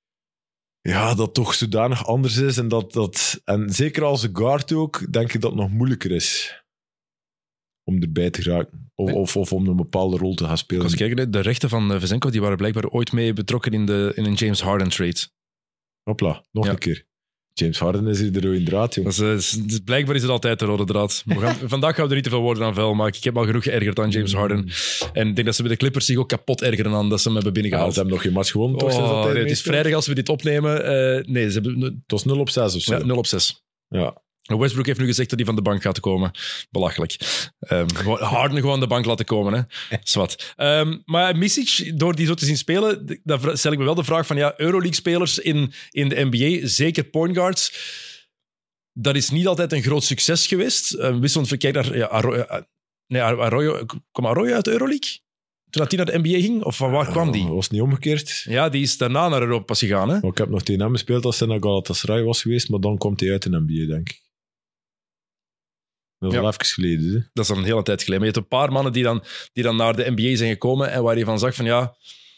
Ja, dat toch zodanig anders is. En, dat, dat, en zeker als een guard ook, denk ik dat het nog moeilijker is om erbij te geraken. Of, Nee. of, of om een bepaalde rol te gaan Ik spelen. was kijken, de rechten van eh, Vezenkov die waren blijkbaar ooit mee betrokken in, de, in een James Harden trade. Hopla, nog Ja. een keer. James Harden is hier de rode draad, joh. Dat is, uh, is, is, blijkbaar is het altijd de rode draad. We gaan, vandaag gaan we er niet te veel woorden aan vuil maken. Ik heb al genoeg geërgerd aan James Harden. Mm. En ik denk dat ze bij de Clippers zich ook kapot ergeren aan dat ze hem hebben binnengehaald. Ja, ze hebben nog geen match gewonnen, toch? Oh, nee, het is vrijdag als we dit opnemen. Uh, nee, ze hebben... Het was nul op zes of zo. Ja, nul op zes. Ja. Westbrook heeft nu gezegd dat hij van de bank gaat komen. Belachelijk. Um, Harden gewoon aan de bank laten komen. Hè. Zwat. Um, maar Micic, door die zo te zien spelen, dan stel ik me wel de vraag van ja, Euroleague-spelers in, in de N B A, zeker point guards, dat is niet altijd een groot succes geweest. Um, wisselend, kijk naar... Ja, Arroyo, nee, Arroyo, kwam Arroyo uit de Euroleague? Toen hij naar de N B A ging? Of van waar kwam die? Dat was niet omgekeerd. Ja, die is daarna naar Europa pas gegaan. Hè? Maar ik heb nog tegen hem gespeeld als hij naar Galatasaray was geweest, maar dan komt hij uit de N B A, denk ik. Dat is ja. al even geleden. Hè? Dat is al een hele tijd geleden. Maar je hebt een paar mannen die dan, die dan naar de N B A zijn gekomen en waar je van zag van ja,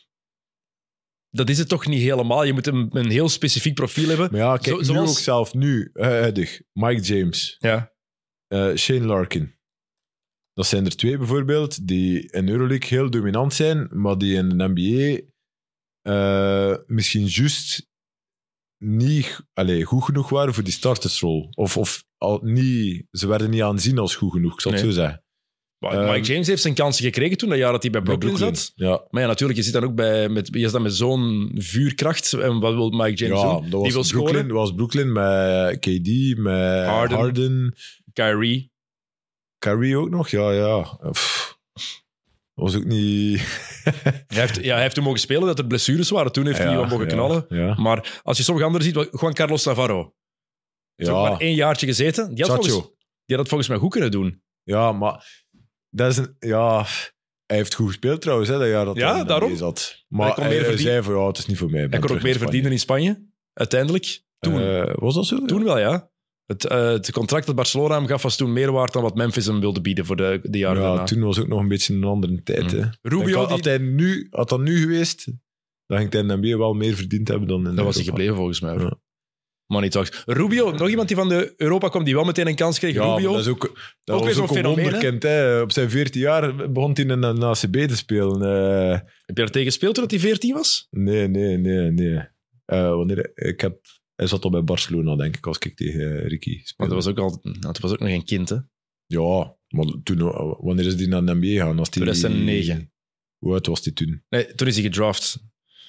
dat is het toch niet helemaal. Je moet een, een heel specifiek profiel hebben. Maar ja, kijk, Zo, nu zoals... ook zelf, nu, huidig. Mike James. Ja. Uh, Shane Larkin. Dat zijn er twee bijvoorbeeld, die in Euroleague heel dominant zijn, maar die in de N B A uh, misschien juist niet allee, goed genoeg waren voor die startersrol. Of, of al niet, ze werden niet aanzien als goed genoeg, ik zal het nee. zo zeggen. Maar Mike um, James heeft zijn kansen gekregen toen, dat jaar dat hij bij Brooklyn, bij Brooklyn zat. Ja. Maar ja, natuurlijk, je zit dan ook bij, met, je zit dan met zo'n vuurkracht. En wat wil Mike James ja, doen? Dat die was wil Brooklyn, scoren. Dat was Brooklyn met K D, met Harden, Harden. Kyrie. Kyrie ook nog, ja, ja. Pff. Dat was ook niet... hij, heeft, ja, hij heeft toen mogen spelen dat er blessures waren. Toen heeft ja, hij wel mogen ja, knallen. Ja. Maar als je sommige anderen ziet, gewoon Carlos Navarro. Hij heeft ja. maar één jaartje gezeten. Die had, volgens, die had het volgens mij goed kunnen doen. Ja, maar... Dat is een... Ja... Hij heeft goed gespeeld trouwens, hè, dat jaar dat ja, hij daarom. zat. Maar hij, kon hij, meer hij zei van, ja, het is niet voor mij. Hij kon ook meer verdienen in Spanje, uiteindelijk. Toen. Uh, was dat zo? Toen ja? wel, ja. Het, uh, het contract dat Barcelona hem gaf was toen meer waard dan wat Memphis hem wilde bieden voor de, de jaren ja, daarna. Toen was ook nog een beetje een andere tijd. Mm. Hè. Rubio, had, die... had, hij nu, had dat nu geweest, dan ging hij in de N B A wel meer verdiend hebben dan in Dat Europa. was hij gebleven volgens mij. Ja. Money talks. Rubio, nog iemand die van de Europa kwam die wel meteen een kans kreeg. Ja, Rubio. dat is ook, dat ook was weer ook zo'n een fenomeen. wonderkind. Hè. Op zijn veertien jaar begon hij in een A C B te spelen. Uh, Heb je er tegen gespeeld toen hij veertien was? Nee, nee, nee. nee. Uh, wanneer, ik heb, hij zat al bij Barcelona, denk ik, als ik tegen uh, Ricky speelde. Maar dat was ook al, nou, dat was ook nog een kind, hè? Ja, maar toen, wanneer is hij naar de N B A gegaan? Als die, tweeduizend negen. Hoe oud was hij toen? Nee, toen is hij gedraft.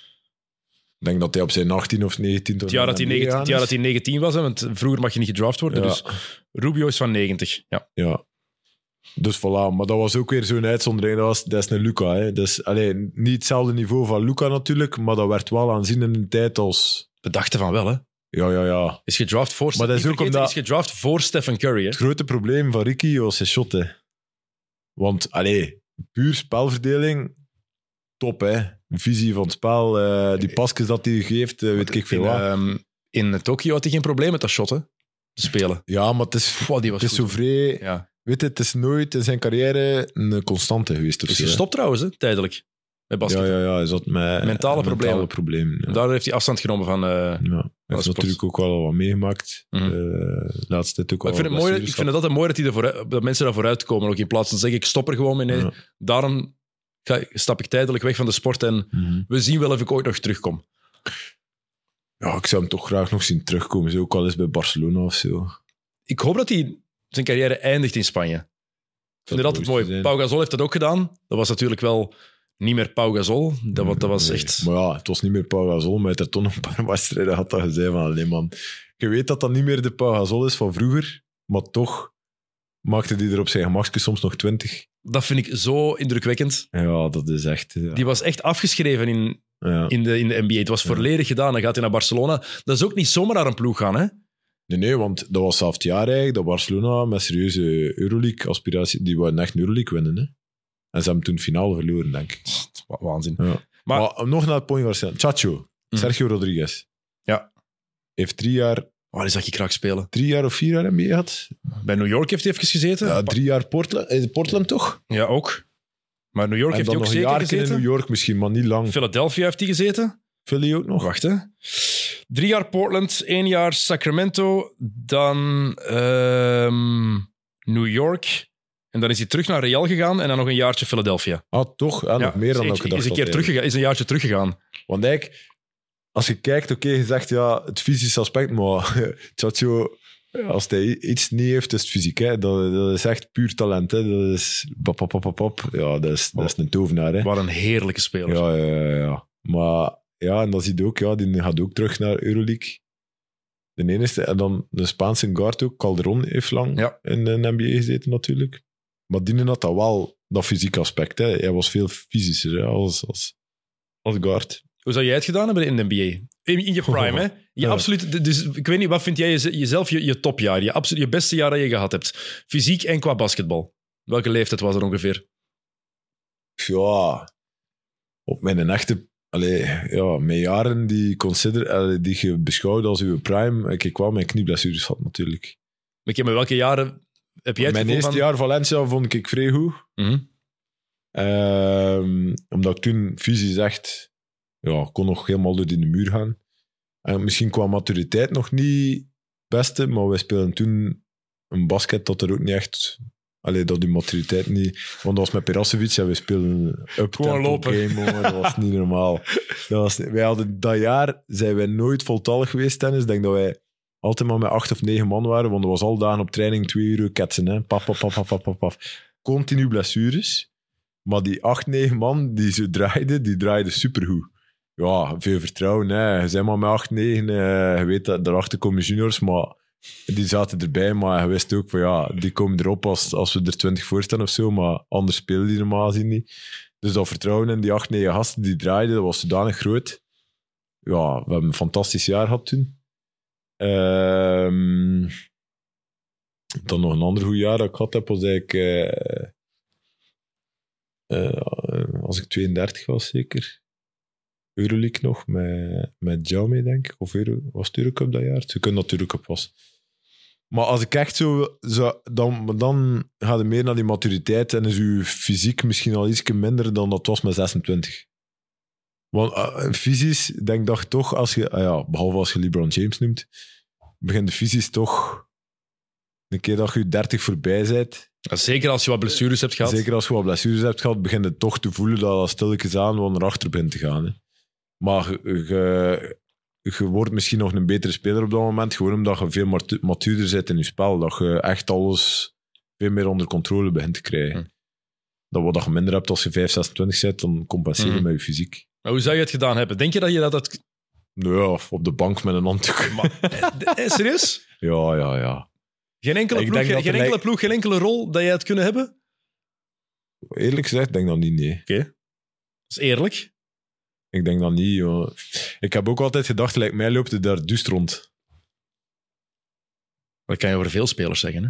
Ik denk dat hij op zijn achttien of negentien... Het jaar dat hij negentien, het jaar dat hij negentien was, hè, want vroeger mag je niet gedraft worden. Ja. Dus Rubio is van negentig. Ja. ja. Dus voilà. Maar dat was ook weer zo'n uitzondering. Dat, was, dat is een Luka. Hè. Dus, allee, niet hetzelfde niveau van Luka natuurlijk, maar dat werd wel aanzien in een tijd als... We dachten van wel, hè? Ja, ja, ja. Is gedraft voor, maar dat is, ook vergeten, omdat... is gedraft voor Stephen Curry. Hè? Het grote probleem van Ricky was zijn shot. Hè. Want, allee, puur spelverdeling, top, hè. Visie van het spel, uh, die pasjes dat hij geeft, uh, weet ik veel wat. Um, in Tokio had hij geen probleem met dat shot, hè? Te spelen. Ja, maar het is, wow, die was het is zo vrij... Ja. Weet je, het is nooit in zijn carrière een constante geweest. Is gestopt trouwens, hè, tijdelijk. Bij basket. Ja, ja, ja. Hij zat met mentale problemen. problemen ja. Daar heeft hij afstand genomen van. Uh, ja. Hij heeft natuurlijk ook wel wat meegemaakt. Mm-hmm. Uh, laatste tijd ook ik vind, het mooi, ik vind het altijd mooi dat, die ervoor, dat mensen daarvoor uitkomen. Ook in plaats van zeggen, ik stop er gewoon mee. Nee. Ja. Daarom ga, stap ik tijdelijk weg van de sport en mm-hmm. we zien wel of ik ooit nog terugkom. Ja, ik zou hem toch graag nog zien terugkomen. Zo ook al eens bij Barcelona of zo. Ik hoop dat hij zijn carrière eindigt in Spanje. Ik vind het altijd mooi. Pau Gasol heeft dat ook gedaan. Dat was natuurlijk wel niet meer Pau Gasol. Dat, was, dat was nee. echt... Maar ja, het was niet meer Pau Gasol, maar hij had er toch nog een paar wedstrijden gehad dat je zei van, allee man, je weet dat dat niet meer de Pau Gasol is van vroeger, maar toch maakte hij er op zijn gemakje soms nog twintig. Dat vind ik zo indrukwekkend. Ja, dat is echt... Ja. Die was echt afgeschreven in, ja. in, de, in de N B A. Het was volledig ja. gedaan. Dan gaat hij naar Barcelona. Dat is ook niet zomaar naar een ploeg gaan, hè? Nee, nee, want dat was zelf het jaar eigenlijk, dat Barcelona met serieuze Euroleague-aspiratie, die wouden echt een Euroleague winnen. Hè? En ze hebben toen finale verloren, denk ik. Waanzin. Ja. Maar, maar nog naar het point waar ze... Chacho, mm. Sergio Rodriguez. Ja. Heeft drie jaar... Oh, die zag je graag spelen. Drie jaar of vier jaar N B A gehad. Bij New York heeft hij even gezeten. Ja, drie jaar Portland, Portland toch? Ja, ook. Maar New York en heeft hij ook nog zeker een gezeten. in New York misschien, maar niet lang. Philadelphia heeft hij gezeten. Philly ook nog. Wacht, hè. Drie jaar Portland, één jaar Sacramento, dan um, New York. En dan is hij terug naar Real gegaan en dan nog een jaartje Philadelphia. Ah, toch? Ja, nog ja, meer dan is, ook gedacht. Is een keer teruggegaan, is een jaartje teruggegaan. Want eigenlijk, als je kijkt, oké, okay, je zegt ja, het fysische aspect, maar Chacho, als hij iets niet heeft, is het fysiek. Hè. Dat, dat is echt puur talent. Hè. Dat is pap, pap, pap, pap. Ja, dat is, dat is een tovenaar. Hè. Wat een heerlijke speler. Ja, ja, ja, ja. Maar ja, en dat zie je ook, ja, die gaat ook terug naar Euroleague. De enige. En dan de Spaanse guard ook. Calderon heeft lang Ja. in de N B A gezeten natuurlijk. Maar die had dat wel, dat fysieke aspect. Hè. Hij was veel fysischer hè, als, als, als guard. Hoe zou jij het gedaan hebben in de N B A? In, in je prime, hè? Je Ja. absoluut, dus ik weet niet, wat vind jij jeze- jezelf je, je topjaar, je, absoluut, je beste jaar dat je gehad hebt? Fysiek en qua basketbal. Welke leeftijd was er ongeveer? Ja, op mijn echte... Allee, ja, mijn jaren die, consider, allee, die je beschouwt als uw prime, ik heb wel mijn knieblessures gehad natuurlijk. Ik heb met welke jaren heb jij het Mijn gevoel eerste van... jaar Valencia vond ik vrij goed. Mhm. Ehm, omdat ik toen fysisch echt... Ja, kon nog helemaal door die muur gaan. En misschien qua maturiteit nog niet het beste, maar wij speelden toen een basket dat er ook niet echt... Allee, dat die maturiteit niet... Want dat was met Perasovic en we speelden up-tempo Gewoon lopen. game, jongen. Dat was niet normaal. Dat was, wij hadden dat jaar zijn wij nooit voltallig geweest, tennis. Ik denk dat wij altijd maar met acht of negen man waren, want er was al dagen op training twee uur ketsen. Hè. Paf, paf, paf, paf, paf, paf. Continu blessures. Maar die acht, negen man die ze draaiden, die draaiden supergoed. Ja, veel vertrouwen. Hè. Je bent maar met acht, negen. Eh, je weet dat daarachter komen juniors, maar die zaten erbij. Maar je wist ook van ja, die komen erop als, als we er twintig voor staan of zo. Maar anders spelen die normaal gezien niet. Dus dat vertrouwen in die acht, negen gasten die draaiden, dat was zodanig groot. Ja, we hebben een fantastisch jaar gehad toen. Ehm, dan nog een ander goed jaar dat ik gehad heb, was eigenlijk... eh, eh, als ik tweeëndertig was, zeker. Euroleague nog, met, met Jaume, denk ik. Of Euro, was het Eurocup dat jaar? Ze kunnen dat Eurocup was. Maar als ik echt zo... zo dan, dan gaat het meer naar die maturiteit en is uw fysiek misschien al iets minder dan dat was met zesentwintig. Want uh, fysisch, denk dat toch, als je... Uh, ja, behalve als je LeBron James noemt, begint de fysisch toch... Een keer dat je dertig voorbij bent... Ja, zeker als je wat blessures hebt gehad. Zeker als je wat blessures hebt gehad, begint het toch te voelen dat dat stilletjes aan wel naar achter begint te gaan. Hè. Maar je, je, je wordt misschien nog een betere speler op dat moment, gewoon omdat je veel matu- matuurder bent in je spel. Dat je echt alles veel meer onder controle begint te krijgen. Hm. Dat wat je minder hebt als je vijf, zesentwintig bent, dan compenseer je Hm. met je fysiek. Maar hoe zou je het gedaan hebben? Denk je dat je dat... dat... Nou ja, op de bank met een handdoek. Maar, eh, eh, serieus? Ja, ja, ja. Geen enkele, Ik ploeg, denk geen, dat geen er enkele lijkt- ploeg, geen enkele rol dat jij het kunnen hebben? Oké, Eerlijk gezegd, denk ik dat niet, nee. dat is eerlijk. Ik denk dat niet, joh. Ik heb ook altijd gedacht, lijkt mij loopt het daar duist rond. Dat kan je over veel spelers zeggen, hè?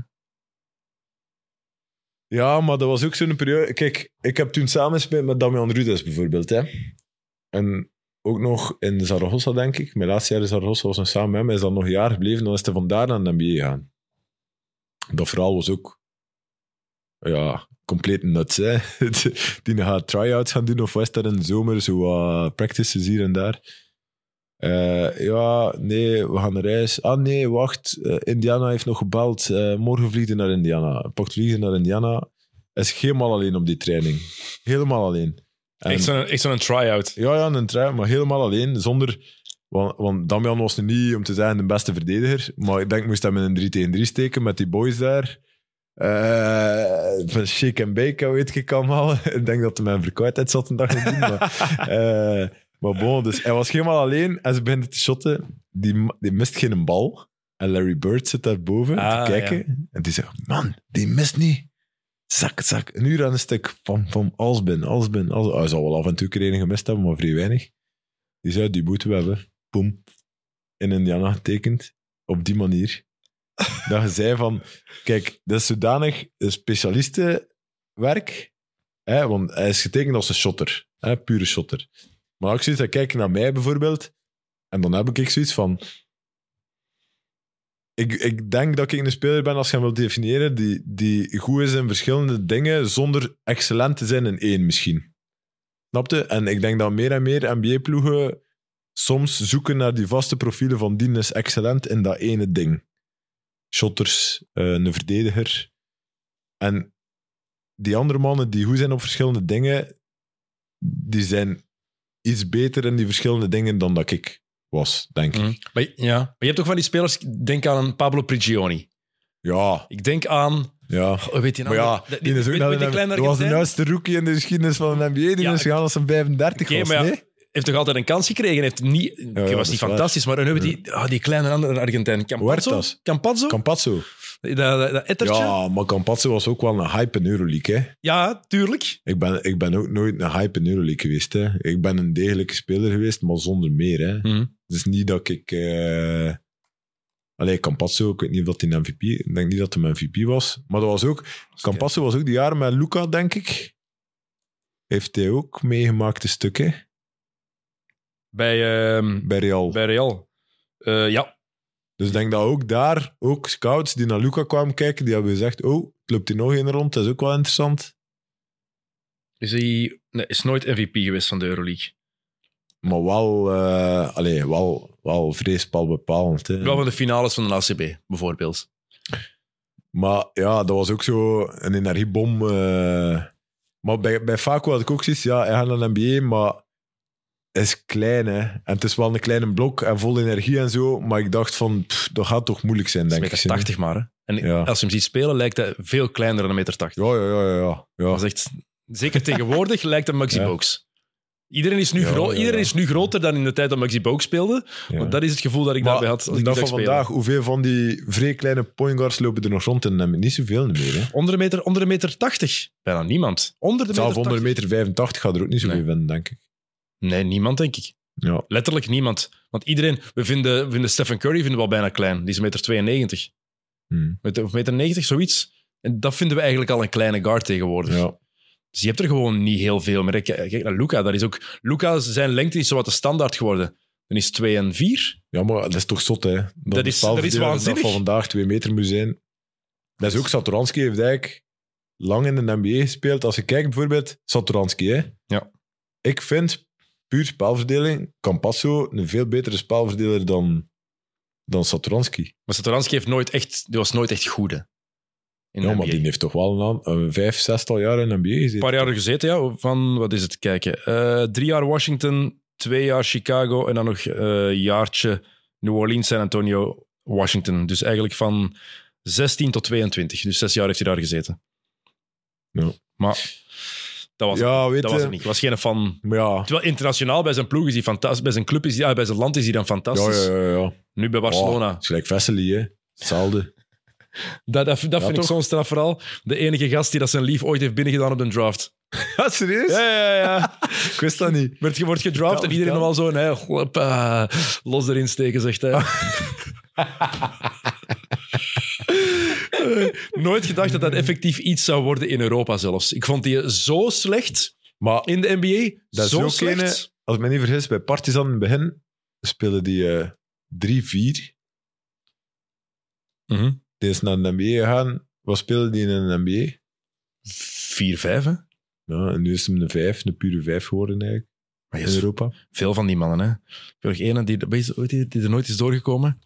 Ja, maar dat was ook zo'n periode... Kijk, ik heb toen samengespeeld met Damian Rudes bijvoorbeeld. Hè. En ook nog in Zaragoza, denk ik. Mijn laatste jaar in Zaragoza was nog samen met hem. Hij is dan nog een jaar gebleven. Dan is hij vandaar naar de N B A gegaan. Dat verhaal was ook... Ja, compleet nuts. Hè. Die gaat try-outs gaan doen of was dat in de zomer. Zo uh, practices hier en daar. Uh, ja, nee, we gaan naar reis. Ah nee, wacht. Uh, Indiana heeft nog gebeld. Uh, morgen vliegt hij naar Indiana. Pakt vliegen naar Indiana. Hij is helemaal alleen op die training. Helemaal alleen. En, Echt zo'n, echt zo'n try-out. ja, ja, een try, maar helemaal alleen. Zonder... Want, want Damian was nu niet, om te zeggen, de beste verdediger. Maar ik denk, moest hem in een drie tegen drie steken met die boys daar. Uh, van shake and bake, weet ik allemaal. Ik denk dat hij mijn verkoudheid zat een dag te doen. Maar, uh, maar bon, dus hij was helemaal alleen en ze beginnen te shotten. Die, die mist geen bal. En Larry Bird zit daarboven Ah, te kijken. ja. En die zegt, man, die mist niet. Zak, zak. Een uur aan een stuk. Van, van Alsbin, Alsbin, Alsbin. Hij zal wel af en toe een keer gemist hebben, maar vrij weinig. Die zei, die moeten we hebben. Boom. In Indiana getekend. Op die manier. Dat je zei van... Kijk, dat is zodanig specialistenwerk. Hè, want hij is getekend als een shotter. Hè, pure shotter. Maar als ik zoiets kijk naar mij bijvoorbeeld... En dan heb ik zoiets van... Ik, ik denk dat ik een speler ben, als je hem wilt definiëren, die, die goed is in verschillende dingen, zonder excellent te zijn in één misschien. Snap je? En ik denk dat meer en meer N B A-ploegen soms zoeken naar die vaste profielen van die is excellent in dat ene ding. Shotters, uh, een verdediger. En die andere mannen die goed zijn op verschillende dingen, die zijn iets beter in die verschillende dingen dan dat ik was, denk ik. Mm. Maar, ja. maar je hebt ook van die spelers, denk aan een Pablo Prigioni. Ja. Ik denk aan... Ja. Oh, weet je nou, maar ja, die, die is ook weet, naar weet die een, kleine dat was de Argentijn? juiste rookie in de geschiedenis van de N B A. Die Ja, is gegaan als een vijfendertig Oké, was, maar ja, nee? heeft toch altijd een kans gekregen? Heeft niet, ja, oké, was dat niet is fantastisch, maar dan hebben we die, oh, die kleine andere Argentijn. Campazzo? Huertas. Campazzo? Campazzo. Dat, dat, dat ettertje? Ja. Ja, maar Campazzo was ook wel een hype in Euroleague, hè. ja, tuurlijk. Ik ben, ik ben ook nooit een hype in Euroleague geweest, hè. Ik ben een degelijke speler geweest, maar zonder meer, hè. Hm. Het is niet dat ik... Uh... Allee, Campazzo, ik weet niet of dat hij een M V P... Ik denk niet dat hij een M V P was. Maar dat was ook... Campazzo was ook die jaren met Luca, denk ik. Heeft hij ook meegemaakt, een stuk, hè. Bij, uh, Bij Real. bij Real. Uh, ja. Dus ik denk dat ook daar, ook scouts die naar Luca kwamen kijken, die hebben gezegd, oh, het loopt hij nog een rond, dat is ook wel interessant. Is hij nee, is nooit M V P geweest van de Euroleague. Maar wel, uh, allee, wel, wel vreespalbepalend. Hè. Wel van de finales van de A C B, bijvoorbeeld. Maar ja, dat was ook zo een energiebom. Uh, maar bij, bij Facu had ik ook zoiets, ja, hij gaat naar de N B A, maar hij is klein, hè. En het is wel een kleine blok en vol energie en zo, maar ik dacht van, pff, dat gaat toch moeilijk zijn, denk ik. een meter tachtig maar, hè. En ja. als je hem ziet spelen, lijkt hij veel kleiner dan een meter tachtig. Ja, ja, ja. ja, ja. Dat is echt, zeker tegenwoordig lijkt hij Maxi Ja. Bogues. Iedereen, is nu, Ja, gro- ja, ja. iedereen is nu groter dan in de tijd dat Maxi Bogues speelde. Ja. Want dat is het gevoel dat ik Maar daarbij had als ik de die dag zag van spelen. vandaag, hoeveel van die vrij kleine point guards lopen er nog rond en nemen niet zoveel meer, hè? Onder de meter, onder de meter tachtig. Bijna niemand. Onder de Zelf meter onder de tachtig. meter vijfentachtig gaat er ook niet zoveel Nee. vinden, denk ik. Nee, niemand, denk ik. Ja. Letterlijk niemand. Want iedereen... We vinden, we vinden Stephen Curry vinden we al bijna klein. Die is een meter tweeënnegentig. Hmm. Met, of meter negentig, zoiets. En dat vinden we eigenlijk al een kleine guard tegenwoordig. Ja. Dus je hebt er gewoon niet heel veel meer. Kijk, kijk naar Luca. Dat is ook... Luca, zijn lengte is zo wat de standaard geworden. Dan is twee en vier. ja, maar dat is toch zot, hè? Dat, Dat is- dat is waanzinnig. van vandaag twee meter moet zijn. Dat is ook Satoranski heeft eigenlijk lang in de N B A gespeeld. Als je kijkt bijvoorbeeld, Satoranski, hè? Ja. Ik vind, puur spelverdeling, Campazzo een veel betere spelverdeler dan, dan Satoranski. Maar Satoranski heeft nooit echt... Die was nooit echt goed, hè. In de Ja, N B A. maar die heeft toch wel een, aan- een vijf, zestal jaar in de N B A gezeten. Een paar jaar gezeten, ja. Van, wat is het, kijken. Eh, drie jaar Washington, twee jaar Chicago en dan nog een uh, jaartje New Orleans, San Antonio, Washington. Dus eigenlijk van zestien tot tweeëntwintig. Dus zes jaar heeft hij daar gezeten. Ja. Maar dat was, Ja, het, weet dat was je- het niet. Ik was geen fan. Maar ja, Terwijl internationaal bij zijn ploeg is hij fantastisch. Bij zijn club is hij, ja, bij zijn land is hij dan ja, fantastisch. ja, ja, ja. Nu bij Barcelona. Oh, het is gelijk Vesely, hè. Hetzelfde. Dat, dat, dat Ja, vind ik toch? zo'n straf vooral. De enige gast die dat zijn lief ooit heeft binnengedaan op de draft. Ja, serieus? Ja, ja, ja. Ik wist dat niet. Werd, je wordt gedraft Vertel, en iedereen nog vertel. wel zo... Nee, hoppa, los erin steken, zegt hij. Nooit gedacht dat dat effectief iets zou worden in Europa zelfs. Ik vond die zo slecht Maar in de N B A. dat is zo ook slecht. ene, als ik me niet vergis, bij Partizan in het begin speelde die eh, drie vier. Mhm. Die is naar de N B A gegaan. Wat speelde die in de N B A? vier vijf, hè? Ja, en nu is hem een vijf, een pure vijf geworden eigenlijk, Maar in je is Europa. veel van die mannen, hè. Ik heb nog één die, weet je, die, die er nooit is doorgekomen.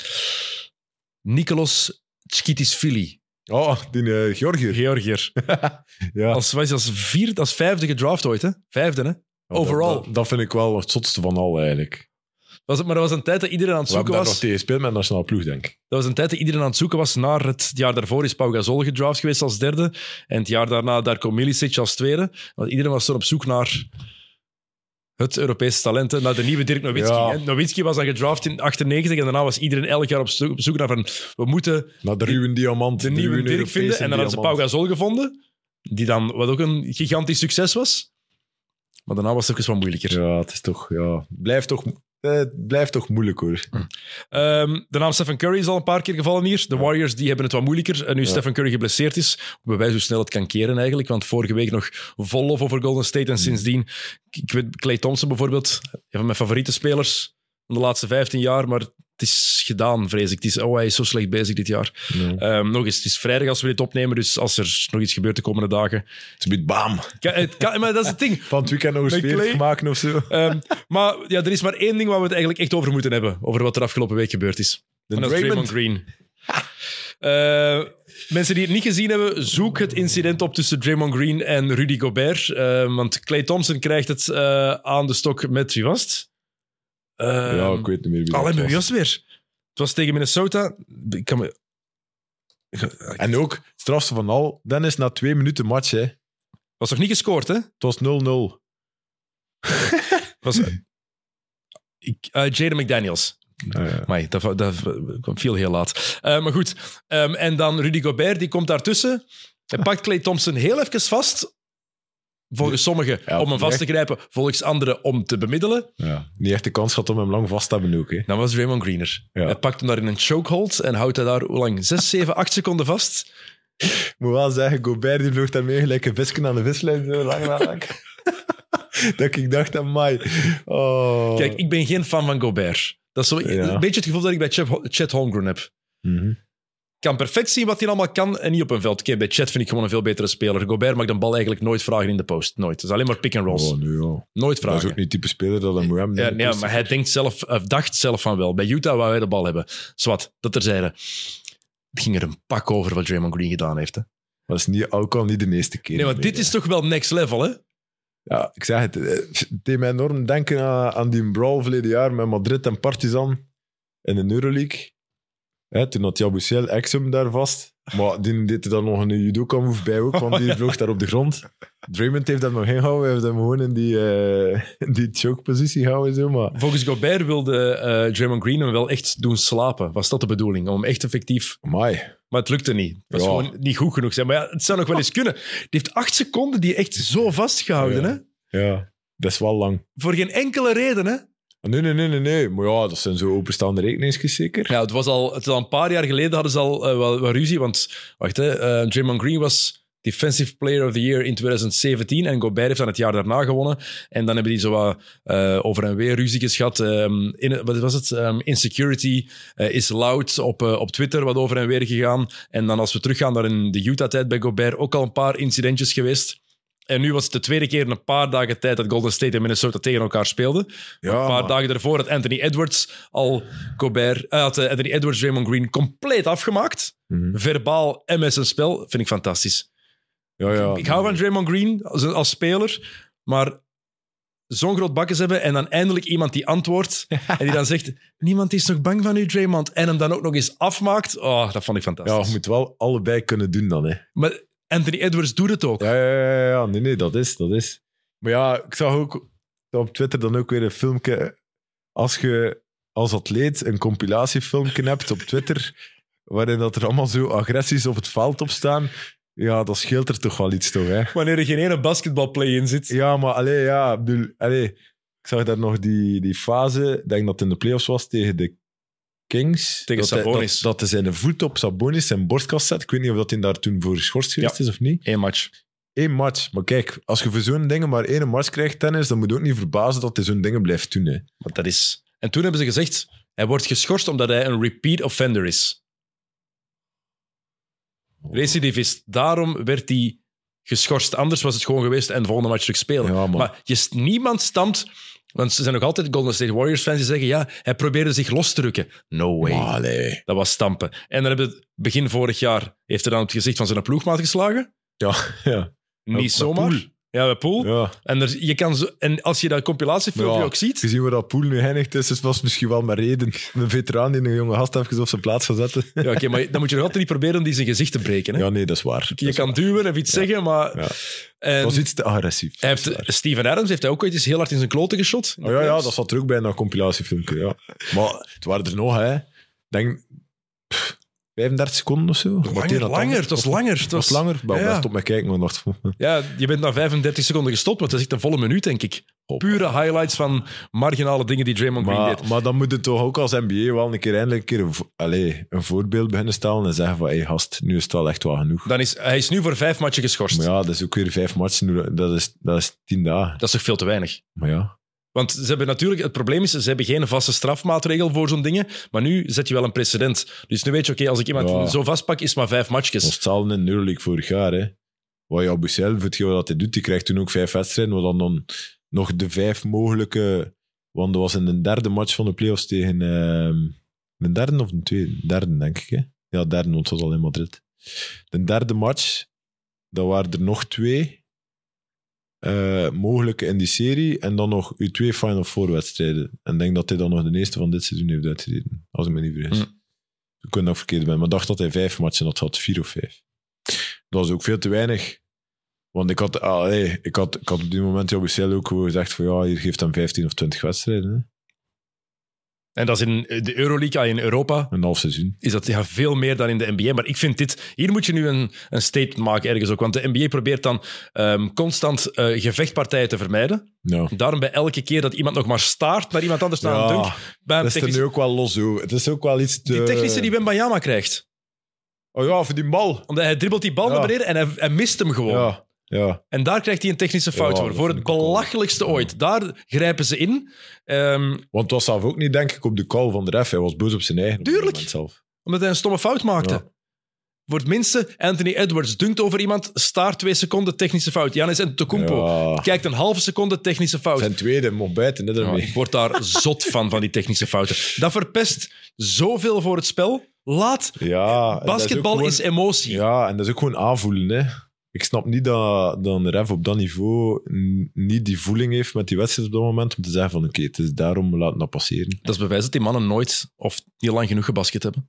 Nicolas Tskitisvili. Oh, die uh, Georgiër. Georgiër. Ja. Als, was hij als, vierde, als vijfde gedraft ooit, hè? Vijfde, hè? Ja, overall. Dat, dat, dat vind ik wel het zotste van al eigenlijk. Was het, maar dat was een tijd dat iedereen aan het We hebben zoeken daar nog was. tegen gespeeld met de nationale ploeg, denk ik. Dat was een tijd dat iedereen aan het zoeken was naar het, het jaar daarvoor is Pau Gasol gedraft geweest als derde. En het jaar daarna Darko Milicic als tweede. Want iedereen was toen op zoek naar het Europese talent, hè, naar de nieuwe Dirk Nowitzki. Ja. hè. Nowitzki was dan gedraft in achtennegentig en daarna was iedereen elk jaar op zoek, op zoek naar van we moeten Naar de ruwe diamant. de nieuwe ruwe Dirk Europese vinden. En dan hadden ze Pau diamant. Gasol gevonden, die dan, wat ook een gigantisch succes was. Maar daarna was het even wat moeilijker. Ja, het is toch... Ja, blijft toch, eh, het blijft toch moeilijk, hoor. Ehm, de naam Stephen Curry is al een paar keer gevallen hier. De Warriors die hebben het wat moeilijker. En nu Ja. Stephen Curry geblesseerd is, bewijs hoe snel het kan keren eigenlijk. Want vorige week nog vol lof over Golden State. En sindsdien, ik weet, Klay Thompson bijvoorbeeld, een van mijn favoriete spelers van de laatste vijftien jaar. Maar het is gedaan, vrees ik. Het is, oh, hij is zo slecht bezig dit jaar. Ja. Ehm, nog eens, het is vrijdag als we dit opnemen. Dus als er nog iets gebeurt de komende dagen... Het is een beetje bam. Kan, het kan, maar dat is het ding. Van het weekend nog eens Met veertig Klay. maken of zo. Ehm, maar ja, er is maar één ding waar we het eigenlijk echt over moeten hebben. Over wat er afgelopen week gebeurd is. De En dat is Draymond Draymond. Green. Eh, mensen die het niet gezien hebben, zoek het incident op tussen Draymond Green en Rudy Gobert. Eh, want Klay Thompson krijgt het eh, aan de stok met, wie was het? Uh, ja, ik weet niet meer wie Allee, dat wie was. was het weer? Het was tegen Minnesota. Ik kan me... En ook, het strafste van al, Dennis, na twee minuten match, hè. Was nog niet gescoord, hè? Het was nul nul. Was... ik, uh, Jaden McDaniels. Nou ja. Amai, dat, dat kwam veel heel laat. Uh, maar goed. Um, en dan Rudy Gobert, die komt daartussen. Hij pakt Klay Thompson heel even vast. Volgens sommigen Ja, om hem vast te echt. grijpen. Volgens anderen om te bemiddelen. Ja. Niet echt de kans gehad om hem lang vast te hebben ook, hè. Dan was Draymond Green er. Ja. Hij pakt hem daar in een chokehold en houdt hij daar, hoe lang? Zes, zeven, acht seconden vast. Ik moet wel zeggen, Gobert die vloog daarmee gelijk een visje aan de vislijn. Zo lang lang. Dat ik dacht, amai. Oh. Kijk, ik ben geen fan van Gobert. Dat is zo, Ja. een beetje het gevoel dat ik bij Chet, Chet Holmgren heb. Mhm. Ik kan perfect zien wat hij allemaal kan en niet op een veld. Kijk, bij Chet vind ik gewoon een veel betere speler. Gobert mag de bal eigenlijk nooit vragen in de post. Nooit. Het is alleen maar pick and rolls. Oh, nu, ja. Nooit Dat is vragen. ook niet type speler dat hij moet hebben. Ja, nee, maar hij denkt zelf, of dacht zelf van wel. Bij Utah wou hij de bal hebben. Zwat, dat terzijde. Het ging er een pak over wat Draymond Green gedaan heeft. Hè. Dat is niet, ook al niet de eerste keer. Nee, maar dit is toch wel next level, hè? Ja, ik zeg het. Het deed mij enorm denken aan, aan die brawl verleden jaar met Madrid en Partizan in de Euroleague. Hè, toen had Jabusel Exum daar vast. Maar die deed er dan nog een judoka-move bij ook, want die vloog daar op de grond. Draymond heeft dat nog ingehouden. Hij heeft hem gewoon in die, uh, in die choke-positie gehouden. Zo, maar... Volgens Gobert wilde uh, Draymond Green hem wel echt doen slapen. Was dat de bedoeling? Om hem echt effectief... Amai. Maar het lukte niet. Het was Ja. gewoon niet goed genoeg zijn. Maar ja, het zou nog wel eens kunnen. Die heeft acht seconden die echt zo vastgehouden, Ja. hè? Ja, dat is wel lang. Voor geen enkele reden, hè? Nee, nee, nee, nee, nee. Maar ja, dat zijn zo openstaande rekeningsjes zeker. Ja, het was al, het was al een paar jaar geleden hadden ze al uh, wel, wel ruzie. Want, wacht, hè, uh, Draymond Green was Defensive Player of the Year in twintig zeventien. En Gobert heeft dan het jaar daarna gewonnen. En dan hebben die zo wat uh, over en weer ruzies gehad. Um, in, wat was het? Um, insecurity uh, is loud op, uh, op Twitter, wat over en weer gegaan. En dan als we teruggaan naar in de Utah-tijd bij Gobert, ook al een paar incidentjes geweest. En nu was het de tweede keer in een paar dagen tijd dat Golden State en Minnesota tegen elkaar speelden. Ja, een paar man. dagen daarvoor had Anthony Edwards al Gobert, uh, had uh, Anthony Edwards Draymond Green compleet afgemaakt. Mhm. Verbaal en met zijn spel. Vind ik fantastisch. Ja, ja. Ik hou van Draymond Green als, als speler, maar zo'n groot bakkes hebben en dan eindelijk iemand die antwoordt en die dan zegt, niemand is nog bang van u, Draymond, en hem dan ook nog eens afmaakt. Oh, dat vond ik fantastisch. Ja, je moet wel allebei kunnen doen dan, hè. Maar Anthony Edwards doet het ook. Ja, ja, ja, ja. Nee, nee, dat is, dat is. Maar ja, ik zag ook op Twitter dan ook weer een filmpje. Als je als atleet een compilatiefilmpje hebt op Twitter, waarin dat er allemaal zo agressies op het veld op staan, ja, dat scheelt er toch wel iets, toch, hè? Wanneer er geen ene basketbalplay in zit. Ja, maar allee, ja, ik bedoel, allee, ik zag daar nog die, die fase, ik denk dat het in de playoffs was, tegen de Kings. Tegen dat hij- Sabonis. Dat, dat hij zijn voet op Sabonis, zijn borstkast zet. Ik weet niet of dat hij daar toen voor geschorst geweest Ja. is of niet. Eén match. Eén match. Maar kijk, als je voor zo'n dingen maar één match krijgt, tennis, dan moet je ook niet verbazen dat hij zo'n dingen blijft doen. Hè. Want dat is... En toen hebben ze gezegd, hij wordt geschorst omdat hij een repeat offender is. Recidivist. Daarom werd hij geschorst. Anders was het gewoon geweest en de volgende match terug spelen. Ja, man. Maar je, niemand stamt... Want ze zijn nog altijd Golden State Warriors fans die zeggen, ja, hij probeerde zich los te rukken. No way. Maar allee. Dat was stampen. En dan hebben we begin vorig jaar, heeft hij dan op het gezicht van zijn ploegmaat geslagen. Ja, ja. Niet met zomaar. Poel. Ja, bij Poel. ja. En, er, je kan zo, en als je dat compilatiefilmpje Ja, ook ziet... Gezien waar dat Poel nu eindigt is, was het misschien wel maar reden. Een veteraan die een jonge gast even op zijn plaats gaat zetten. Ja, oké, maar dan moet je nog altijd niet proberen om die zijn gezicht te breken. Hè? Ja, nee, dat is waar. je Dat kan is duwen of iets zeggen, maar... Ja. En waar. Dat was iets te agressief. hij Dat is heeft, waar. Steven Adams heeft hij ook ooit eens heel hard in zijn kloten geschot. Oh, ja, ja, dat zat er ook bij in dat compilatiefilmpje. Ja. Maar het waren er nog, hè. Ik denk pff, vijfendertig seconden of zo. Maar Langer, langer, het was langer. Het Het was was langer. Maar ja. ja. Stop met kijken, maar dacht van... Ja, je bent na vijfendertig seconden gestopt, want dat is echt een volle minuut, denk ik. Pure highlights van marginale dingen die Draymond Green deed. Maar, maar dan moet je toch ook als N B A wel een keer eindelijk een, keer een, vo- allez, een voorbeeld beginnen stellen en zeggen van, hé hey, gast, nu is het wel echt wel genoeg. Dan is, hij is nu voor vijf matchen geschorst. Maar ja, dat is ook weer vijf matchen, dat is, dat is tien dagen. Dat is toch veel te weinig? Maar ja, Want ze hebben natuurlijk, het probleem is, ze hebben geen vaste strafmaatregel voor zo'n dingen, maar nu zet je wel een precedent. Dus nu weet je, oké, als ik iemand Ja. zo vastpak, is het maar vijf dat was matchjes. hetzelfde in de Euroleague vorig jaar. Hè. Wat jou zelf, hetgeen wat hij doet, die krijgt toen ook vijf wedstrijden, wat dan, dan nog de vijf mogelijke... Want dat was in de derde match van de playoffs tegen... Uh, de derde of de tweede? Derde, denk ik. Hè? Ja, derde, want het was al in Madrid. De derde match, dat waren er nog twee... uh, mogelijk in die serie en dan nog uw twee Final Four wedstrijden. En ik denk dat hij dan nog de eerste van dit seizoen heeft uitgereden. Als ik me niet vergis. Mm. Ik kan nog verkeerd ben, maar ik dacht dat hij vijf matchen had gehad, vier of vijf. Dat was ook veel te weinig. Want ik had, ah, hey, ik had, ik had op die moment Job Cel ook gezegd van ja, hier geeft hem vijftien of twintig wedstrijden. Hè. En dat is in de Euroleague, in Europa. Een half seizoen. Is dat ja, veel meer dan in de N B A. Maar ik vind dit... Hier moet je nu een, een statement maken ergens ook. Want de N B A probeert dan um, constant uh, gevechtpartijen te vermijden. Ja. Daarom bij elke keer dat iemand nog maar staart naar iemand anders naar ja, een dunk. Bij een dat is er nu ook wel los. Hoor. Het is ook wel iets te... Die technische die Wembanyama krijgt. Oh ja, voor die bal. Omdat hij dribbelt die bal ja. naar beneden en hij, hij mist hem gewoon. Ja. Ja. En daar krijgt hij een technische fout ja, voor. Voor het belachelijkste ooit. Ja. Daar grijpen ze in. Um, Want het was zelf ook niet, denk ik, op de call van de ref. Hij was boos op zijn eigen. Tuurlijk. Zelf. Omdat hij een stomme fout maakte. Ja. Voor het minste, Anthony Edwards dunkt over iemand, staart twee seconden, technische fout. Giannis Antetokounmpo ja. kijkt een halve seconde, technische fout. Zijn tweede, mocht bijten. Net ja, ik word daar zot van, van die technische fouten. Dat verpest zoveel voor het spel. Laat. Ja, basketbal is, is gewoon, emotie. Ja, en dat is ook gewoon aanvoelen, hè. Ik snap niet dat, dat een ref op dat niveau niet die voeling heeft met die wedstrijd op dat moment om te zeggen van oké, okay, het is daarom, laten dat passeren. Dat is bewijs dat die mannen nooit of niet lang genoeg gebasket hebben.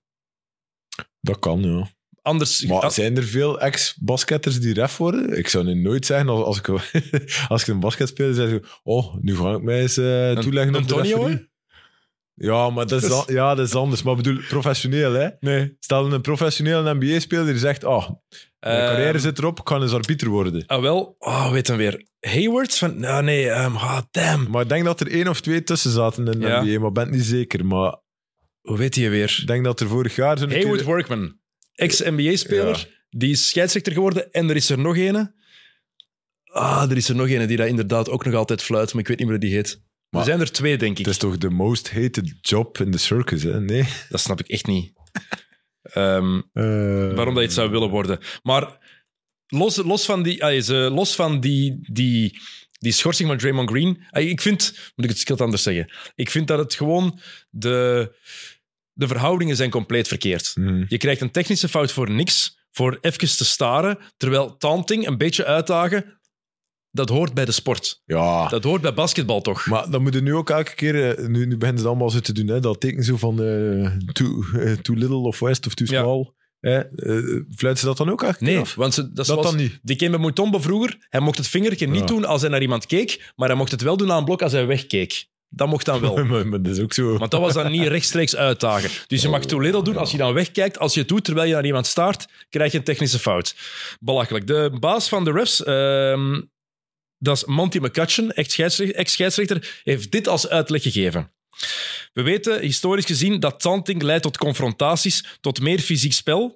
Dat kan, ja. Anders, maar zijn er veel ex-basketters die ref worden? Ik zou nu nooit zeggen, als, als, ik, als ik een basket speel, zeg ik, oh, nu ga ik mij eens uh, toeleggen op de referee. Ja, maar dat is, dus... a- ja, dat is anders. Maar ik bedoel, professioneel, hè? Nee. Stel een professioneel N B A-speler die zegt, oh, mijn uh, carrière zit erop, ik kan eens arbiter worden. Ah, wel. Oh, weet hem weer. Hayward? Van, oh, nee, um, oh, damn. Maar ik denk dat er één of twee tussen zaten in de ja. N B A, maar ik ben het niet zeker. Maar hoe weet je weer? Ik denk dat er vorig jaar... Zo'n Hayward keer... Workman, ex-N B A-speler, ja. die is scheidsrechter geworden. En er is er nog ene. Ah, er is er nog ene die dat inderdaad ook nog altijd fluit, maar ik weet niet meer hoe die heet. Maar er zijn er twee, denk ik. Het is toch de most hated job in the circus, hè? Nee? Dat snap ik echt niet. um, uh, waarom dat je het zou willen worden. Maar los, los van, die, uh, los van die, die, die schorsing van Draymond Green... Uh, ik vind... Moet ik het skil anders zeggen? Ik vind dat het gewoon... De, de verhoudingen zijn compleet verkeerd. Mm. Je krijgt een technische fout voor niks, voor even te staren, terwijl taunting, een beetje uitdagen... Dat hoort bij de sport. Ja. Dat hoort bij basketbal toch? Maar dan moeten nu ook elke keer... Nu, nu beginnen ze allemaal zo te doen. Hè, dat teken zo van uh, too, uh, too little of west of too small. Ja. Hè, uh, fluiten ze dat dan ook elke keer nee, af? want ze, dat, dat zoals, dan niet. Die keer met Mutombo vroeger. Hij mocht het vingertje niet ja. doen als hij naar iemand keek, maar hij mocht het wel doen aan een blok als hij wegkeek. Dat mocht dan wel. maar, maar dat is ook zo. Want dat was dan niet rechtstreeks uitdagen. Dus je mag too little doen als je dan wegkijkt. Als je het doet terwijl je naar iemand staart, krijg je een technische fout. Belachelijk. De baas van de refs... Uh, Dat is Monty McCutcheon, ex-scheidsrechter, heeft dit als uitleg gegeven. We weten historisch gezien dat taunting leidt tot confrontaties, tot meer fysiek spel.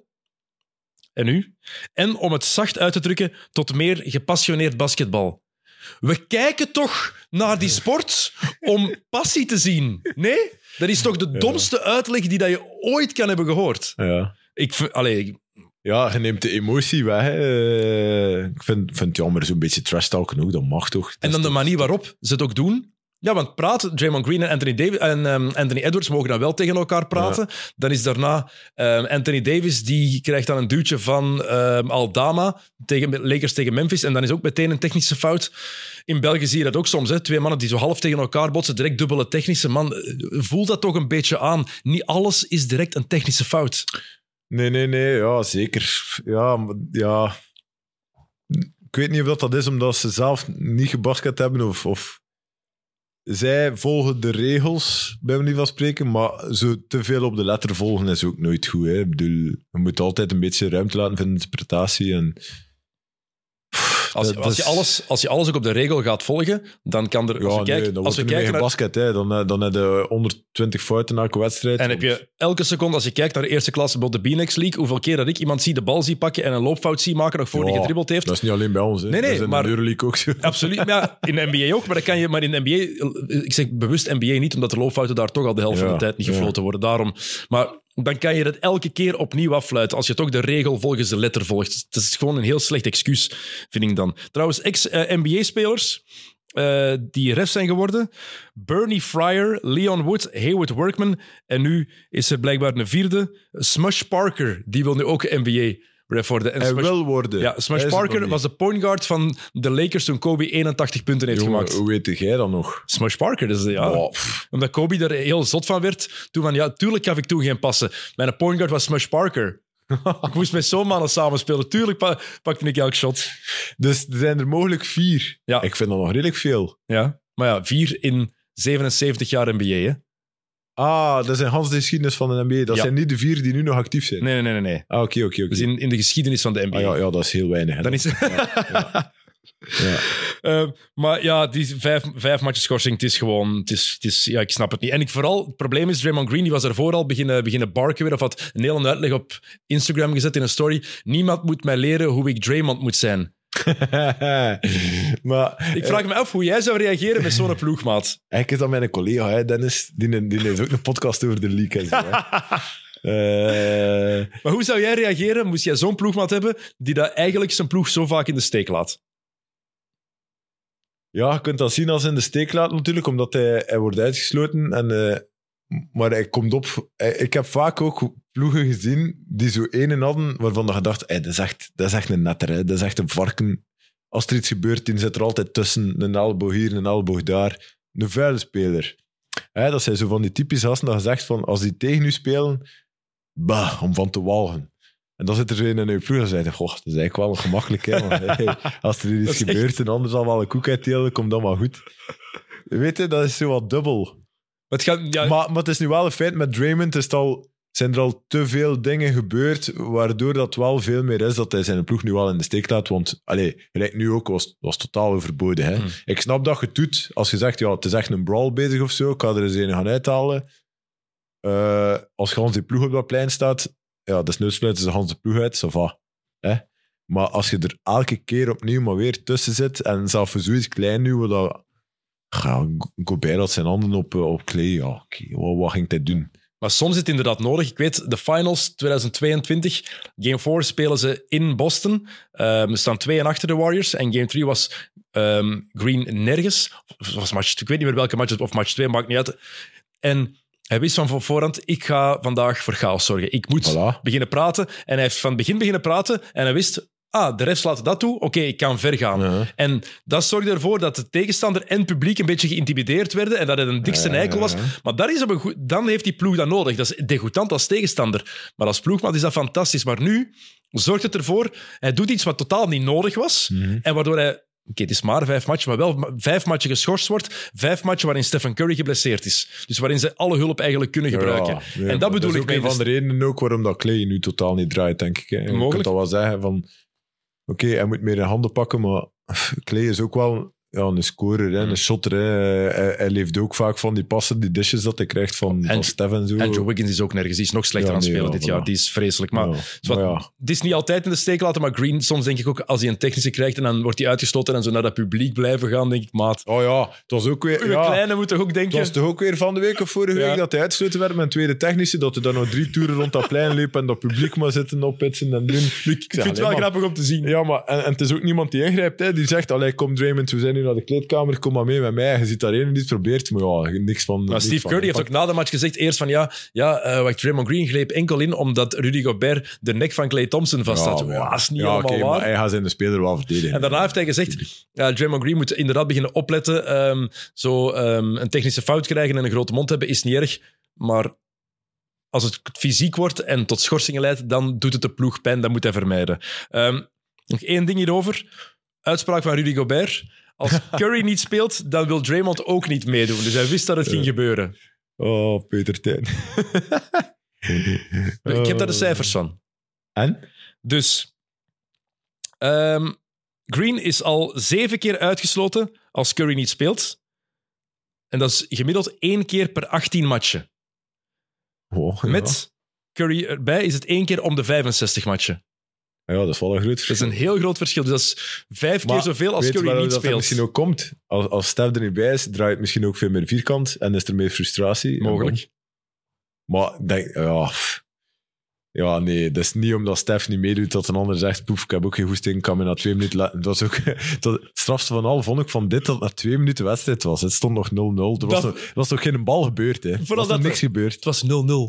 En nu? En om het zacht uit te drukken, tot meer gepassioneerd basketbal. We kijken toch naar die sport om passie te zien? Nee? Dat is toch de domste uitleg die dat je ooit kan hebben gehoord? Ja. Ik, allee, Ja, je neemt de emotie weg. Uh, ik vind, vind het jammer, zo'n beetje trash-talken ook, dat mag toch. Dat en dan de toch... manier waarop ze het ook doen. Ja, want praten, Draymond Green en Anthony, Davis, en, um, Anthony Edwards mogen dan wel tegen elkaar praten. Ja. Dan is daarna um, Anthony Davis, die krijgt dan een duwtje van um, Aldama, tegen, Lakers tegen Memphis. En dan is ook meteen een technische fout. In België zie je dat ook soms. Hè? Twee mannen die zo half tegen elkaar botsen, direct dubbele technische. Man, voel dat toch een beetje aan. Niet alles is direct een technische fout. Nee, nee, nee. Ja, zeker. Ja, ja. Ik weet niet of dat, dat is omdat ze zelf niet gebasket hebben of... of... Zij volgen de regels, bij manier van spreken, maar zo te veel op de letter volgen is ook nooit goed. Hè. Ik bedoel, je moet altijd een beetje ruimte laten voor de interpretatie. En... Als, als, je alles, als je alles ook op de regel gaat volgen, dan kan er... Ja, als we nee, kijken, dan als we wordt er kijken geen naar, basket. Hè. Dan, dan heb je honderdtwintig fouten na elke wedstrijd. En heb je elke seconde, als je kijkt naar de eerste klasse bij de B-Nex League, hoeveel keer dat ik iemand zie de bal zie pakken en een loopfout zie maken nog voor ja, hij gedribbeld heeft. Dat is niet alleen bij ons. Hè. Nee, nee, dat is in maar, de Euroleague ook zo. Absoluut. Ja, in de N B A ook, maar, dat kan je, maar in de N B A... Ik zeg bewust N B A niet, omdat de loopfouten daar toch al de helft ja, van de tijd niet gefloten ja. worden. Daarom... Maar dan kan je het elke keer opnieuw affluiten. Als je toch de regel volgens de letter volgt. Het is gewoon een heel slecht excuus, vind ik dan. Trouwens, ex-N B A-spelers uh, die refs zijn geworden. Bernie Fryer, Leon Wood, Hayward Workman. En nu is er blijkbaar een vierde. Smush Parker, die wil nu ook N B A voor de, en Hij Smash, wil worden. ja, Smash Hij is het Parker nog was de point guard van de Lakers toen Kobe eenentachtig punten heeft Jongen, gemaakt. hoe weet jij dat nog? Smash Parker, dus ja. Wow. Omdat Kobe er heel zot van werd. Toen van, ja, tuurlijk gaf ik toen geen passen. Mijn point guard was Smash Parker. Ik moest met zo'n mannen samenspelen. Tuurlijk pa- pakte ik elk shot. Dus er zijn er mogelijk vier. Ja. Ik vind dat nog redelijk veel. Ja. Maar ja, vier in zevenenzeventig jaar N B A, hè? Ah, dat zijn Hans de geschiedenis van de N B A. Dat Ja. zijn niet de vier die nu nog actief zijn. Nee, nee, nee, nee. Ah, oké, oké, oké. Dus in, in de geschiedenis van de N B A. Ah, ja, ja, dat is heel weinig. Hè. Dan is... Ja. Ja. Uh, maar ja, die vijf, vijf matchen schorsing, het is gewoon... Het is, het is, ja, ik snap het niet. En ik vooral, het probleem is, Draymond Green die was ervoor al beginnen, beginnen barken weer, of had een hele uitleg op Instagram gezet in een story. Niemand moet mij leren hoe ik Draymond moet zijn. Maar Ik vraag me af hoe jij zou reageren met zo'n ploegmaat. eigenlijk is dat mijn collega, hè, Dennis. Die, die heeft ook een podcast over de league. En zo, hè. Uh, Maar hoe zou jij reageren, moest jij zo'n ploegmaat hebben, die dat eigenlijk zijn ploeg zo vaak in de steek laat? ja, je kunt dat zien als in de steek laten natuurlijk, omdat hij, hij wordt uitgesloten. En, uh, maar hij komt op... Hij, ik heb vaak ook ploegen gezien die zo een hadden waarvan je dacht, hey, dat, is echt, dat is echt een netter, hè. Dat is echt een varken. Als er iets gebeurt, die zit er altijd tussen. Een elleboog hier, een elleboog daar. Een vuile speler. Hè, dat zijn zo van die typische gasten dat je zegt van, als die tegen u spelen, bah, om van te walgen. En dan zit er zo een in je ploeg en zei, goh, dat is eigenlijk wel gemakkelijk. Hè, want, hey, als er iets gebeurt echt... en anders zal wel een koek uitdelen, komt dan maar goed. Weet je, dat is zo wat dubbel. Maar het, gaat, ja... maar, maar het is nu wel een feit, met Draymond is het al, zijn er al te veel dingen gebeurd, waardoor dat wel veel meer is dat hij zijn ploeg nu wel in de steek laat. Want, allee, gelijk nu ook, was, was totaal overbodig. Hè. Hmm. Ik snap dat je het doet, als je zegt, ja, het is echt een brawl bezig of zo, ik ga er eens een gaan uithalen. Uh, als Hans die ploeg op dat plein staat, ja, dus sluiten ze Hans de ploeg uit, ça va. Hè? Maar als je er elke keer opnieuw maar weer tussen zit, en zelfs voor zoiets klein nu, waar dat... Ja, Gobert had zijn handen op, op Clay, ja, okay, wat, wat ging hij doen? Maar soms is het inderdaad nodig. Ik weet, de finals twintig tweeëntwintig, game vier spelen ze in Boston. Um, er staan twee en achter de Warriors. En game drie was um, Green nergens. Of was match, ik weet niet meer welke match het of match twee, maakt niet uit. En hij wist van voorhand, ik ga vandaag voor chaos zorgen. Ik moet voilà. beginnen praten. En hij heeft van het begin beginnen praten en hij wist... Ah, de refs laten dat toe. Oké, okay, ik kan ver gaan. Uh-huh. En dat zorgde ervoor dat de tegenstander en het publiek een beetje geïntimideerd werden en dat het een dikste uh-huh. eikel was. Maar dat is op een goed, dan heeft die ploeg dat nodig. Dat is degoutant als tegenstander. Maar als ploegmaat is dat fantastisch. Maar nu zorgt het ervoor... Hij doet iets wat totaal niet nodig was. Uh-huh. En waardoor hij... Oké, okay, het is maar vijf matchen, maar wel vijf matchen geschorst wordt. Vijf matchen waarin Stephen Curry geblesseerd is. Dus waarin ze alle hulp eigenlijk kunnen gebruiken. Ja, ja, en dat bedoel dat ik... Dat is ook een van de redenen ook waarom dat Clay nu totaal niet draait, denk ik. Hè. Je kunt dat wel zeggen van... Oké, okay, hij moet meer in handen pakken, maar Clay is ook wel ja, een scorer, hè, een shotter. Hè. Hij, hij leeft ook vaak van die passen, die dishes dat hij krijgt van, van Steph en zo. Andrew Wiggins is ook nergens. Die is nog slechter ja, aan het spelen nee, ja, dit voilà. jaar. Die is vreselijk. Maar, ja, maar ja. Het is niet altijd in de steek laten, maar Green, soms denk ik ook, als hij een technische krijgt en dan wordt hij uitgesloten en zo naar dat publiek blijven gaan, denk ik, maat. Oh ja, het was ook weer... Uw ja, kleine moet toch ook denken... Het was toch ook weer van de week of vorige ja. week dat hij uitgesloten werd met een tweede technische, dat hij dan nog drie toeren rond dat plein liep en dat publiek maar zitten oppitsen en doen. Ik, ik vind het wel maar, grappig om te zien. Ja, maar en, en het is ook niemand die ingrijpt, hè, die zegt, allee, kom Draymond, we zijn nu naar de kleedkamer, kom maar mee met mij. Je ziet daar één die het probeert, maar ja, niks van... Maar Steve van, Curry heeft ook na de match gezegd, eerst van ja, ja uh, wacht, Draymond Green greep enkel in omdat Rudy Gobert de nek van Klay Thompson vast had. Ja, ja. Dat is niet ja, allemaal okay, waar. Maar hij gaat zijn de speler wel verdedigen. En daarna heeft hij gezegd, ja, Draymond Green moet inderdaad beginnen opletten. Um, zo um, een technische fout krijgen en een grote mond hebben is niet erg, maar als het fysiek wordt en tot schorsingen leidt, dan doet het de ploeg pijn, dat moet hij vermijden. Um, nog één ding hierover. Uitspraak van Rudy Gobert. Als Curry niet speelt, dan wil Draymond ook niet meedoen. Dus hij wist dat het ging gebeuren. Oh, Peter Tijn. Ik heb daar de cijfers van. En? Dus... Um, Green is al zeven keer uitgesloten als Curry niet speelt. En dat is gemiddeld één keer per achttien matchen. Oh, ja. Met Curry erbij is het één keer om de vijfenzestig matchen. Ja, dat is wel een groot verschil. Dat is een heel groot verschil. Dus dat is vijf maar keer zoveel als Curry niet dat speelt. Dat misschien ook komt. Als, als Steph er niet bij is, draait het misschien ook veel meer vierkant en is er meer frustratie. Mogelijk. Maar denk, ja... Ja, nee, dat is niet omdat Steph niet meedoet dat een ander zegt, poef, ik heb ook geen goesting, ik kan me na twee minuten laten. Dat was ook dat, het strafste van al, vond ik van dit, dat het na twee minuten wedstrijd was. Het stond nog nul nul. Er was, nog, er was nog geen bal gebeurd, hè. Er was nog niks gebeurd. Het was nul nul.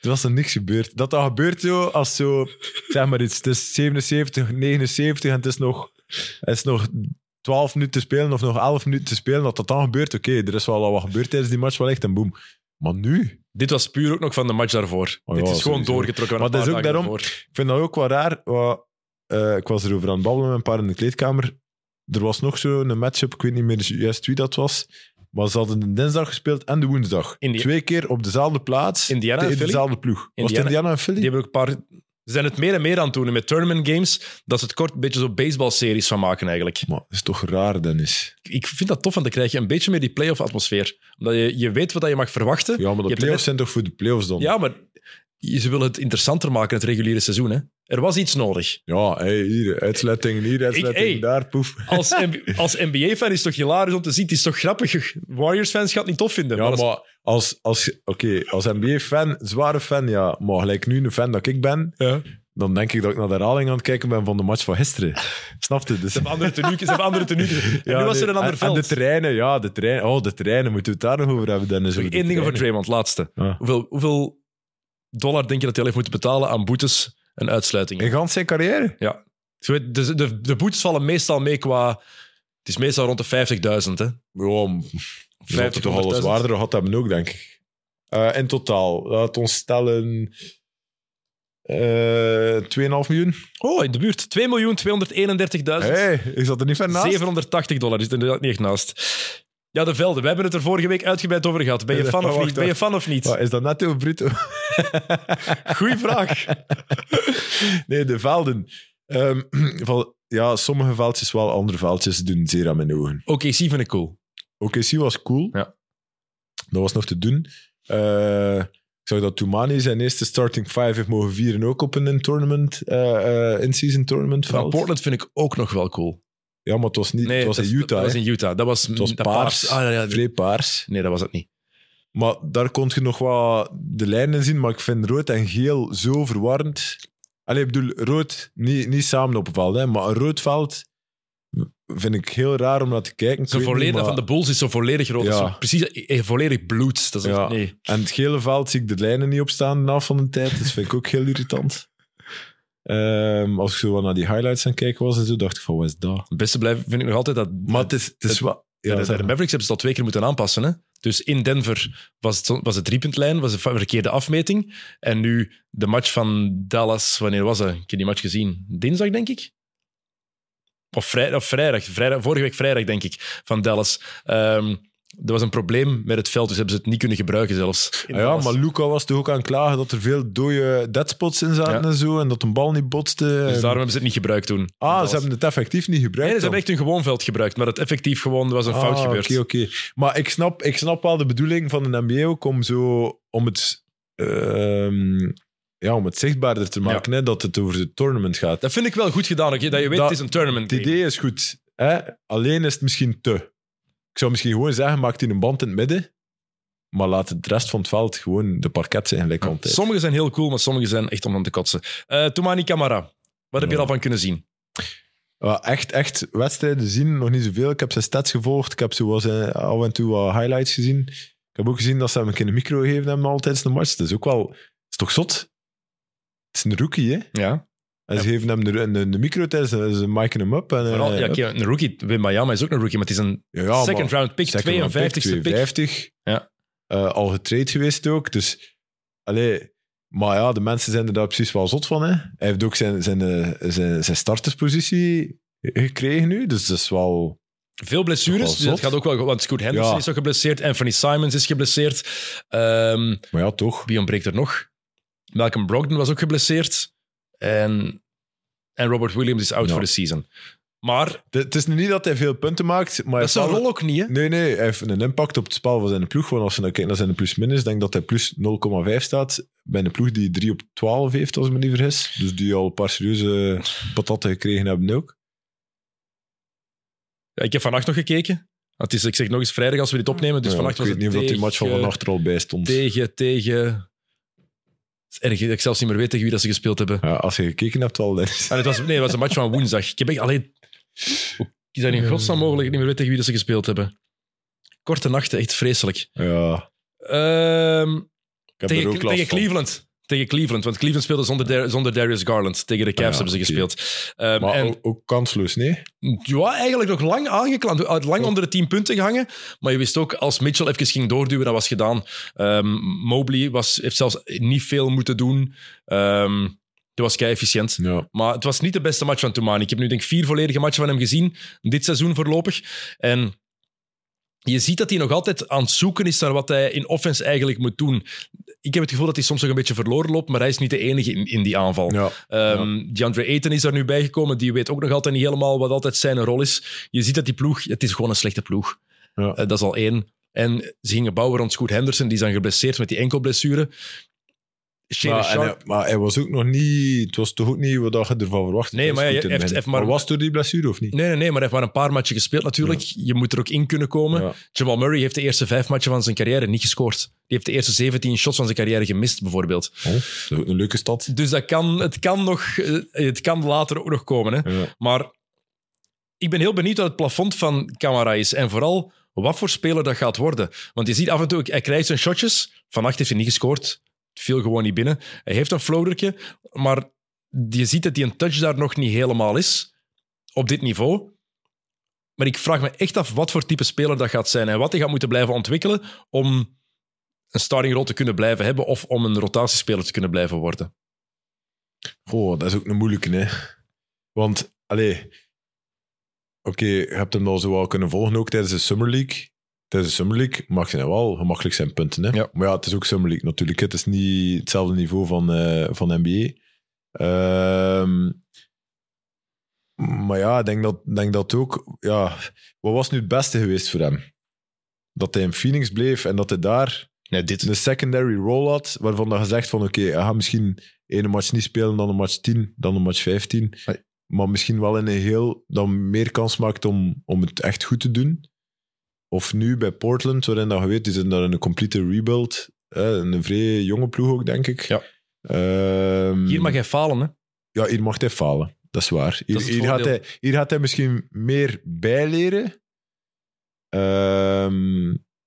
Er was er niks gebeurd. Dat dat gebeurt zo, als zo, zeg maar iets, het is zevenenzeventig, negenenzeventig en het is nog, het is nog twaalf minuten te spelen of nog elf minuten te spelen, dat dat dan gebeurt, oké, okay, er is wel al wat gebeurd tijdens die match wel echt en boom. Maar nu... Dit was puur ook nog van de match daarvoor. Oh, Dit ja, is gewoon sowieso. doorgetrokken. Maar dat is ook daarom... Daarvoor. Ik vind dat ook wel raar. Wat, uh, ik was erover aan het babbelen met een paar in de kleedkamer. Er was nog zo'n matchup, ik weet niet meer juist wie dat was, maar ze hadden de dinsdag gespeeld en de woensdag. Indi- Twee keer op dezelfde plaats, Indiana en tegen Philly? dezelfde ploeg. Was het Indiana- Indiana en Philly? Die hebben ook een paar... Ze zijn het meer en meer aan het doen met tournament games, dat ze het kort een beetje zo baseball-series van maken eigenlijk. Maar dat is toch raar, Dennis? Ik vind dat tof, want dan krijg je een beetje meer die playoff-atmosfeer. Omdat je, je weet wat je mag verwachten. Ja, maar de Je hebt playoffs net- zijn toch voor de playoffs dan? Ja, maar ze willen het interessanter maken, het reguliere seizoen. Hè? Er was iets nodig. Ja, hey, hier, uitsluiting hier, uitsluiting hey. daar, poef. Als, M- als N B A-fan is het toch hilarisch om te zien. Het is toch grappig. Warriors-fans gaan het niet tof vinden. Ja, maar als- maar als, als, oké, als N B A-fan, zware fan, ja, maar gelijk nu een fan dat ik ben, ja. dan denk ik dat ik naar de herhaling aan het kijken ben van de match van gisteren. Snap je? Dus, Ze hebben andere tenues. Ze hebben andere tenues. En nu was er een ander en, veld. En de terreinen, ja, de terreinen. Oh, de terreinen, moeten we het daar nog over hebben, Dennis? Nog over de één ding over terreinen. Draymond, laatste. Ja. Hoeveel, hoeveel dollar denk je dat hij heeft moeten betalen aan boetes en uitsluitingen? In gans zijn carrière? Ja. Je weet, De, de, de boetes vallen meestal mee qua... Het is meestal rond de vijftigduizend. Hè? Ja, vijftig toch alles honderdduizend. zwaarder had hebben ook, denk ik. Uh, in totaal, laat ons stellen... Uh, twee komma vijf miljoen. Oh, in de buurt. twee miljoen tweehonderdeenendertigduizend. Hé, hey, is dat er niet ver naast? zevenhonderdtachtig dollar is er inderdaad niet echt naast. Ja, de velden. We hebben het er vorige week uitgebreid over gehad. Ben je fan of Wacht, niet? Ben je fan of niet? Wat, is dat netto of bruto? Goeie vraag. Nee, de velden. Um, van, ja, sommige veldjes wel, andere veldjes doen zeer aan mijn ogen. Oké, okay, vind ik cool. O K C was cool. Ja. Dat was nog te doen. Uh, ik zag dat Toumani zijn eerste starting five heeft mogen vieren ook op een in-tournament, uh, uh, in-season tournament veld. Van Portland vind ik ook nog wel cool. Ja, maar het was, niet, Nee, het was dat, in Utah. Dat was hè. in Utah. Dat was, Het was dat paars, Ah, ja, ja. vrij paars. Nee, dat was het niet. Maar daar kon je nog wat de lijnen zien, maar ik vind rood en geel zo verwarrend. Allee, ik bedoel, rood, niet, niet samen op het veld, hè, maar een rood veld vind ik heel raar om naar te kijken. Ik Zo weet volledig, niet, maar- Van de Bulls is zo volledig rood. Ja. Dat is zo precies eh, volledig bloed. Dat is Ja. echt, nee. En het gele veld zie ik de lijnen niet op staan na van de tijd. Dat vind ik ook heel irritant. Ehm, als ik zo wat naar die highlights aan het kijken was en zo, dacht ik van, wat is dat? Het beste blijven vind ik nog altijd dat... Maar het is, het is het- wel... Ja, Ja, de, zeg de maar. Mavericks hebben ze al twee keer moeten aanpassen. Hè? Dus in Denver was het, was het driepuntlijn, was de verkeerde afmeting. En nu de match van Dallas, wanneer was dat? Ik heb die match gezien. Dinsdag, denk ik? Of, vrij, of vrijdag, vrijdag. Vorige week vrijdag, denk ik, van Dallas. Ehm, er was een probleem met het veld, dus hebben ze het niet kunnen gebruiken zelfs. in Ah ja, Dallas. maar Luca was toch ook aan het klagen dat er veel dode deadspots in zaten Ja. en zo, en dat een bal niet botste. Dus En- daarom hebben ze het niet gebruikt toen. Ah, Dallas. ze hebben het effectief niet gebruikt. Nee, ze dan. hebben echt hun gewoon veld gebruikt, maar het effectief gewoon er was een fout Ah, gebeurd. Oké, oké. Maar ik snap, ik snap wel de bedoeling van de N B A ook om zo om het, ehm, ja, om het zichtbaarder te maken, hè, dat het over het tournament gaat. Dat vind ik wel goed gedaan, oké, dat je weet, Dat- het is een tournament Het game. idee is goed. Hè? Alleen is het misschien te. Ik zou misschien gewoon zeggen, maak die een band in het midden, maar laat het rest van het veld gewoon de parket zijn gelijk altijd. Sommige zijn heel cool, maar sommige zijn echt om aan te kotsen. Uh, Toumani Camara, wat heb je er al van kunnen zien? Ja, echt, echt wedstrijden zien, nog niet zoveel. Ik heb zijn stats gevolgd, ik heb zo wat zijn, af en toe wat highlights gezien. Ik heb ook gezien dat ze hem een keer een micro gegeven hebben al tijdens de match. Dat is ook wel... Dat is toch zot? Het is een rookie, hè? Ja. En ze geven hem de, de, de micro tijdens, ze miken hem op. En, Vooral, eh, ja, oké, een rookie, Wembanyama is ook een rookie, maar het is een ja, ja, second maar- round pick, second round pick, tweeënvijftigste pick. tweeënvijftig. Ja. Uh, al getraind geweest ook. Dus, allee, maar ja, de mensen zijn er daar precies wel zot van. Hè. Hij heeft ook zijn, zijn, eh, zijn, zijn starterspositie gekregen nu. Dus dat is wel... Veel blessures, Toch wel dus dat zot. gaat ook wel, want Scoot Henderson Ja. is ook geblesseerd, Anthony Simons is geblesseerd. Ehm, Maar ja, toch. wie ontbreekt er nog? Malcolm Brogdon was ook geblesseerd. En, en Robert Williams is out Ja. voor de season. Maar De- Het is nu niet dat hij veel punten maakt, maar... dat is zijn hij rol ook niet, hè? Nee, nee, hij heeft een impact op het spel van zijn ploeg. Want als je nou kijkt naar zijn plus-minus, denk ik dat hij plus nul komma vijf staat. Bij een ploeg die drie op twaalf heeft, als ik me niet vergis. Dus die al een paar serieuze patatten gekregen hebben ook. Ja, ik heb vannacht nog gekeken. Het is, ik zeg nog eens vrijdag als we dit opnemen. Dus Ja, vannacht ik was weet het niet of dat die match van tegen- vannacht er al bij stond. Tegen, tegen... Het is erg dat ik zelfs niet meer weet tegen wie dat ze gespeeld hebben. Ja, als je gekeken hebt, wel. Dennis. En het was, nee, het was een match van woensdag. Ik heb echt alleen... Hoe is dat in godsnaam mogelijk? Ik niet meer weet tegen wie dat ze gespeeld hebben. Korte nachten, echt vreselijk. Ja, Ehm, ik heb tegen er ook last tegen van. Cleveland. Tegen Cleveland, want Cleveland speelde zonder, Dar- zonder Darius Garland. Tegen de Cavs Ah, ja, hebben ze oké. gespeeld. Um, Maar en, ook, ook kansloos, nee? ja, eigenlijk nog lang aangeklampt. Uit lang Ja. onder de tien punten gehangen. Maar je wist ook, als Mitchell even ging doorduwen, dat was gedaan. Um, Mobley was, heeft zelfs niet veel moeten doen. Um, dat was kei efficiënt. Ja. Maar het was niet de beste match van Toumani. Ik heb nu denk ik vier volledige matchen van hem gezien. Dit seizoen voorlopig. En je ziet dat hij nog altijd aan het zoeken is naar wat hij in offense eigenlijk moet doen. Ik heb het gevoel dat hij soms nog een beetje verloren loopt, maar hij is niet de enige in, in die aanval. Ja. Um, DeAndre Ayton is daar nu bijgekomen. Die weet ook nog altijd niet helemaal wat altijd zijn rol is. Je ziet dat die ploeg... Het is gewoon een slechte ploeg. Ja. Uh, dat is al één. En ze gingen bouwen rond Scoot Henderson. Die is dan geblesseerd met die enkelblessure. Shane Maar, en Sharp... hij, maar hij was ook nog niet... Het was toch ook niet wat je ervan verwacht? Nee, maar ja, Goed je in heeft- het begin. heeft maar- maar was het door die blessure of niet? Nee, nee, nee, maar hij heeft maar een paar matchen gespeeld natuurlijk. Je moet er ook in kunnen komen. Ja. Jamal Murray heeft de eerste vijf matchen van zijn carrière niet gescoord. Die heeft de eerste zeventien shots van zijn carrière gemist, bijvoorbeeld. Oh, dat is ook een leuke stad. Dus dat kan, het, kan nog, eh, het kan later ook nog komen. Hè. Ja. Maar ik ben heel benieuwd wat het plafond van Camara is. En vooral wat voor speler dat gaat worden. Want je ziet af en toe, hij krijgt zijn shotjes. Vannacht heeft hij niet gescoord. Het viel gewoon niet binnen. Hij heeft een floatertje. Maar je ziet dat die een touch daar nog niet helemaal is. Op dit niveau. Maar ik vraag me echt af wat voor type speler dat gaat zijn. En wat hij gaat moeten blijven ontwikkelen om een startingrol te kunnen blijven hebben. Of om een rotatiespeler te kunnen blijven worden. Goh, dat is ook een moeilijke, hè. Want, allee... Oké, je hebt hem al zo wel kunnen volgen ook tijdens de Summer League. Tijdens de Summer League mag hij wel gemakkelijk zijn punten, hè. Ja. Maar ja, het is ook Summer League natuurlijk. Hè. Het is niet hetzelfde niveau van, uh, van N B A. Ehm... Maar ja, ik denk dat, denk dat ook... Ja, wat was nu het beste geweest voor hem? Dat hij in Phoenix bleef en dat hij daar Nee, dit. een secondary role had, waarvan dat gezegd van oké, okay, hij gaat misschien één match niet spelen, dan een match tien, dan een match vijftien. Nee. Maar misschien wel in een heel... dan meer kans maakt om, om het echt goed te doen. Of nu bij Portland, waarin dat je weet, die zijn daar een complete rebuild. Eh, een vrij jonge ploeg ook, denk ik. Ja. Ehm, Hier mag hij falen, hè? Ja, hier mag hij falen. Dat is waar. Hier, Dat is het hier, gaat, voordeel. hij, hier gaat hij misschien meer bijleren. Ehm,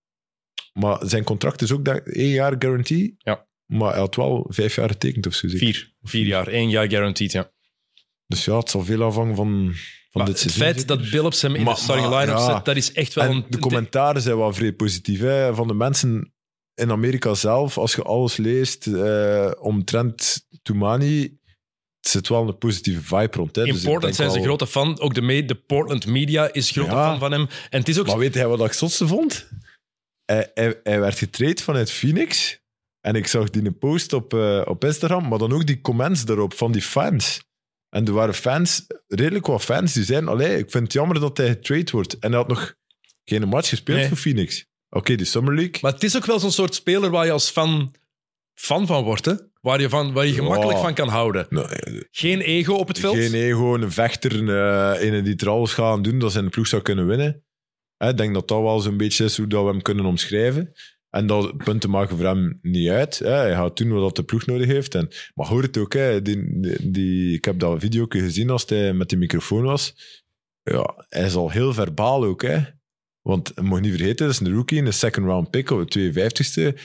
maar zijn contract is ook dat, één jaar guarantee. Ja. Maar hij had wel vijf jaar getekend of zo. zeker? Vier. Vier jaar. Één jaar guaranteed, ja. Dus ja, het zal veel afhangen van, van Maar dit het seizoen. feit zeker. dat Billups hem in Maar- de starting maar, line-up ja. zet, dat is echt wel En een... de commentaren zijn wel vrij positief. Hè? Van de mensen in Amerika zelf, als je alles leest uh, omtrent Toumani, het zit wel een positieve vibe rond. Hè? In Dus ik Portland denk zijn ze wel- grote fan. Ook de, me- de Portland media is grote Ja. fan van hem. En het is ook... Maar weet hij wat ik zotste vond? Hij, hij, hij werd getraind vanuit Phoenix. En ik zag die een post op, uh, op Instagram, maar dan ook die comments daarop van die fans. En er waren fans, redelijk wat fans, die zeiden, allee, ik vind het jammer dat hij getraind wordt. En hij had nog geen match gespeeld Nee. voor Phoenix. Oké, okay, de Summer League. Maar het is ook wel zo'n soort speler waar je als fan, fan van wordt, hè? Waar je, van, waar je gemakkelijk Ja. van kan houden. Nee, Geen ego op het veld. geen ego, een vechter, een, uh, een die er alles gaat doen, dat zijn ploeg zou kunnen winnen. Hè, ik denk dat dat wel zo'n beetje is hoe dat we hem kunnen omschrijven. En dat punten maken voor hem niet uit. Hè. Hij gaat doen wat de ploeg nodig heeft. En, maar hoor het ook, hè. Die, die, die, ik heb dat video gezien als hij met die microfoon was. Ja, hij is al heel verbaal ook. Hè. Want je mag niet vergeten, dat is een rookie, een second round pick op de tweeënvijftigste.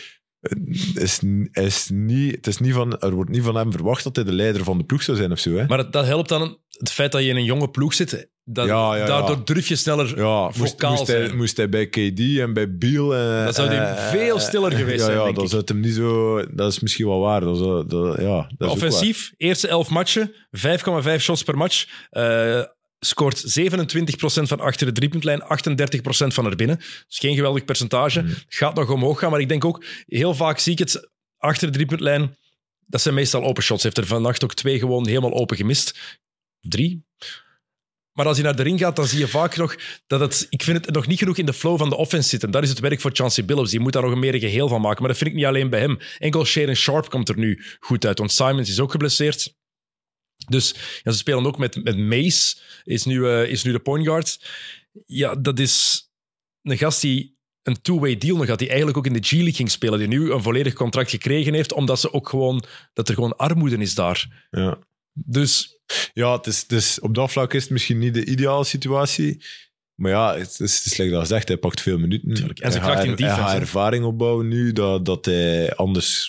Is, is niet, het is niet van, er wordt niet van hem verwacht dat hij de leider van de ploeg zou zijn of zo. Hè. Maar dat, dat helpt dan het feit dat je in een jonge ploeg zit. Dat, Ja, ja, ja. Daardoor durf je sneller Ja, moest, vocaal moest, hij, zijn. moest hij bij K D en bij Beal... En, Dan zou hij eh, veel stiller geweest ja, zijn, ja, denk dat ik. zou hem niet zo... Dat is misschien wel waar. Dat is, dat, dat- ja, dat is ook Offensief, eerste elf matchen, vijf komma vijf shots per match. Uh, scoort zevenentwintig procent van achter de driepuntlijn, achtendertig procent van erbinnen. Dus geen geweldig percentage. Mm. Gaat nog omhoog gaan, maar ik denk ook, heel vaak zie ik het achter de driepuntlijn. Dat zijn meestal open shots. Heeft er vannacht ook twee gewoon helemaal open gemist. Drie. Maar als hij naar de ring gaat, dan zie je vaak nog dat het... Ik vind het nog niet genoeg in de flow van de offense zitten. Dat is het werk voor Chauncey Billups. Die moet daar nog een meer een geheel van maken. Maar dat vind ik niet alleen bij hem. Enkel Shaden Sharp komt er nu goed uit. Want Simons is ook geblesseerd. Dus ja, ze spelen ook met, met Mace, is nu, uh, is nu de point guard. Ja, dat is een gast die een two-way deal nog had, die eigenlijk ook in de G-League ging spelen, die nu een volledig contract gekregen heeft, omdat ze ook gewoon, dat er gewoon armoede is daar. waar. Ja, Dus ja het is, het is, op dat vlak is het misschien niet de ideale situatie. Maar ja, het is, het is slecht dat gezegd. Hij pakt veel minuten. Tuurlijk. En ze hij kracht gaat in er- hij defense, gaat hè. ervaring opbouwen nu, dat, dat hij anders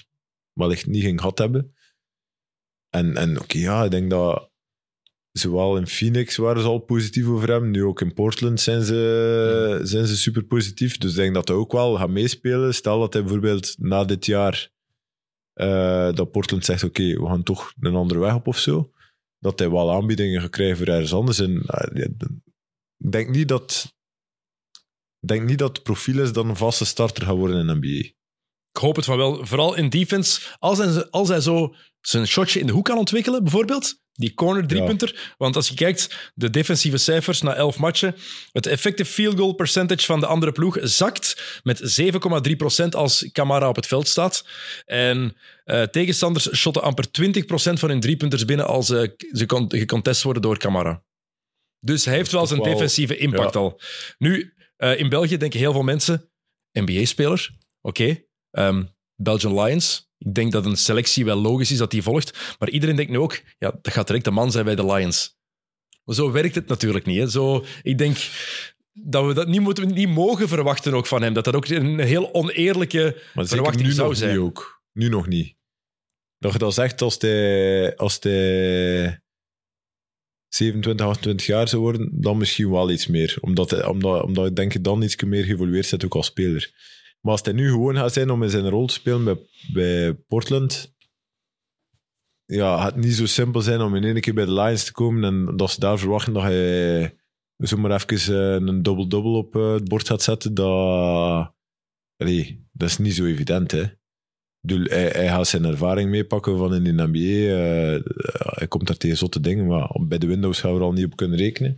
wellicht niet ging gehad hebben. En, en oké, okay, ja, ik denk dat zowel in Phoenix waren ze al positief over hem, nu ook in Portland zijn ze, ja. zijn ze super positief. Dus ik denk dat hij ook wel gaat meespelen. Stel dat hij bijvoorbeeld na dit jaar uh, dat Portland zegt, oké, okay, we gaan toch een andere weg op of zo. Dat hij wel aanbiedingen gaat krijgen voor ergens anders. En, uh, ik denk niet dat ik denk niet dat het profiel is dat een vaste starter gaat worden in de N B A. Ik hoop het van wel. Vooral in defense. Als hij, als hij zo zijn shotje in de hoek kan ontwikkelen, bijvoorbeeld. Die corner driepunter. Ja. Want als je kijkt, de defensieve cijfers na elf matchen. Het effective field goal percentage van de andere ploeg zakt met zeven komma drie procent als Camara op het veld staat. En uh, tegenstanders shotten amper twintig procent van hun driepunters binnen als uh, ze con- gecontest worden door Camara. Dus hij heeft wel zijn wel, defensieve impact ja. al. Nu, uh, in België denken heel veel mensen, N B A-speler, oké. Okay. Um, Belgian Lions. Ik denk dat een selectie wel logisch is dat die volgt. Maar iedereen denkt nu ook, ja, dat gaat direct de man zijn bij de Lions. Maar zo werkt het natuurlijk niet. Hè. Zo, ik denk dat we dat niet, moeten, niet mogen verwachten ook van hem. Dat dat ook een heel oneerlijke maar verwachting nu zou nog zijn. Niet ook. Nu nog niet. Dat je dat zegt als hij, als hij zevenentwintig, achtentwintig jaar zou worden, dan misschien wel iets meer. Omdat, hij, omdat, omdat ik denk je dan iets meer geëvolueerd zit ook als speler. Maar als hij nu gewoon gaat zijn om in zijn rol te spelen bij, bij Portland, ja, gaat het niet zo simpel zijn om in één keer bij de Lions te komen en dat ze daar verwachten dat hij zomaar even een double-double op het bord gaat zetten. Dat, allee, dat is niet zo evident, hè. Bedoel, hij, hij gaat zijn ervaring meepakken van in de N B A. Uh, hij komt daar tegen zotte dingen, maar bij de Windows gaan we er al niet op kunnen rekenen.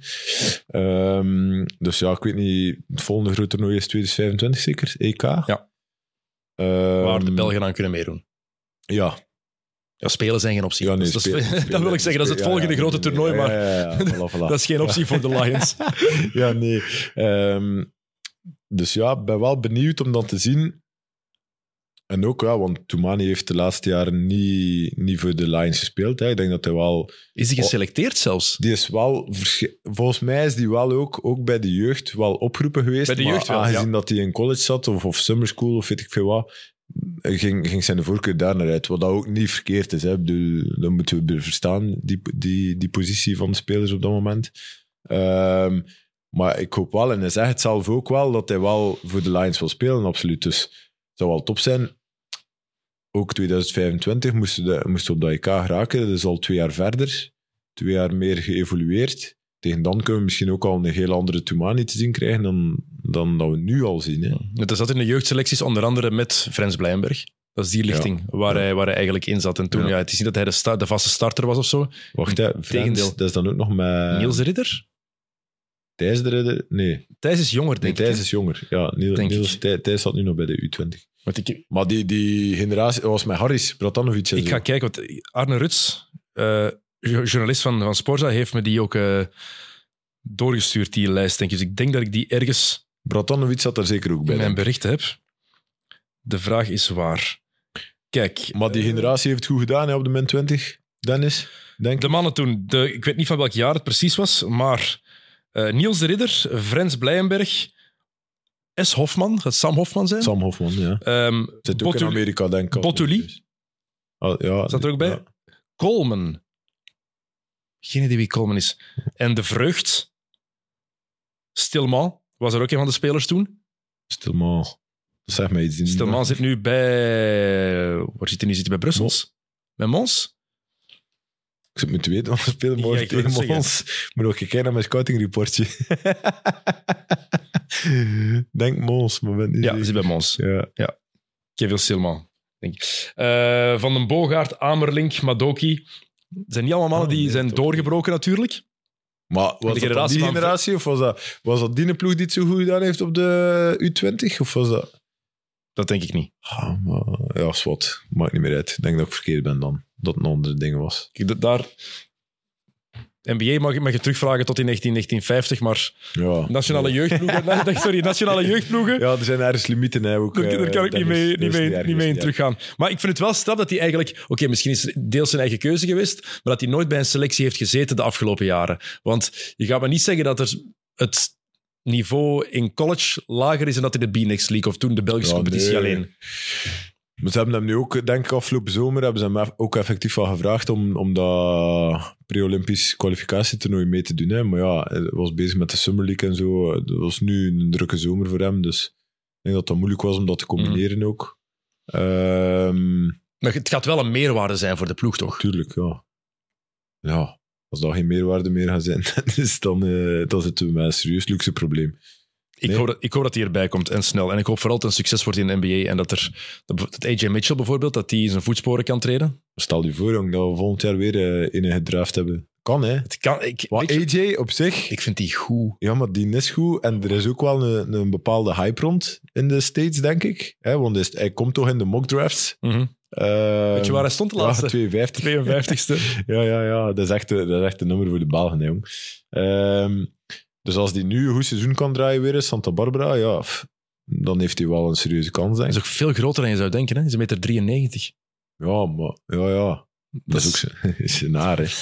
Um, dus ja, ik weet niet. Het volgende grote toernooi is twintig vijfentwintig zeker? E K? Ja. Um, Waar de Belgen aan kunnen meedoen. Ja. Ja, spelen zijn geen optie. Ja, nee, dus spelen, dat, spelen, dat wil ik zeggen, dat is het volgende ja, ja, grote nee, toernooi, nee, maar ja, ja, ja. Voilà, voilà. dat is geen optie ja. voor de Lions. Ja, nee. Um, dus ja, ik ben wel benieuwd om dat te zien. En ook, ja, want Toumani heeft de laatste jaren niet, niet voor de Lions gespeeld. Hè. Ik denk dat hij wel... Is hij geselecteerd zelfs? Die is wel... Volgens mij is die wel ook, ook bij de jeugd wel opgeroepen geweest. Bij de jeugd maar wel, aangezien ja. dat hij in college zat, of, of summer school, of weet ik veel wat, ging, ging zijn voorkeur daar naar uit. Wat dat ook niet verkeerd is. Hè. Bedoel, dat moeten we verstaan, die, die, die positie van de spelers op dat moment. Um, maar ik hoop wel, en hij zegt het zelf ook wel, dat hij wel voor de Lions wil spelen, absoluut. Dus het zou wel top zijn. Ook twintig vijfentwintig moesten we moest op dat E K geraken. Dat is al twee jaar verder. Twee jaar meer geëvolueerd. Tegen dan kunnen we misschien ook al een heel andere Toumani te zien krijgen dan, dan dat we nu al zien. Hè. Ja, dat zat in de jeugdselecties, onder andere met Frans Blijenberg. Dat is die lichting ja. Waar, ja. Hij, waar hij eigenlijk in zat. En toen, ja. Ja, het is niet dat hij de, sta- de vaste starter was of zo. Wacht, hè, Frans, dat is dan ook nog met... Niels de Ridder? Thijs de Ridder? Nee. Thijs is jonger, denk nee, ik. Thijs is jonger. Ja, Niels, Niels, Thijs, Thijs zat nu nog bij de U twintig. Ik... Maar die, die generatie was met Haris Bratanovic. Ik ga kijken, want Arne Ruts, uh, journalist van, van Sporza, heeft me die ook uh, doorgestuurd, die lijst, denk ik. Dus ik denk dat ik die ergens... Bratanovic zat er zeker ook bij. In mijn bericht heb. De vraag is waar. Kijk... Maar die generatie heeft het goed gedaan hè, op de min twintig, Dennis? Denk de mannen toen, de, ik weet niet van welk jaar het precies was, maar uh, Niels de Ridder, Frans Blijenberg... S. Hofman, gaat Sam Hofman zijn? Sam Hofman, ja. Um, Zit ook Botul- in Amerika, denk ik. Bottuli. Oh, ja, Zat er ook bij? Ja. Coleman. Geen idee wie Coleman is. En De Vreugd. Stilman. Was er ook een van de spelers toen? Stilman. Dat zegt mij iets. Stilman zit nu bij... Waar zit hij nu? Zit hij bij Brussels? Bij Mons? Ik zou moeten weten, want we spelen morgen Ja, tegen Mons. Moet ook kijken naar mijn scouting-reportje. Denk Mons, maar ben niet Ja, zeker. hij zit bij Mons. Ja. Ja. Kevin Stilman, denk ik. Uh, Van den Boogaard, Amerlink, Madoki. zijn niet allemaal mannen die oh, nee, zijn toch. doorgebroken natuurlijk. Maar was de dat generatie die van- generatie, of was dat, was dat die ploeg die het zo goed gedaan heeft op de U twintig? Of was dat... Dat denk ik niet. Ah, maar, ja, is wat. Maakt niet meer uit. Ik denk dat ik verkeerd ben dan. Dat het een andere ding was. Kijk, dat- daar... N B A mag, mag je terugvragen tot in negentien, negentien vijftig, maar Ja. nationale jeugdploegen... na- sorry, nationale jeugdploegen... Ja, er zijn ergens limieten. Hè, ook, Daar, daar kan ik dat niet is- mee, dat niet is mee, ergens, niet mee in ja. teruggaan. Maar ik vind het wel straf dat hij eigenlijk... Oké, okay, misschien is het deels zijn eigen keuze geweest, maar dat hij nooit bij een selectie heeft gezeten de afgelopen jaren. Want je gaat me niet zeggen dat er het niveau in college lager is dan dat in de B-Next League of toen de Belgische Ja, competitie nee. alleen. Maar ze hebben hem nu ook, denk ik, afgelopen zomer hebben ze hem ook effectief al gevraagd om, om dat pre-Olympisch kwalificatietoernooi mee te doen. Hè. Maar ja, hij was bezig met de Summer League en zo. Dat was nu een drukke zomer voor hem, dus ik denk dat het moeilijk was om dat te combineren mm. ook. Um, maar het gaat wel een meerwaarde zijn voor de ploeg, toch? Tuurlijk, ja. Ja, als dat geen meerwaarde meer gaat zijn, dan, uh, dan zitten we met een serieus luxe probleem. Ik, nee. hoop dat, ik hoop dat hij erbij komt en snel. En ik hoop vooral dat het een succes wordt in de N B A en dat er dat A J Mitchell bijvoorbeeld, dat die in zijn voetsporen kan treden. Stel je voor, jong, dat we volgend jaar weer uh, in een gedraft hebben. Kan, hè? Het kan. Ik, maar A J op zich... Ik vind die goed. Ja, maar die is goed. En er is ook wel een, een bepaalde hype rond in de States, denk ik. Hè? Want hij, hij komt toch in de mock drafts. Mm-hmm. Uh, Weet je waar hij stond de laatste? Ja, tweeënvijftig. tweeënvijftigste. ja, ja, ja. Dat is echt, dat is echt een nummer voor de Belgen, hè, jong. Um, dus als die nu een goed seizoen kan draaien weer in Santa Barbara, ja, pff, dan heeft hij wel een serieuze kans. Hij is ook veel groter dan je zou denken, hè? Hij is een meter drieënnegentig. Ja, maar... Ja, ja. Dat dus... is ook zijn, zijn haar, hè.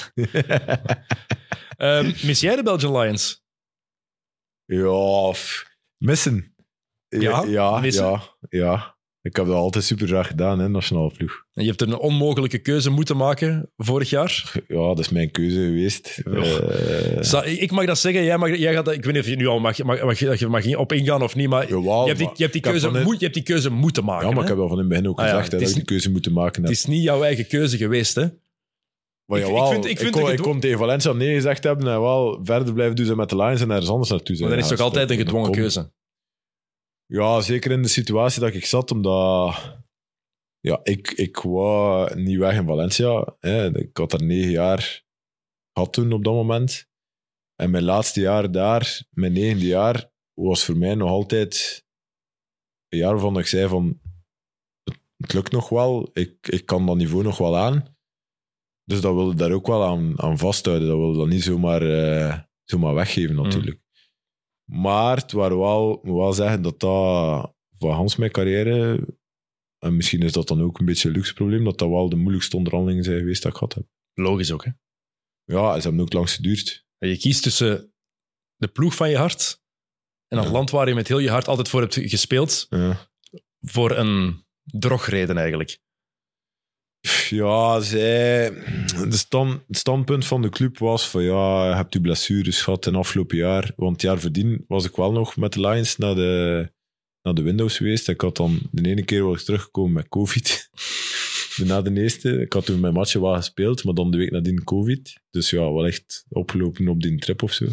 um, mis jij de Belgian Lions? Ja, pff, missen. Ja, ja, missen. ja, ja. Ik heb dat altijd super graag gedaan, hè, nationale ploeg. En je hebt er een onmogelijke keuze moeten maken vorig jaar. Ja, dat is mijn keuze geweest. Uh... Ik mag dat zeggen. Jij mag, jij gaat dat, ik weet niet of je nu al mag, mag, mag, je mag op ingaan of niet, maar Jawel, je, hebt die, je, hebt die keuze, het... moet, je hebt die keuze moeten maken. Ja, maar hè? ik heb dat van in het begin ook ah, gezegd, ja, hè, dat ik die keuze moeten maken heb. Het is niet jouw eigen keuze geweest, hè? Maar ik, jawel, ik, vind, ik, vind ik, kon, ik kon tegen Valencia nee gezegd hebben en wel verder blijven doen met de Lions en ergens anders naartoe zijn. Maar dan is het toch altijd een gedwongen keuze? Ja, zeker in de situatie dat ik zat, omdat... Ja, ik, ik wou niet weg in Valencia. Hè. Ik had er negen jaar gehad toen op dat moment. En mijn laatste jaar daar, mijn negende jaar, was voor mij nog altijd een jaar waarvan ik zei van het lukt nog wel, ik, ik kan dat niveau nog wel aan. Dus dat wilde daar ook wel aan, aan vasthouden. Dat wilde dat niet zomaar, uh, zomaar weggeven natuurlijk. Mm. Maar het waren wel, moet wel zeggen dat dat van Hans mijn carrière... En misschien is dat dan ook een beetje een luxe probleem, dat dat wel de moeilijkste onderhandelingen zijn geweest dat ik gehad heb. Logisch ook, hè? Ja, ze hebben ook langs geduurd. En je kiest tussen de ploeg van je hart en het ja. land waar je met heel je hart altijd voor hebt gespeeld, ja. voor een drogreden eigenlijk. Ja, zij... De stand, het standpunt van de club was van ja, je hebt je blessures gehad in het afgelopen jaar. Want het jaar voordien was ik wel nog met de Lions naar de... naar de Windows geweest. Ik had dan de ene keer was ik teruggekomen met COVID. Na de eerste. Ik had toen mijn matchen wel gespeeld, maar dan de week nadien COVID. Dus ja, wel echt opgelopen op die trip of zo.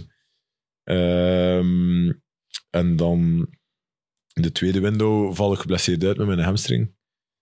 Um, en dan de tweede window val ik geblesseerd uit met mijn hamstring.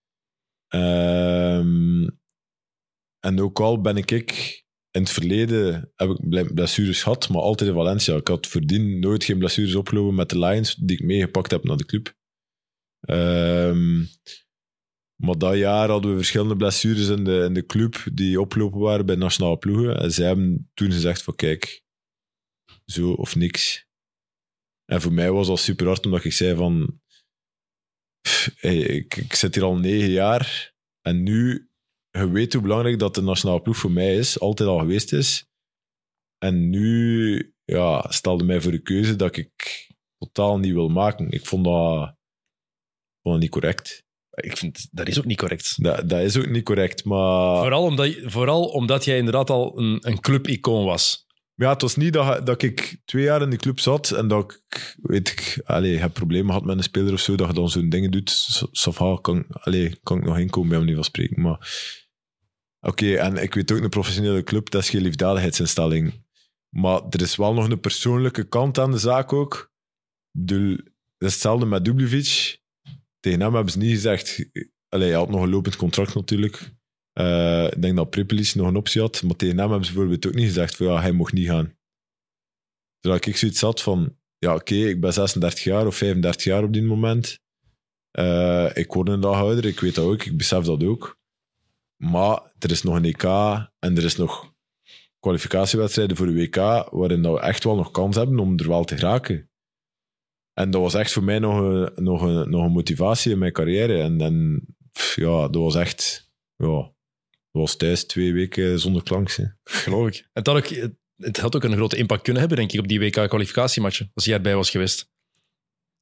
Um, en ook al ben ik, ik in het verleden heb ik blessures gehad, maar altijd in Valencia. Ik had voordien nooit geen blessures opgelopen met de Lions, die ik meegepakt heb naar de club. Um, maar dat jaar hadden we verschillende blessures in de, in de club die opgelopen waren bij nationale ploegen. En zij hebben toen gezegd van kijk, zo of niks. En voor mij was dat super hard, omdat ik zei van pff, hey, ik, ik zit hier al negen jaar en nu... Je weet hoe belangrijk dat de nationale ploeg voor mij is, altijd al geweest is. En nu ja, stelde mij voor de keuze dat ik totaal niet wil maken. Ik vond dat, vond dat niet correct. Ik vind, dat is ook niet correct. Dat, dat is ook niet correct, maar... Vooral omdat, vooral omdat jij inderdaad al een, een clubicoon was. Ja, het was niet dat, dat ik twee jaar in de club zat en dat ik, weet ik, allez, heb problemen gehad met een speler of zo, dat je dan zo'n dingen doet. Safha, kan, allez, kan ik nog inkomen bij manier van spreken, maar... Oké, okay, en ik weet ook, een professionele club, dat is geen liefdadigheidsinstelling. Maar er is wel nog een persoonlijke kant aan de zaak ook. Ik bedoel, dat is hetzelfde met Dubljevic. Tegen hem hebben ze niet gezegd... Allee, hij had nog een lopend contract natuurlijk. Uh, ik denk dat Prepelic nog een optie had. Maar tegen hem hebben ze bijvoorbeeld ook niet gezegd van ja, hij mocht niet gaan. Terwijl ik zoiets had van... Ja, oké, okay, ik ben zesendertig jaar of vijfendertig jaar op dit moment. Uh, ik word een dag ouder, ik weet dat ook, ik besef dat ook. Maar er is nog een E K en er is nog kwalificatiewedstrijden voor de W K waarin we echt wel nog kans hebben om er wel te geraken. En dat was echt voor mij nog een, nog een, nog een motivatie in mijn carrière. En, en ja, dat was echt... Ja, dat was thuis twee weken zonder klank. Hè. Geloof ik. Het had, ook, het had ook een grote impact kunnen hebben, denk ik, op die W K-kwalificatiematchen, als jij erbij was geweest.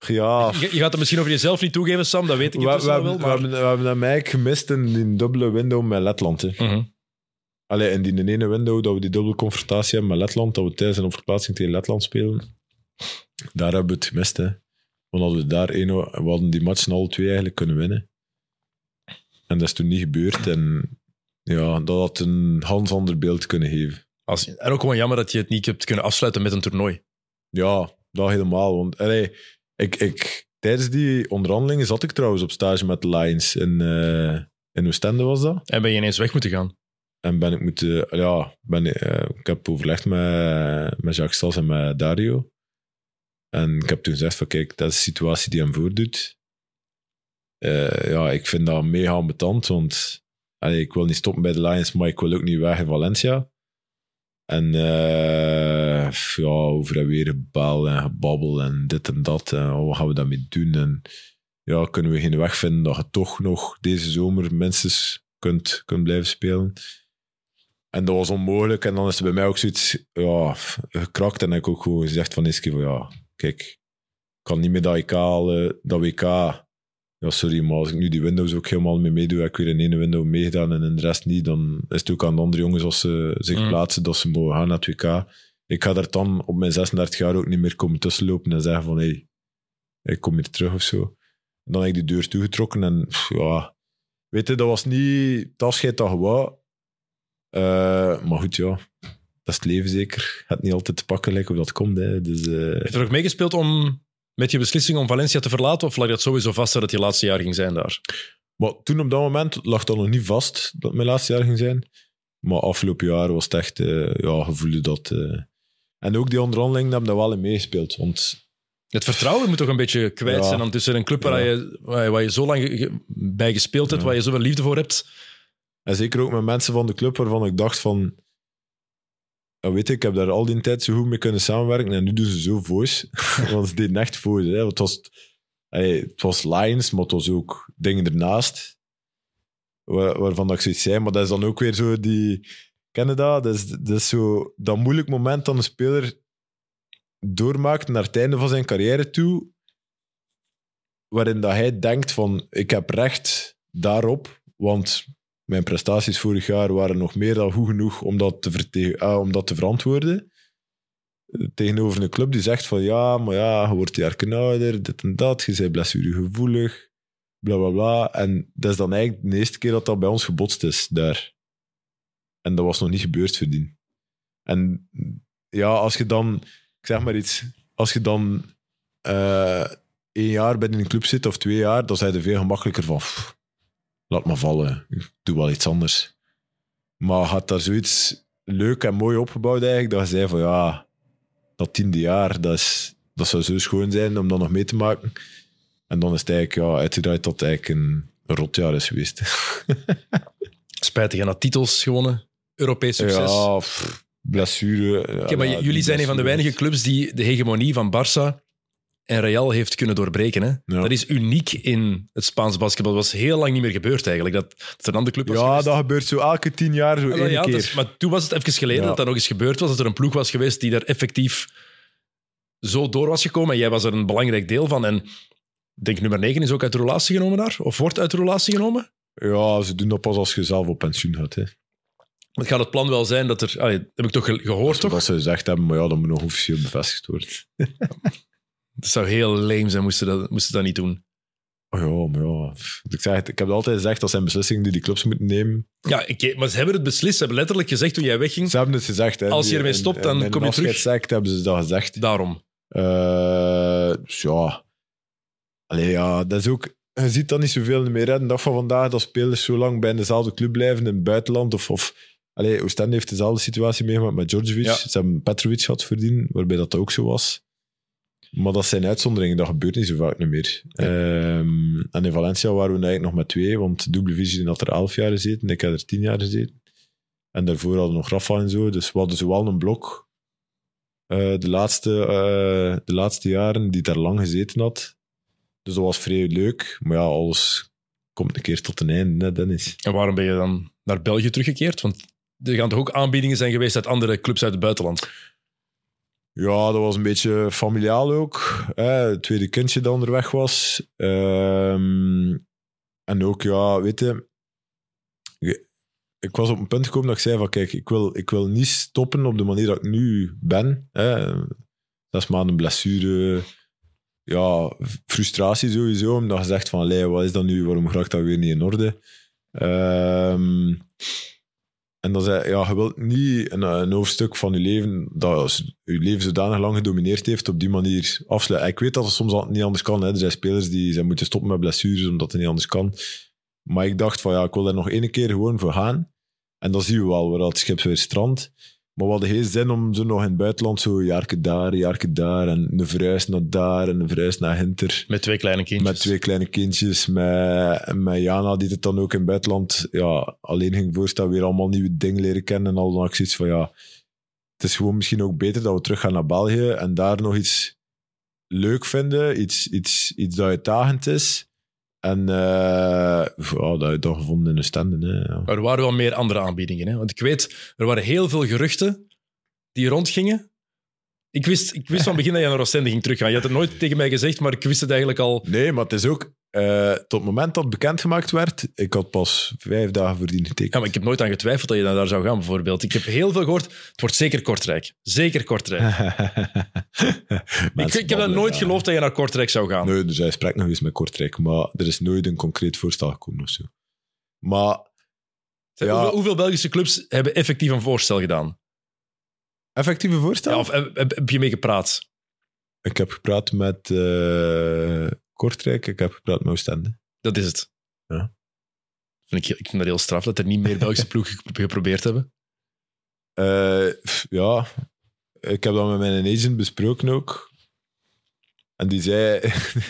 Ja, Je, je gaat het misschien over jezelf niet toegeven, Sam, dat weet ik we, we, intussen wel. hebben, Maar... we, hebben, we hebben hem eigenlijk gemist in die dubbele window met Letland. Hè. Mm-hmm. Allee, in die ene window dat we die dubbele confrontatie hebben met Letland, dat we tijdens een verplaatsing tegen Letland spelen, daar hebben we het gemist. Hè. Want hadden we daar één, we hadden die matchen alle twee eigenlijk kunnen winnen. En dat is toen niet gebeurd. En ja, dat had een ganz ander beeld kunnen geven. Als, en ook gewoon jammer dat je het niet hebt kunnen afsluiten met een toernooi. Ja, dat helemaal. Want allee, ik, ik, tijdens die onderhandelingen zat ik trouwens op stage met de Lions. In, uh, in Oostende was dat. En ben je ineens weg moeten gaan. En ben ik moeten... Ja, ben, uh, ik heb overlegd met, met Jacques Stas en met Dario. En ik heb toen gezegd van, kijk, dat is de situatie die hem voordoet. Uh, ja, ik vind dat mega ambetant, want allee, ik wil niet stoppen bij de Lions, maar ik wil ook niet weg in Valencia. En uh, ja, over en weer gebel en gebabbel en dit en dat. En wat gaan we daarmee doen? En ja, kunnen we geen weg vinden dat je toch nog deze zomer minstens kunt, kunt blijven spelen? En dat was onmogelijk. En dan is er bij mij ook zoiets ja, gekrakt. En heb ik ook gewoon gezegd van eens keer van ja, kijk, ik kan niet meer dat I K halen, dat W K. Ja, sorry, maar als ik nu die Windows ook helemaal mee meedoe, heb ik weer in ene window meegedaan en in de rest niet, dan is het ook aan de andere jongens als ze zich mm. plaatsen, dat ze mogen gaan naar het W K. Ik ga daar dan op mijn zesendertig jaar ook niet meer komen tussenlopen en zeggen van, hé, hey, ik kom hier terug of zo. En dan heb ik die deur toegetrokken en pff, ja, weet je, dat was niet het afscheid dat je wou. Uh, maar goed, ja, dat is het leven zeker. Het niet altijd te pakken lijkt of dat komt. Hè. Dus, uh... Heeft er ook meegespeeld om met je beslissing om Valencia te verlaten, of lag dat sowieso vast dat het je laatste jaar ging zijn daar? Maar toen op dat moment lag dat nog niet vast dat het mijn laatste jaar ging zijn. Maar afgelopen jaar was het echt, uh, ja, gevoelde dat. Uh... En ook die onderhandelingen hebben daar wel in meegespeeld. Want... Het vertrouwen moet toch een beetje kwijt ja. zijn dan tussen een club waar, ja. je, waar, je, waar je zo lang ge- bij gespeeld hebt, ja. waar je zoveel liefde voor hebt. En zeker ook met mensen van de club waarvan ik dacht van... Ja, weet je, ik heb daar al die tijd zo goed mee kunnen samenwerken en nu doen ze zo voice. Want ze deden echt voice. Hè. Het, was, hey, het was Lions, maar het was ook dingen ernaast. Waar, waarvan dat ik zoiets zei. Maar dat is dan ook weer zo die... Ken je dat? Dat is, dat is zo dat moeilijk moment dat een speler doormaakt naar het einde van zijn carrière toe. Waarin dat hij denkt van, ik heb recht daarop, want... Mijn prestaties vorig jaar waren nog meer dan goed genoeg om dat te, verte- ah, om dat te verantwoorden. Tegenover een club die zegt van ja, maar ja, je wordt jaar ouder, dit en dat, je bent blessuregevoelig, bla bla bla. En dat is dan eigenlijk de eerste keer dat dat bij ons gebotst is, daar. En dat was nog niet gebeurd voordien. En ja, als je dan, ik zeg maar iets, als je dan uh, één jaar bij een club zit of twee jaar, dan zijn je er veel gemakkelijker van. Pff, laat maar vallen, ik doe wel iets anders. Maar had daar zoiets leuk en mooi opgebouwd eigenlijk, dat je zei van ja, dat tiende jaar, dat, is, dat zou zo schoon zijn om dat nog mee te maken. En dan is het eigenlijk ja, uitgedraaid dat het eigenlijk een, een rotjaar is geweest. Spijtig, en dat titels gewonnen, Europees succes. Ja, pff, blessure. Okay, maar ja, jullie zijn een van de weinige clubs die de hegemonie van Barça en Real heeft kunnen doorbreken. Hè? Ja. Dat is uniek in het Spaans basketbal. Dat was heel lang niet meer gebeurd eigenlijk. Dat, dat er een andere club was Ja, geweest. dat gebeurt zo elke tien jaar zo één ja, keer. Dus, maar toen was het even geleden ja. dat dat nog eens gebeurd was. Dat er een ploeg was geweest die daar effectief zo door was gekomen. En jij was er een belangrijk deel van. En ik denk nummer negen is ook uit de relatie genomen daar? Of wordt uit de relatie genomen? Ja, ze doen dat pas als je zelf op pensioen gaat. Hè. Het gaat het plan wel zijn dat er... Allee, heb ik toch gehoord, dat toch? Dat ze gezegd hebben, maar ja, dat moet nog officieel bevestigd worden. Het zou heel lame zijn, moesten dat, moesten dat niet doen. Oh ja, maar ja. Ik, zeg het, ik heb altijd gezegd, dat zijn beslissingen die die clubs moeten nemen. Ja, okay, maar ze hebben het beslist. Ze hebben letterlijk gezegd toen jij wegging... Ze hebben het gezegd. Hè, als je ermee stopt, dan in, in kom je terug. In hebben ze dat gezegd. Daarom. Uh, ja. Allee, ja, dat is ook... Je ziet dat niet zoveel meer. Hè. De dag van vandaag dat spelers zo lang bij dezelfde club blijven in het buitenland. Of, of, allee, Oostende heeft dezelfde situatie meegemaakt met Djordjevic. Ja. Ze hebben Petrovic gehad verdienen, waarbij dat ook zo was. Maar dat zijn uitzonderingen, dat gebeurt niet zo vaak niet meer. Ja. Um, en in Valencia waren we eigenlijk nog met twee, want Double Vision had er elf jaar gezeten, ik had er tien jaar gezeten. En daarvoor hadden we nog Rafa en zo, dus we hadden zowel een blok uh, de, laatste, uh, de laatste jaren die daar lang gezeten had. Dus dat was vrij leuk, maar ja, alles komt een keer tot een einde, hè, Dennis. En waarom ben je dan naar België teruggekeerd? Want er gaan toch ook aanbiedingen zijn geweest uit andere clubs uit het buitenland? Ja, dat was een beetje familiaal ook. Hè. Het tweede kindje dat onderweg was. Um, en ook, ja, weet je... Ik was op een punt gekomen dat ik zei van, kijk, ik wil, ik wil niet stoppen op de manier dat ik nu ben. Hè. Zes maanden blessure... Ja, frustratie sowieso, omdat je zegt van, allee, wat is dat nu, waarom raakt dat weer niet in orde? Um, en dan zei ja, je wilt niet een, een hoofdstuk van je leven, dat je leven zodanig lang gedomineerd heeft, op die manier afsluiten. Ik weet dat het soms niet anders kan. Hè. Er zijn spelers die zijn moeten stoppen met blessures, omdat het niet anders kan. Maar ik dacht van, ja, ik wil daar nog één keer gewoon voor gaan. En dan zien we wel waar dat schip weer strandt. Maar we hadden geen zin om zo nog in het buitenland zo een jaarke daar, een jaarke daar, en een verhuis naar daar, en een verhuis naar Hinter. Met twee kleine kindjes. Met twee kleine kindjes, met, met Jana, die het dan ook in het buitenland ja, alleen ging voorstellen, weer allemaal nieuwe dingen leren kennen. En al dan ik zoiets van, ja, het is gewoon misschien ook beter dat we terug gaan naar België en daar nog iets leuk vinden, iets, iets, iets dat uitdagend is. En uh, ja, dat je dat gevonden in de standen. Hè, ja. Er waren wel meer andere aanbiedingen. Hè? Want ik weet, er waren heel veel geruchten die rondgingen. Ik wist, ik wist van begin dat je naar Oostende ging teruggaan. Je had het nooit tegen mij gezegd, maar ik wist het eigenlijk al. Nee, maar het is ook... Uh, tot het moment dat het bekendgemaakt werd, ik had pas vijf dagen voordien getekend. Ja, maar ik heb nooit aan getwijfeld dat je daar zou gaan, bijvoorbeeld. Ik heb heel veel gehoord, het wordt zeker Kortrijk. Zeker Kortrijk. ik, ik heb dat nooit ja. geloofd dat je naar Kortrijk zou gaan. Nee, dus hij spreekt nog eens met Kortrijk, maar er is nooit een concreet voorstel gekomen of zo. Maar... Ja, hoeveel, hoeveel Belgische clubs hebben effectief een voorstel gedaan? Effectieve voorstel? Ja, of heb, heb je mee gepraat? Ik heb gepraat met uh, Kortrijk, ik heb gepraat met Oostende. Dat is het. Ja. Vind ik, ik vind dat heel straf dat er niet meer Belgische ploegen geprobeerd hebben. Uh, ja, ik heb dat met mijn agent besproken ook. En die zei...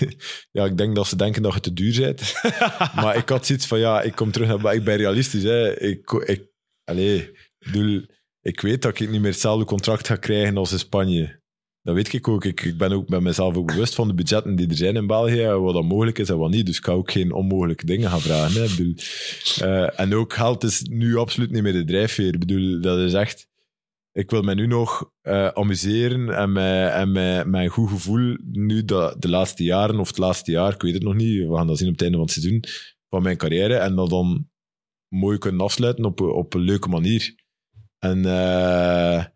ja, ik denk dat ze denken dat je te duur bent. Maar ik had zoiets van, ja, ik kom terug naar... Ik ben realistisch, hè. Ik, ik, allez, ik bedoel... Ik weet dat ik niet meer hetzelfde contract ga krijgen als in Spanje. Dat weet ik ook. Ik, ik ben ook bij mezelf ook bewust van de budgetten die er zijn in België, wat dat mogelijk is en wat niet. Dus ik ga ook geen onmogelijke dingen gaan vragen. Hè. Ik bedoel, uh, en ook geld is nu absoluut niet meer de drijfveer. Ik bedoel, dat is echt... Ik wil mij nu nog uh, amuseren en, met, en met, met een goed gevoel nu de, de laatste jaren, of het laatste jaar, ik weet het nog niet, we gaan dat zien op het einde van het seizoen, van mijn carrière. En dat dan mooi kunnen afsluiten op, op een leuke manier. En uh,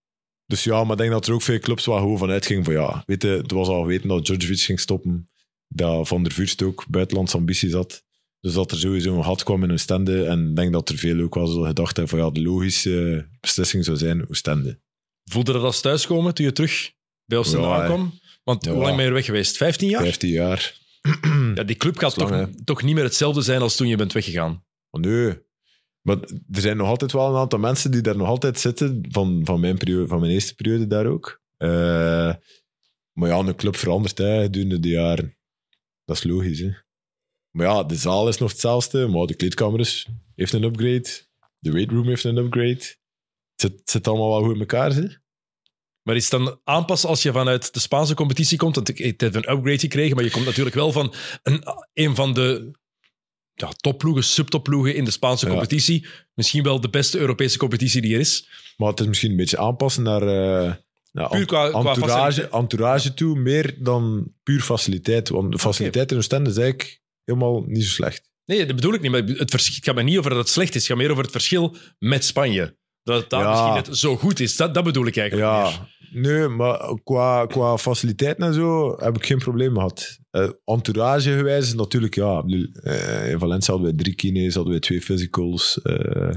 dus ja, maar ik denk dat er ook veel clubs wel gewoon vanuit gingen van ja, weet je, het was al geweten dat Djordjevic ging stoppen, dat Van der Vuurst ook buitenlandse ambities had. Dus dat er sowieso een gat kwam in Oostende. En ik denk dat er veel ook wel zo gedacht hebben van ja, de logische beslissing zou zijn Oostende. Voelde dat als thuiskomen toen je terug bij Oostende ja, aankwam? Want ja. Hoe lang ben je weg geweest? vijftien jaar? vijftien jaar. Ja, die club gaat toch, lang, toch niet meer hetzelfde zijn als toen je bent weggegaan? Oh, nee. Maar er zijn nog altijd wel een aantal mensen die daar nog altijd zitten, van, van, mijn, periode, van mijn eerste periode daar ook. Uh, maar ja, een club verandert hè, gedurende de jaren. Dat is logisch, hè. Maar ja, de zaal is nog hetzelfde, maar de kleedkamers heeft een upgrade. De weightroom heeft een upgrade. Het zit, het zit allemaal wel goed in elkaar, hè. Maar is het dan aanpassen als je vanuit de Spaanse competitie komt? Want je hebt een upgrade gekregen, maar je komt natuurlijk wel van een, een van de ja, topploegen, subtopploegen in de Spaanse ja. competitie. Misschien wel de beste Europese competitie die er is. Maar het is misschien een beetje aanpassen naar uh, ja, puur qua, entourage, qua faciliteit. entourage toe, meer dan puur faciliteit. Want de faciliteit okay. in Oostende is eigenlijk helemaal niet zo slecht. Nee, dat bedoel ik niet. Maar het, vers- het gaat mij niet over dat het slecht is. Het gaat meer over het verschil met Spanje. Dat het daar ja. misschien net zo goed is. Dat, dat bedoel ik eigenlijk ja. meer. Nee, maar qua, qua faciliteiten en zo heb ik geen probleem gehad. Uh, entourage gewijs is natuurlijk, ja, uh, in Valencia hadden wij drie kines, hadden wij twee physicals, uh,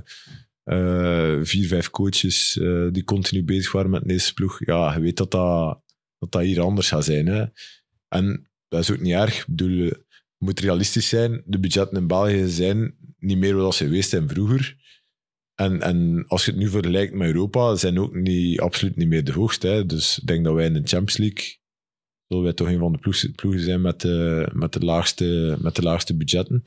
uh, vier, vijf coaches uh, die continu bezig waren met deze ploeg. Ja, je weet dat dat, dat, dat hier anders gaat zijn. Hè. En dat is ook niet erg. Ik bedoel, je moet realistisch zijn. De budgetten in België zijn niet meer wat ze geweest zijn vroeger. En, en als je het nu vergelijkt met Europa, zijn ook niet, absoluut niet meer de hoogste. Hè. Dus ik denk dat wij in de Champions League zullen wij toch een van de ploegen, ploegen zijn met de, met, de laagste, met de laagste budgetten.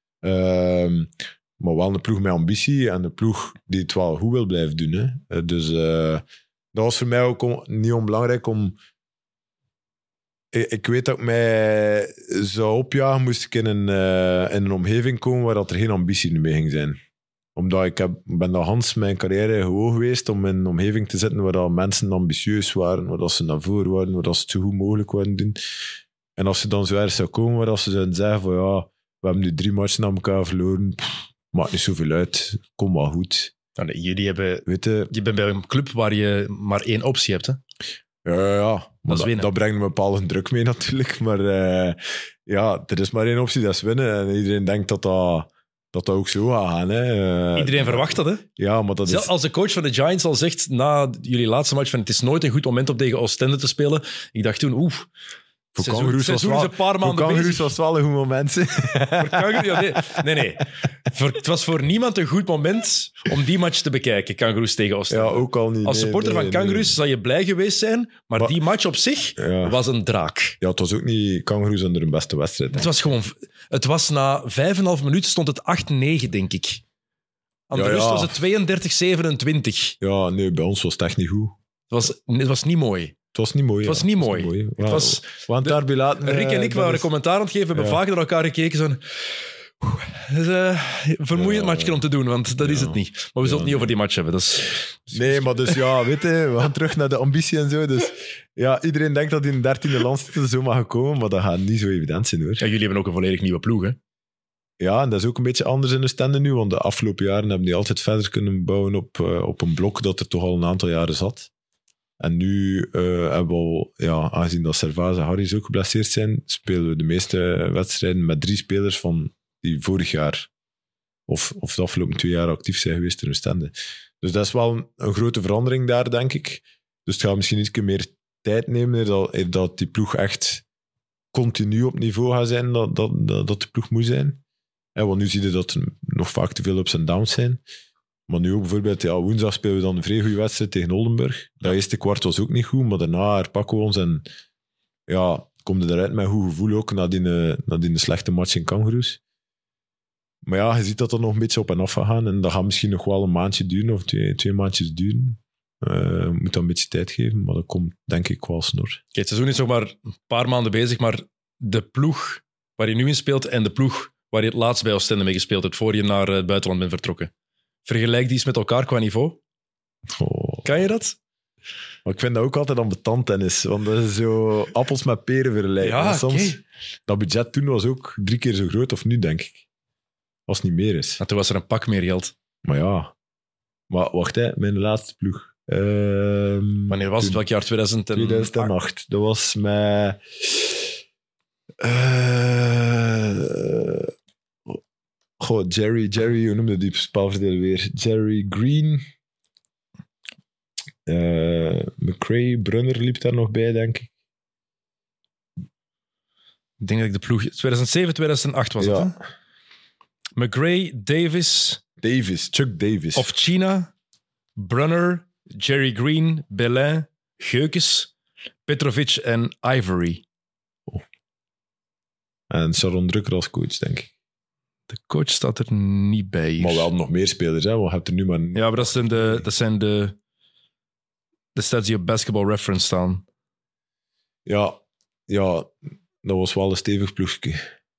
Um, maar wel een ploeg met ambitie en een ploeg die het wel goed wil blijven doen. Hè. Dus uh, dat was voor mij ook on, niet onbelangrijk om... Ik, ik weet dat ik mij zou opjagen, moest ik in een, uh, in een omgeving komen waar dat er geen ambitie meer ging zijn. Omdat ik heb, ben dat Hans mijn carrière gewoon geweest om in een omgeving te zitten waar dat mensen ambitieus waren, waar dat ze naar voren waren, waar dat ze het zo goed mogelijk wilden doen. En als ze dan zo ergens zou komen waar dat ze zouden zeggen van ja, we hebben nu drie matchen aan elkaar verloren, pff, maakt niet zoveel uit, kom maar goed. Ja, nee, jullie hebben... Weet je, Je bent bij een club waar je maar één optie hebt, hè? ja, ja, ja. Maar Dat is dat, winnen. dat brengt een bepaalde druk mee natuurlijk. Maar uh, ja, er is maar één optie, dat is winnen. En iedereen denkt dat dat, dat, dat ook zo gaat gaan. Hè. Uh, Iedereen verwacht dat, hè? Ja, maar dat Zelf is... als de coach van de Giants al zegt na jullie laatste match van het is nooit een goed moment om tegen Oostende te spelen. Ik dacht toen, oeh... Voor Seizoen- Kangaroos was, seizoen is wel- een paar voor maanden Kangaroos bezig. was het wel een goed moment. hè. Voor Kangaroo- ja, nee, nee. nee. Voor, het was voor niemand een goed moment om die match te bekijken, Kangaroos tegen Oostende. Ja, ook al niet. Als nee, supporter nee, van Kangaroos zou je blij geweest zijn, maar Maar- die match op zich nee. Ja. was een draak. ja, het was ook niet Kangaroos onder hun beste wedstrijd. hè. Het was gewoon... Het was na vijf en een half minuten stond het acht negen, denk ik. Aan de Ja, rust ja. was het tweeëndertig zevenentwintig. Ja, nee, bij ons was het echt niet goed. Het was, het was niet mooi. Het was niet mooi. Het was ja. niet Het mooi. hè. Het Ja, was... we gaan het daarbij laten. Rick en eh, ik dat waren is- commentaar aan het geven. We hebben Ja. vaker naar elkaar gekeken. Zo'n... Oeh, het is een vermoeiend Ja. matchje om te doen, want dat is Ja. het niet. Maar we zullen het niet nee. over die match hebben. Dat is... Nee, maar dus ja, weet je, we gaan terug naar de ambitie en zo. Dus ja, iedereen denkt dat hij in de dertiende landstitel zo mag komen, maar dat gaat niet zo evident zijn hoor. Ja, jullie hebben ook een volledig nieuwe ploeg, hè? Ja, en dat is ook een beetje anders in de standen nu, want de afgelopen jaren hebben die altijd verder kunnen bouwen op, uh, op een blok dat er toch al een aantal jaren zat. En nu uh, hebben we al, ja, aangezien dat Servaas en Harris ook geblesseerd zijn, spelen we de meeste wedstrijden met drie spelers van die vorig jaar of, of de afgelopen twee jaar actief zijn geweest in de standen. Dus dat is wel een, een grote verandering daar, denk ik. Dus het gaat misschien iets meer tijd nemen dat, dat die ploeg echt continu op niveau gaat zijn, dat, dat, dat, dat de ploeg moet zijn. Ja, want nu zie je dat er nog vaak te veel ups en downs zijn. Maar nu ook bijvoorbeeld, ja, woensdag spelen we dan een vrij goede wedstrijd tegen Oldenburg. Dat eerste kwart was ook niet goed, maar daarna herpakken we ons en ja, komt er eruit met een goed gevoel ook na die, na die slechte match in Kangaroos. Maar ja, je ziet dat er nog een beetje op en af gaat gaan en dat gaat misschien nog wel een maandje duren of twee, twee maandjes duren. Uh, moet dan een beetje tijd geven, maar dat komt denk ik wel snor. Kijk, het seizoen is nog maar een paar maanden bezig, maar de ploeg waar je nu in speelt en de ploeg waar je het laatst bij Oostende mee gespeeld hebt, voor je naar het buitenland bent vertrokken. Vergelijk die eens met elkaar qua niveau. Oh. Kan je dat? Maar ik vind dat ook altijd ambetant tennis, want dat is zo appels met peren vergelijken. Ja, En soms, oké. dat budget toen was ook drie keer zo groot, of nu denk ik. Als het niet meer is. En toen was er een pak meer geld. Maar ja. Maar wacht, hè, mijn laatste ploeg. Ehm, Wanneer was het? toen- Welk jaar? tweeduizend acht? tweeduizend acht. Dat was met... eh goh, Jerry, Jerry, hoe noemde die spelverdeler weer? Jerry Green. Eh McRae, Brunner liep daar nog bij, denk ik. Ik denk dat ik de ploeg... tweeduizend zeven, tweeduizend acht was het, Ja. hè? McGray, Davis, Davis, Chuck Davis. of China, Brunner, Jerry Green, Belin, Geukes, Petrovic en Ivory. En Sharon Drucker als coach, denk ik. De coach staat er niet bij hier. Maar we hadden nog meer spelers, hè. We hebben er nu maar... Ja, maar dat zijn de, dat zijn de, de stats die op Basketball Reference staan. Ja, ja, dat was wel een stevig ploegje.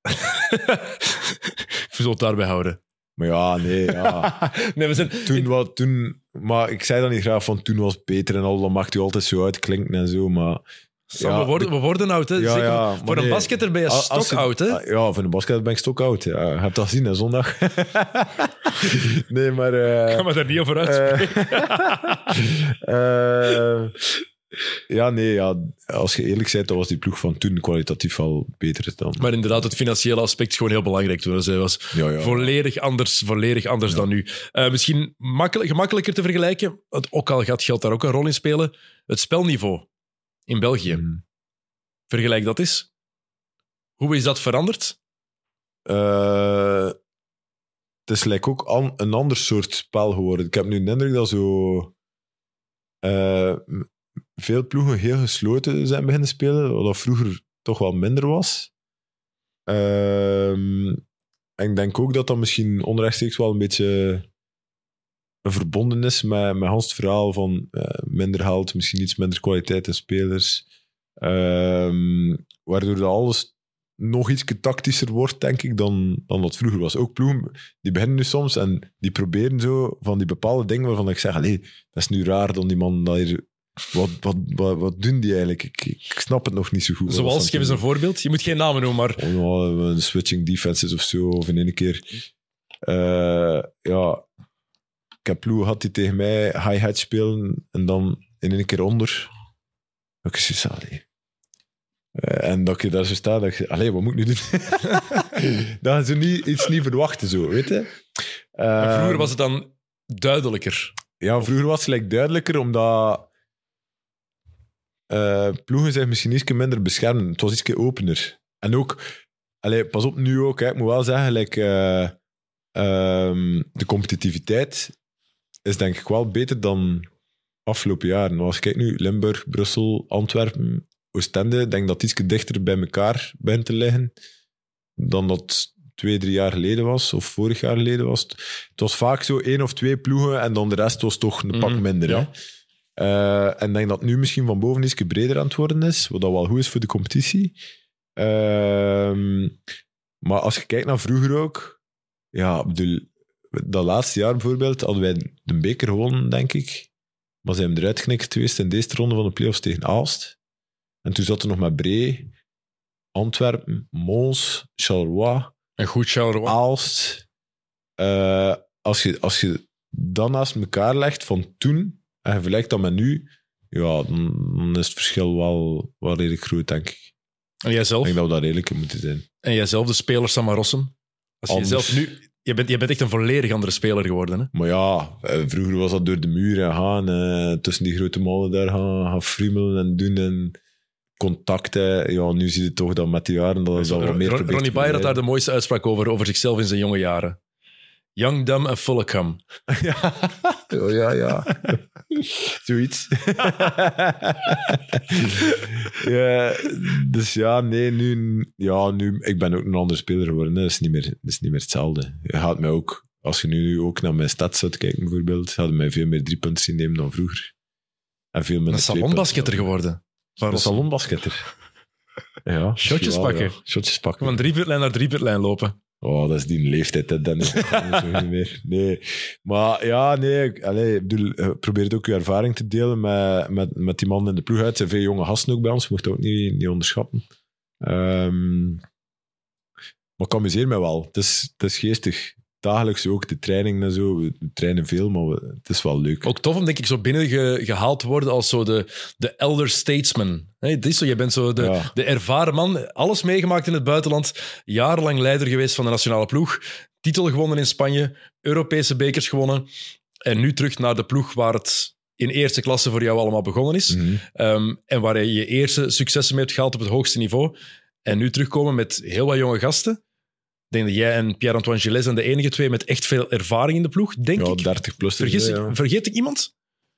Ik zal het daarbij houden. Maar ja, nee, ja. Nee, we zijn... Toen, wat, toen, maar ik zei dat niet graag, van toen was het beter en al, dat mag u altijd zo uitklinken en zo, maar... Sam, ja, we, worden, we worden oud, hè? Ja, Zeker ja, voor maar een nee. basketter ben je Als- als stok je- oud, hè? Ja, voor een basket ben ik stokoud. Ja, je hebt dat gezien, hè, zondag. Nee, maar... eh, Ik ga me daar niet over uitspreken. eh, eh, ja, nee, ja, als je eerlijk bent, dan was die ploeg van toen kwalitatief wel beter dan... Maar inderdaad, het financiële aspect is gewoon heel belangrijk toen. Dus hij was ja, ja. volledig anders, volledig anders Ja. dan nu. Uh, misschien makkelijk, gemakkelijker te vergelijken, het, ook al gaat geld daar ook een rol in spelen, het spelniveau in België. Mm. Vergelijk dat eens. Hoe is dat veranderd? Eh, het is like ook an- een ander soort spel geworden. Ik heb nu de indruk dat zo eh, m- veel ploegen heel gesloten zijn beginnen spelen, wat dat vroeger toch wel minder was. Ehm, en ik denk ook dat dat misschien onrechtstreeks wel een beetje een verbonden is met, met Hans het verhaal van eh, minder geld, misschien iets minder kwaliteit in spelers. Ehm, waardoor dat alles nog iets tactischer wordt, denk ik, dan, dan dat vroeger was. Ook ploegen, die beginnen nu soms en die proberen zo van die bepaalde dingen waarvan ik zeg, allee, dat is nu raar dan die man dat hier... Wat, wat, wat, wat doen die eigenlijk? Ik, ik snap het nog niet zo goed. Zoals, geef eens een voorbeeld. Je moet geen namen noemen, maar... Oh, nou, een switching defenses of zo, of in één keer... Uh, ja, ik heb ploegen gehad die tegen mij high-hat spelen en dan in één keer onder. Ik zei, allee. Uh, en dat je daar zo staat, dat je, allee, wat moet ik nu doen? Dat gaan ze niet, iets niet verwachten, zo, weet je. Uh, vroeger was het dan duidelijker. Ja, vroeger was het gelijk duidelijker, omdat uh, ploegen zich misschien iets minder beschermen. Het was iets opener. En ook, allee, pas op nu ook, hè, ik moet wel zeggen, like, uh, um, de competitiviteit is denk ik wel beter dan afgelopen jaren. Als ik kijk nu, Limburg, Brussel, Antwerpen, Oostende, ik denk dat het iets dichter bij elkaar begint te liggen dan dat twee, drie jaar geleden was, of vorig jaar geleden was. Het was vaak zo één of twee ploegen en dan de rest was toch een pak minder. Mm-hmm, ja. uh, en ik denk dat het nu misschien van boven iets breder aan het worden is, wat dat wel goed is voor de competitie. Uh, maar als je kijkt naar vroeger ook, ja, bedoel, dat laatste jaar bijvoorbeeld hadden wij de beker gewonnen, denk ik. Maar ze hebben eruit geknikt geweest in deze ronde van de playoffs tegen Aalst. En toen zat er nog met Bree, Antwerpen, Mons, Charleroi. En goed Charleroi. Aalst. Uh, als, je, als je dat naast elkaar legt van toen en je vergelijkt dat met nu, ja, dan, dan is het verschil wel, wel redelijk groot, denk ik. En jijzelf? Ik denk dat we daar redelijk in moeten zijn. En jijzelf, de speler Sam Rossum? Als je jezelf nu... Je bent, je bent echt een volledig andere speler geworden, hè? Maar ja, vroeger was dat door de muur en gaan, uh, tussen die grote mannen daar gaan, gaan friemelen en doen en contacten. Ja, nu zie je toch dat met die jaren dat het al wat meer probeert. Ronnie Bayer had daar de mooiste uitspraak over, over zichzelf in zijn jonge jaren. Young, dumb and full of cum. Ja, oh, ja, ja. Zoiets. Ja, dus ja, nee, nu, ja, nu... Ik ben ook een andere speler geworden. Dat is niet meer, dat is niet meer hetzelfde. Je gaat mij ook... Als je nu ook naar mijn stats zou kijken, bijvoorbeeld, hadden mij veel meer drie punten zien nemen dan vroeger. En veel minder een salonbasketter geworden. Een salonbasketter. Ja. Shotjes ja, pakken. Ja. Shotjes pakken. Van driepuntlijn naar driepuntlijn lopen. Oh, dat is die leeftijd, hè, Dennis. Dat gaat niet meer. Nee. Maar ja, nee. Allez, ik bedoel, probeer ook je ervaring te delen met, met, met die man in de ploeg. Het zijn veel jonge gasten ook bij ons. Je moet het ook niet, niet onderschatten. Um, maar ik amuseer me wel. Het is, het is geestig. Dagelijks ook, de training en zo. We trainen veel, maar we, het is wel leuk. Ook tof om, denk ik, zo binnengehaald te worden als zo de, de elder statesman. Hey, het is zo, je bent zo de, ja. de ervaren man. Alles meegemaakt in het buitenland. Jarenlang leider geweest van de nationale ploeg. Titel gewonnen in Spanje. Europese bekers gewonnen. En nu terug naar de ploeg waar het in eerste klasse voor jou allemaal begonnen is. Mm-hmm. Um, en waar je je eerste successen mee hebt gehaald op het hoogste niveau. En nu terugkomen met heel wat jonge gasten. Ik denk dat jij en Pierre-Antoine Gilles zijn de enige twee met echt veel ervaring in de ploeg, denk ja, ik. dertig plus. Vergeet, is, ja. vergeet ik iemand?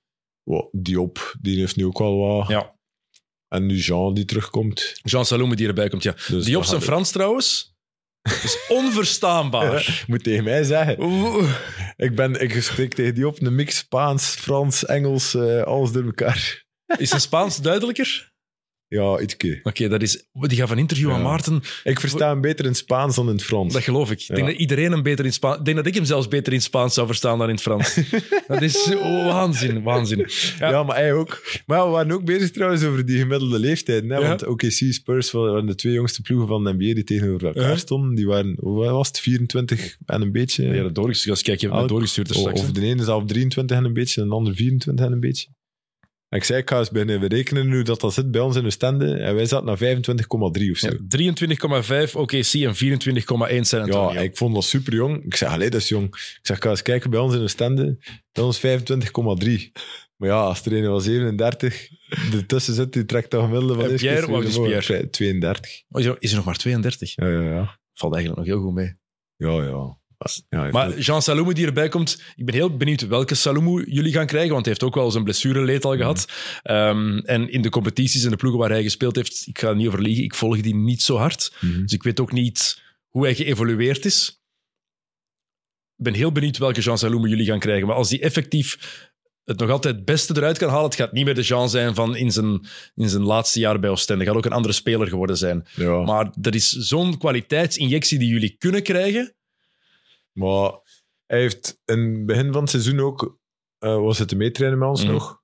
Oh, Diop, die heeft nu ook wel wat. Ja. En nu Jean, die terugkomt. Jean Salomé, die erbij komt, ja. Dus Diop zijn Frans trouwens is onverstaanbaar. Ja, moet tegen mij zeggen. Oeh. Ik, ben, ik spreek tegen Diop een mix Spaans, Frans, Engels, uh, alles door elkaar. Is zijn Spaans duidelijker? Ja, ietsje. Oké, okay, dat is... Die gaat van interview ja. aan Maarten... Ik versta hem beter in Spaans dan in het Frans. Dat geloof ik. Ik ja. denk dat iedereen hem beter in Spaans... Ik denk dat ik hem zelfs beter in het Spaans zou verstaan dan in het Frans. Dat is oh, waanzin, waanzin. Ja. ja, maar hij ook. Maar ja, we waren ook bezig trouwens over die gemiddelde leeftijd. Hè? Ja. Want O K C, Spurs waren de twee jongste ploegen van de N B A die tegenover elkaar stonden. Die waren, hoe was het, vierentwintig en een beetje? Ja, dat doorgestuurd. Als kijk, je hebt doorgestuurd. Of, of de ene is al drieëntwintig en een beetje en de ander vierentwintig en een beetje. En ik zei, ik ga eens beginnen rekenen nu dat dat zit bij ons in de standen. En wij zaten naar vijfentwintig komma drie of zo. Ja, drieëntwintig komma vijf O K C en vierentwintig komma één San Antonio. Ja, ik vond dat super jong. Ik zei, allee, dat is jong. Ik zeg, ik ga eens kijken bij ons in de standen. Dat is vijfentwintig komma drie. Maar ja, als er een was zevenendertig, ertussen zit, die trekt dat gemiddelde van deze. Pierre, wat is Pierre? tweeëndertig. Oh, is er nog maar tweeëndertig? Ja, ja, ja. Valt eigenlijk nog heel goed mee. Ja, ja. Ja, maar Jean Salomé die erbij komt, ik ben heel benieuwd welke Salomé jullie gaan krijgen, want hij heeft ook wel zijn blessureleed al gehad. Mm-hmm. Um, en in de competities en de ploegen waar hij gespeeld heeft, ik ga er niet over liegen, ik volg die niet zo hard. Mm-hmm. Dus ik weet ook niet hoe hij geëvolueerd is. Ik ben heel benieuwd welke Jean Salomé jullie gaan krijgen. Maar als die effectief het nog altijd het beste eruit kan halen. Het gaat niet meer de Jean zijn van in zijn, in zijn laatste jaar bij Oostende. Het gaat ook een andere speler geworden zijn. Ja. Maar er is zo'n kwaliteitsinjectie die jullie kunnen krijgen. Maar hij heeft in het begin van het seizoen ook... Uh, was het de meetrainen met ons Mm. nog?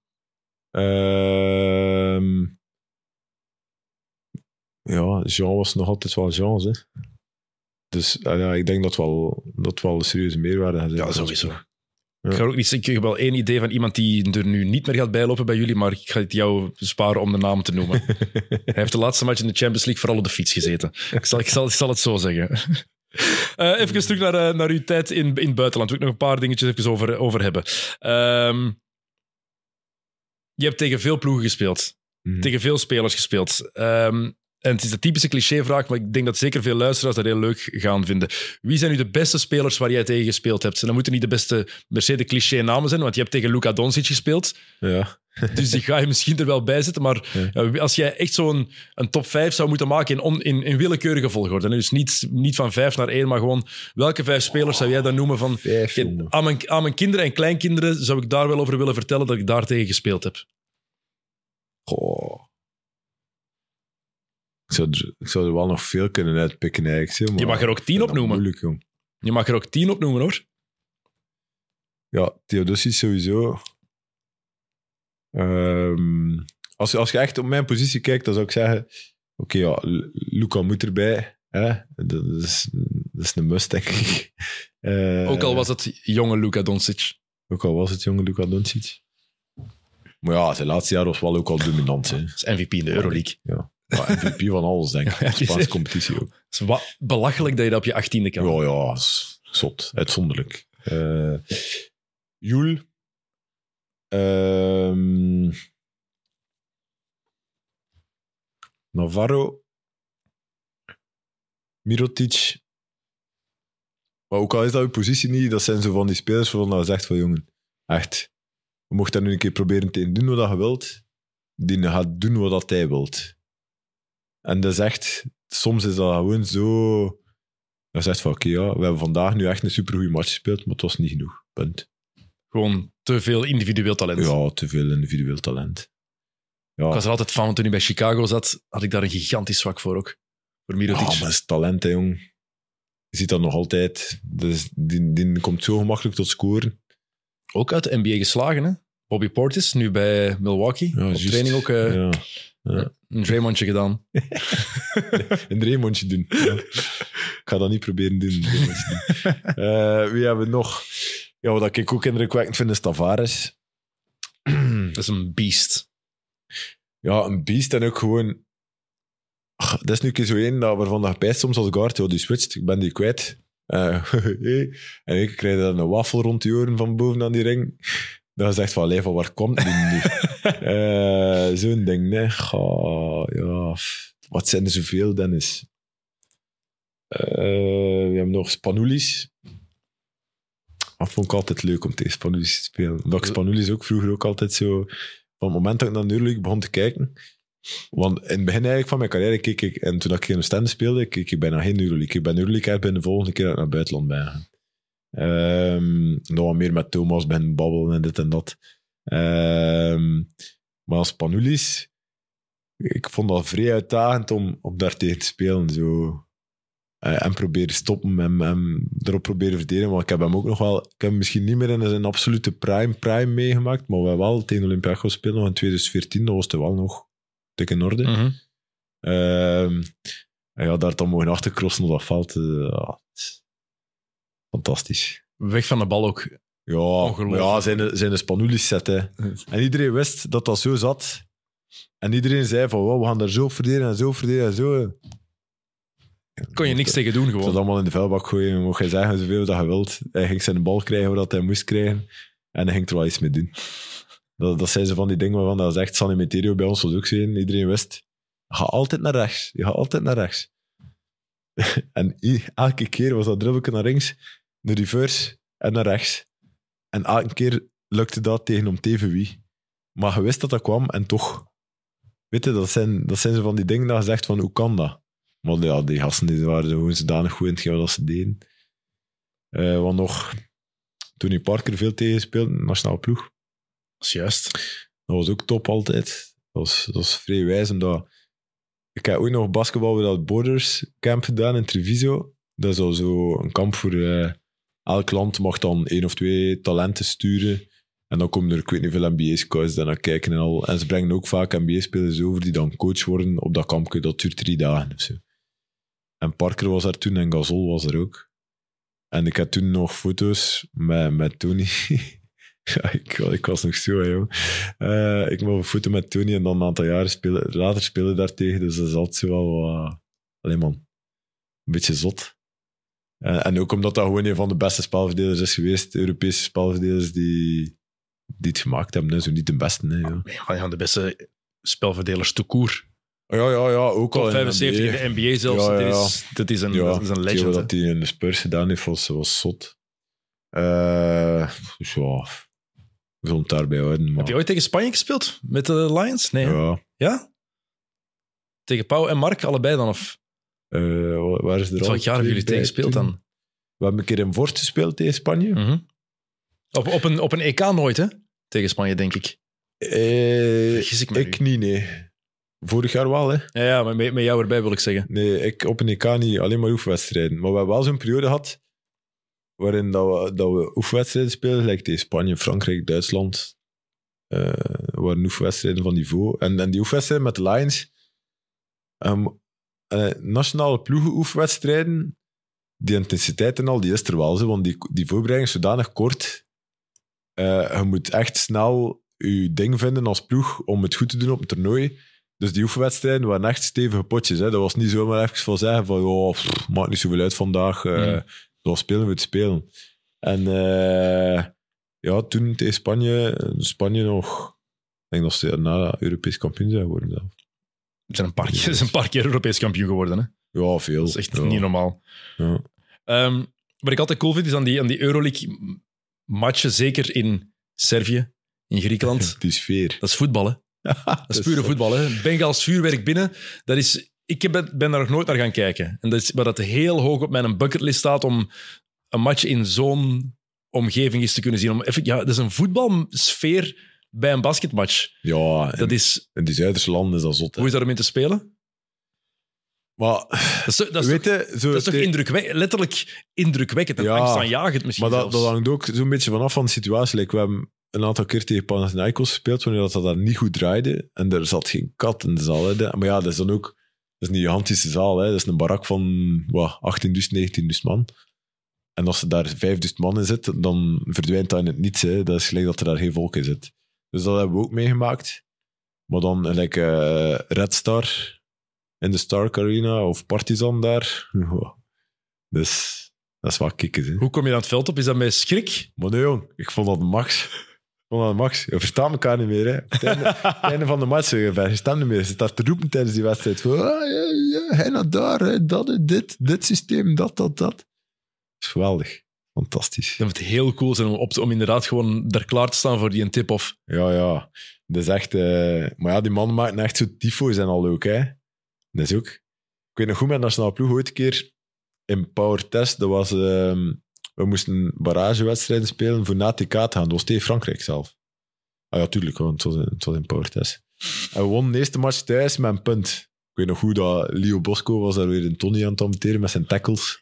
Ehm ja, Jean was nog altijd wel Jean, hè. Dus uh, ja, ik denk dat wel, dat wel een serieuze meerwaarde gaat zijn. Ja, sowieso. Ja. Ik ga ook niet zeggen, ik heb wel één idee van iemand die er nu niet meer gaat bijlopen bij jullie, maar ik ga het jou besparen om de naam te noemen. Hij heeft de laatste match in de Champions League vooral op de fiets gezeten. Ik zal, ik zal, ik zal het zo zeggen. Uh, even terug naar, uh, naar uw tijd in, in het buitenland. Wil ik nog een paar dingetjes even over, over hebben. Um, je hebt tegen veel ploegen gespeeld. Mm. Tegen veel spelers gespeeld. Um, en het is de typische clichévraag, maar ik denk dat zeker veel luisteraars dat heel leuk gaan vinden. Wie zijn nu de beste spelers waar jij tegen gespeeld hebt? En dat moeten niet de beste per se de cliché-namen zijn, want je hebt tegen Luka Doncic gespeeld. Ja. Dus die ga je misschien er wel bij zetten. Maar ja. Als jij echt zo'n een top vijf zou moeten maken in, on, in, in willekeurige volgorde, dus niet, niet van vijf naar één, maar gewoon welke vijf spelers zou jij dan noemen van... Vijf, aan, mijn, aan mijn kinderen en kleinkinderen zou ik daar wel over willen vertellen dat ik daar tegen gespeeld heb. Goh. Ik zou, er, ik zou er wel nog veel kunnen uitpikken eigenlijk. Maar je mag er ook tien opnoemen. Moeilijk, jong. Je mag er ook tien opnoemen, hoor. Ja, Theodosic sowieso. Um, als, als je echt op mijn positie kijkt, dan zou ik zeggen... Oké, okay, ja, Luka moet erbij. Hè? Dat, is, dat is een must, denk ik. Uh, ook al was het jonge Luka Doncic. Ook al was het jonge Luka Doncic. Maar ja, zijn laatste jaar was wel ook al dominant. Hè. Dat is M V P in de Euroleague. Ja. Ja, M V P van alles, denk ik. De Spaanse competitie ook. Het is wa- belachelijk dat je dat op je achttiende kan. Ja, ja, zot. Uitzonderlijk. Uh, Joel. Um, Navarro. Mirotic. Maar ook al is dat uw positie niet, dat zijn zo van die spelers waarvan je zegt van jongen, echt, je mocht daar nu een keer proberen te doen wat je wilt. Die gaat doen wat hij wilt. En dat is echt, soms is dat gewoon zo... Je zegt van, oké, okay, ja, we hebben vandaag nu echt een supergoeie match gespeeld, maar het was niet genoeg. Punt. Gewoon te veel individueel talent. Ja, te veel individueel talent. Ja. Ik was er altijd van, want toen ik bij Chicago zat, had ik daar een gigantisch zwak voor ook. Voor Mirotic. Ja, maar dat is talent, hè, jong. Je ziet dat nog altijd. Dus die, die komt zo gemakkelijk tot scoren. Ook uit de N B A geslagen, hè? Bobby Portis, nu bij Milwaukee. Ja, op just. Training ook uh, ja. Ja. een Draymondje gedaan. Een Draymondje doen. Ja. Ik ga dat niet proberen doen. doen. uh, wie hebben we nog? Ja, wat ik ook indrukwekkend vind is Tavares. Dat is een beest. Ja, een beest en ook gewoon... Ach, dat is nu een keer zo één dat, waarvan je pijst soms als guard. Ja, die switcht, ik ben die kwijt. Uh, en ik krijg dan een wafel rond die oren van boven aan die ring. Dan zegt van, allee, van waar komt die nu? uh, Zo'n ding, nee. Ga, ja. Wat zijn er zoveel, Dennis? Uh, we hebben nog Spanoulis. Dat vond ik altijd leuk om tegen Spanoulis te spelen. Omdat ik Spanoulis ook vroeger ook altijd zo... Van het moment dat ik naar de Euroleague begon te kijken... Want in het begin eigenlijk van mijn carrière keek ik... En toen ik in Oostende speelde, keek ik bijna geen Euroleague. Ik ben Euroleague uit bij de volgende keer dat ik naar het buitenland ben gegaan. Um, nog wat meer met Thomas ben babbelen en dit en dat. Um, maar als Spanoulis... Ik vond dat vrij uitdagend om, om daar tegen te spelen. Zo... Uh, en proberen stoppen en, en erop proberen verdedigen. Want ik heb hem ook nog wel... Ik heb hem misschien niet meer in zijn absolute prime, prime meegemaakt, maar we hebben wel tegen Olympiakos gespeeld nog in twintig veertien. Dat was het wel nog dik in orde. Mm-hmm. Uh, en ja, daar dan mogen achtercrossen op dat veld. Uh, ja, fantastisch. Weg van de bal ook. Ja, maar ja zijn, zijn de Spanoulis set. Hè. En iedereen wist dat dat zo zat. En iedereen zei van, wow, we gaan daar zo verdedigen en zo verdedigen en zo... Kon je niks tegen doen, gewoon. Dat allemaal in de vuilbak gooien. Mocht hij zeggen zoveel dat je wilt. Hij ging zijn bal krijgen wat hij moest krijgen. En hij ging er wel iets mee doen. Dat, dat zijn ze van die dingen waarvan dat is echt San Emeterio bij ons was ook zijn. Iedereen wist, ga altijd naar rechts. Je gaat altijd naar rechts. En elke keer was dat dribbelje naar links, de reverse en naar rechts. En elke keer lukte dat tegen om teven wie. Maar je wist dat dat kwam en toch. Weet je, dat zijn, dat zijn ze van die dingen dat je zegt van, hoe kan dat? Maar ja, die gasten die waren gewoon zodanig goed in hetgeen wat ze deden. Uh, wat nog... Tony Parker veel tegen speelde, nationale ploeg. Dat is juist. Dat was ook top altijd. Dat was, dat was vrij wijs, omdat... Ik heb ooit nog basketbal bij dat Borders Camp gedaan in Treviso. Dat is al zo een kamp voor... Uh, elk land mag dan één of twee talenten sturen. En dan komen er, ik weet niet veel N B A-scouts daar naar kijken en al. En ze brengen ook vaak N B A-spelers over die dan coach worden op dat kampje. Dat duurt drie dagen of zo. En Parker was daar toen en Gasol was er ook. En ik had toen nog foto's met, met Tony... Ja, ik, ik was nog zo, hè, joh. Uh, ik mocht een foto met Tony en dan een aantal jaren spelen, later spelen daartegen. Dus dat is altijd zo wel wat... Allee man, een beetje zot. Uh, en ook omdat dat gewoon een van de beste spelverdelers is geweest. De Europese spelverdelers die, die het gemaakt hebben. Hè. Zo niet de beste. Hè, joh. Een van de beste spelverdelers tout court. Ja, ja, ja. Ook Top al vijfenzeventig in de N B A zelfs. Ja, ja, ja. Dat, is, dat is een, ja, dat is een legend. dat hij in de Spurs gedaan heeft was, was zot. Uh, dus ja... Ik wil het daarbij houden. Maar... Heb je ooit tegen Spanje gespeeld? Met de Lions? Nee. Ja. Ja? Tegen Pau en Mark, allebei dan? Of? Uh, waar is er al? Welk jaar hebben jullie tegen gespeeld dan? We hebben een keer in Vorst gespeeld tegen Spanje. Mm-hmm. Op, op, een, op een E K nooit, hè? Tegen Spanje, denk ik. Uh, Vergis ik me Ik niet, nee. Vorig jaar wel, hè. Ja, ja maar met, met jou erbij wil ik zeggen. Nee, ik op een E K niet, alleen maar oefenwedstrijden. Maar we hebben wel zo'n periode gehad waarin dat we, dat we oefenwedstrijden spelen, gelijk tegen Spanje, Frankrijk, Duitsland. Uh, waren oefenwedstrijden van niveau. En, en die oefenwedstrijden met de Lions... Um, uh, nationale ploegen oefenwedstrijden, die intensiteit en al, die is er wel. Zo, want die, die voorbereiding is zodanig kort. Uh, je moet echt snel je ding vinden als ploeg om het goed te doen op een toernooi. Dus die oefenwedstrijden waren echt stevige potjes. Hè. Dat was niet zomaar even van zeggen van oh, pff, maakt niet zoveel uit vandaag. Uh, mm. Dat was spelen voor het spelen. En uh, ja, toen tegen Spanje, Spanje nog... Ik denk dat ze daarna Europees kampioen zijn geworden zelf. Ze zijn een paar keer, een paar keer Europees kampioen geworden. Hè? Ja, veel. Dat is echt ja. niet normaal. Ja. Um, wat ik altijd cool vind, is aan die, aan die Euroleague-matchen, zeker in Servië, in Griekenland. Die sfeer. Dat is voetbal, hè. Dat is pure voetbal, hè. Bengals vuurwerk binnen. Dat is, ik ben, ben daar nog nooit naar gaan kijken. En dat is waar dat heel hoog op mijn bucketlist staat om een match in zo'n omgeving eens te kunnen zien. Om even, ja, dat is een voetbalsfeer bij een basketmatch. Ja, dat is, in die Zuiderse landen is dat zot. Hè. Hoe is dat om in te spelen? Maar, dat is, dat is weet toch, je, zo dat is toch te... indrukwekkend, letterlijk indrukwekkend en ja, angstaanjagend misschien maar dat, zelfs. dat hangt ook zo'n beetje vanaf van de situatie. Like, we hebben een aantal keer tegen Panathinaikos gespeeld, wanneer dat, dat, dat niet goed draaide. En er zat geen kat in de zaal. Hè. Maar ja, dat is dan ook... Dat is niet een gigantische zaal. Hè. Dat is een barak van wat, achttienduizend, negentienduizend man. En als er daar vijfduizend man in zit, dan verdwijnt dat in het niets. Hè. Dat is gelijk dat er daar geen volk in zit. Dus dat hebben we ook meegemaakt. Maar dan like, uh, Red Star in de Stark Arena of Partizan daar. Dus dat is wat kicken. Hè. Hoe kom je aan het veld op? Is dat met schrik? Maar nee, jong. Ik vond dat max. Ik vond dat max. Je verstaat elkaar niet meer. Hè. Op het einde, het einde van de match, je verstaat niet meer. Je zit daar te roepen tijdens die wedstrijd. Van, ah, ja, ja, hij naar daar, hè, dat, dit, dit systeem, dat, dat, dat. Dat is geweldig. Fantastisch. Dat moet heel cool zijn om, op, om inderdaad gewoon daar klaar te staan voor die een tip-off. Ja, ja. Dat is echt... Uh... Maar ja, die man maakt echt zo tyfo's en al ook, hè. Dat is ook... Ik weet nog goed, met de nationale ploeg ooit een keer in Power Test, dat was... Uh... We moesten barragewedstrijden spelen voor na T K te gaan. Dat was tegen Frankrijk zelf. Ah ja, tuurlijk, want het was in, het was in Power Test. En we wonnen de eerste match thuis met een punt. Ik weet nog goed dat Leo Bosco was daar weer een Tony aan het amputeren met zijn tackles.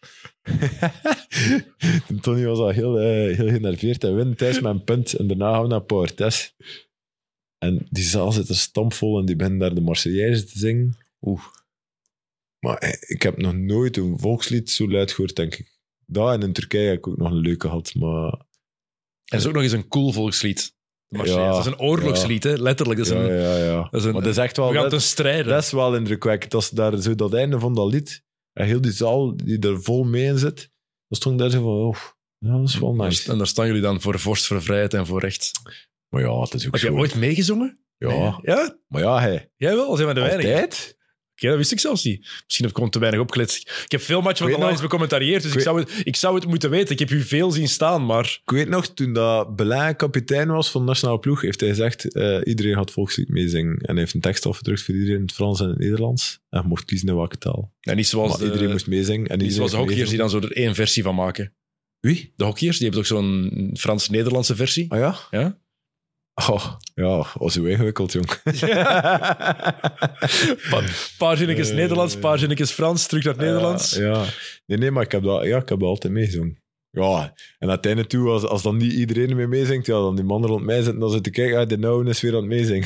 Tony was al heel, uh, heel generveerd. En winnen thuis met een punt. En daarna gaan we naar Power Test. En die zaal zit er stampvol en die beginnen daar de Marseillaise te zingen. Oeh. Maar ik heb nog nooit een volkslied zo luid gehoord, denk ik. Dat en in Turkije heb ik ook nog een leuke gehad, maar... En dat is ook nog eens een cool volkslied. De ja, dat is een oorlogslied, ja. Hè? Letterlijk. Dat is ja, een, ja, ja. Dat is een, maar dat is echt wel... we gaan dat, te strijden. Dat is wel indrukwekkend. Als daar zo dat einde van dat lied, en heel die zaal die er vol mee in zit, dan stond ik daar zo van, oh, ja, dat is wel nice. En daar staan jullie dan voor vorst, voor vrijheid en voor recht. Maar ja, dat is ook Heb zo. jij ooit meegezongen? Ja. Nee. Ja? Maar ja, hey. Jij wel, zijn we de weinigen. Altijd? Oké, dat wist ik zelfs niet. Misschien heb ik gewoon te weinig opgelet. Ik heb veel matchen van de Lions becommentarieerd, dus ik, ik, zou het, ik zou het moeten weten. Ik heb u veel zien staan, maar... Ik weet nog, toen dat Belin kapitein was van de nationale ploeg, heeft hij gezegd, uh, iedereen gaat volkslied meezingen. En hij heeft een tekst afgedrukt voor iedereen in het Frans en het Nederlands. En je mocht kiezen in welke taal. Ja, niet zoals maar de, iedereen moest meezingen. En niet zoals de hockeyers die dan zo er één versie van maken. Wie? De hockeyers, die hebben toch zo'n Frans-Nederlandse versie? Ah ja? Ja. Oh, ja, was zo ingewikkeld, jong. Pa- paar zinnetjes Uh, Nederlands, paar zinnetjes Frans, terug naar het Nederlands. Uh, ja, nee, nee, maar ik heb dat, ja, ik heb dat altijd meegezongen. Ja, en aan het einde toe, als, als dan niet iedereen ermee meezingt, ja, dan die mannen rond mij zitten, dan zitten te kijken, ah, de nou is weer aan het meezingen.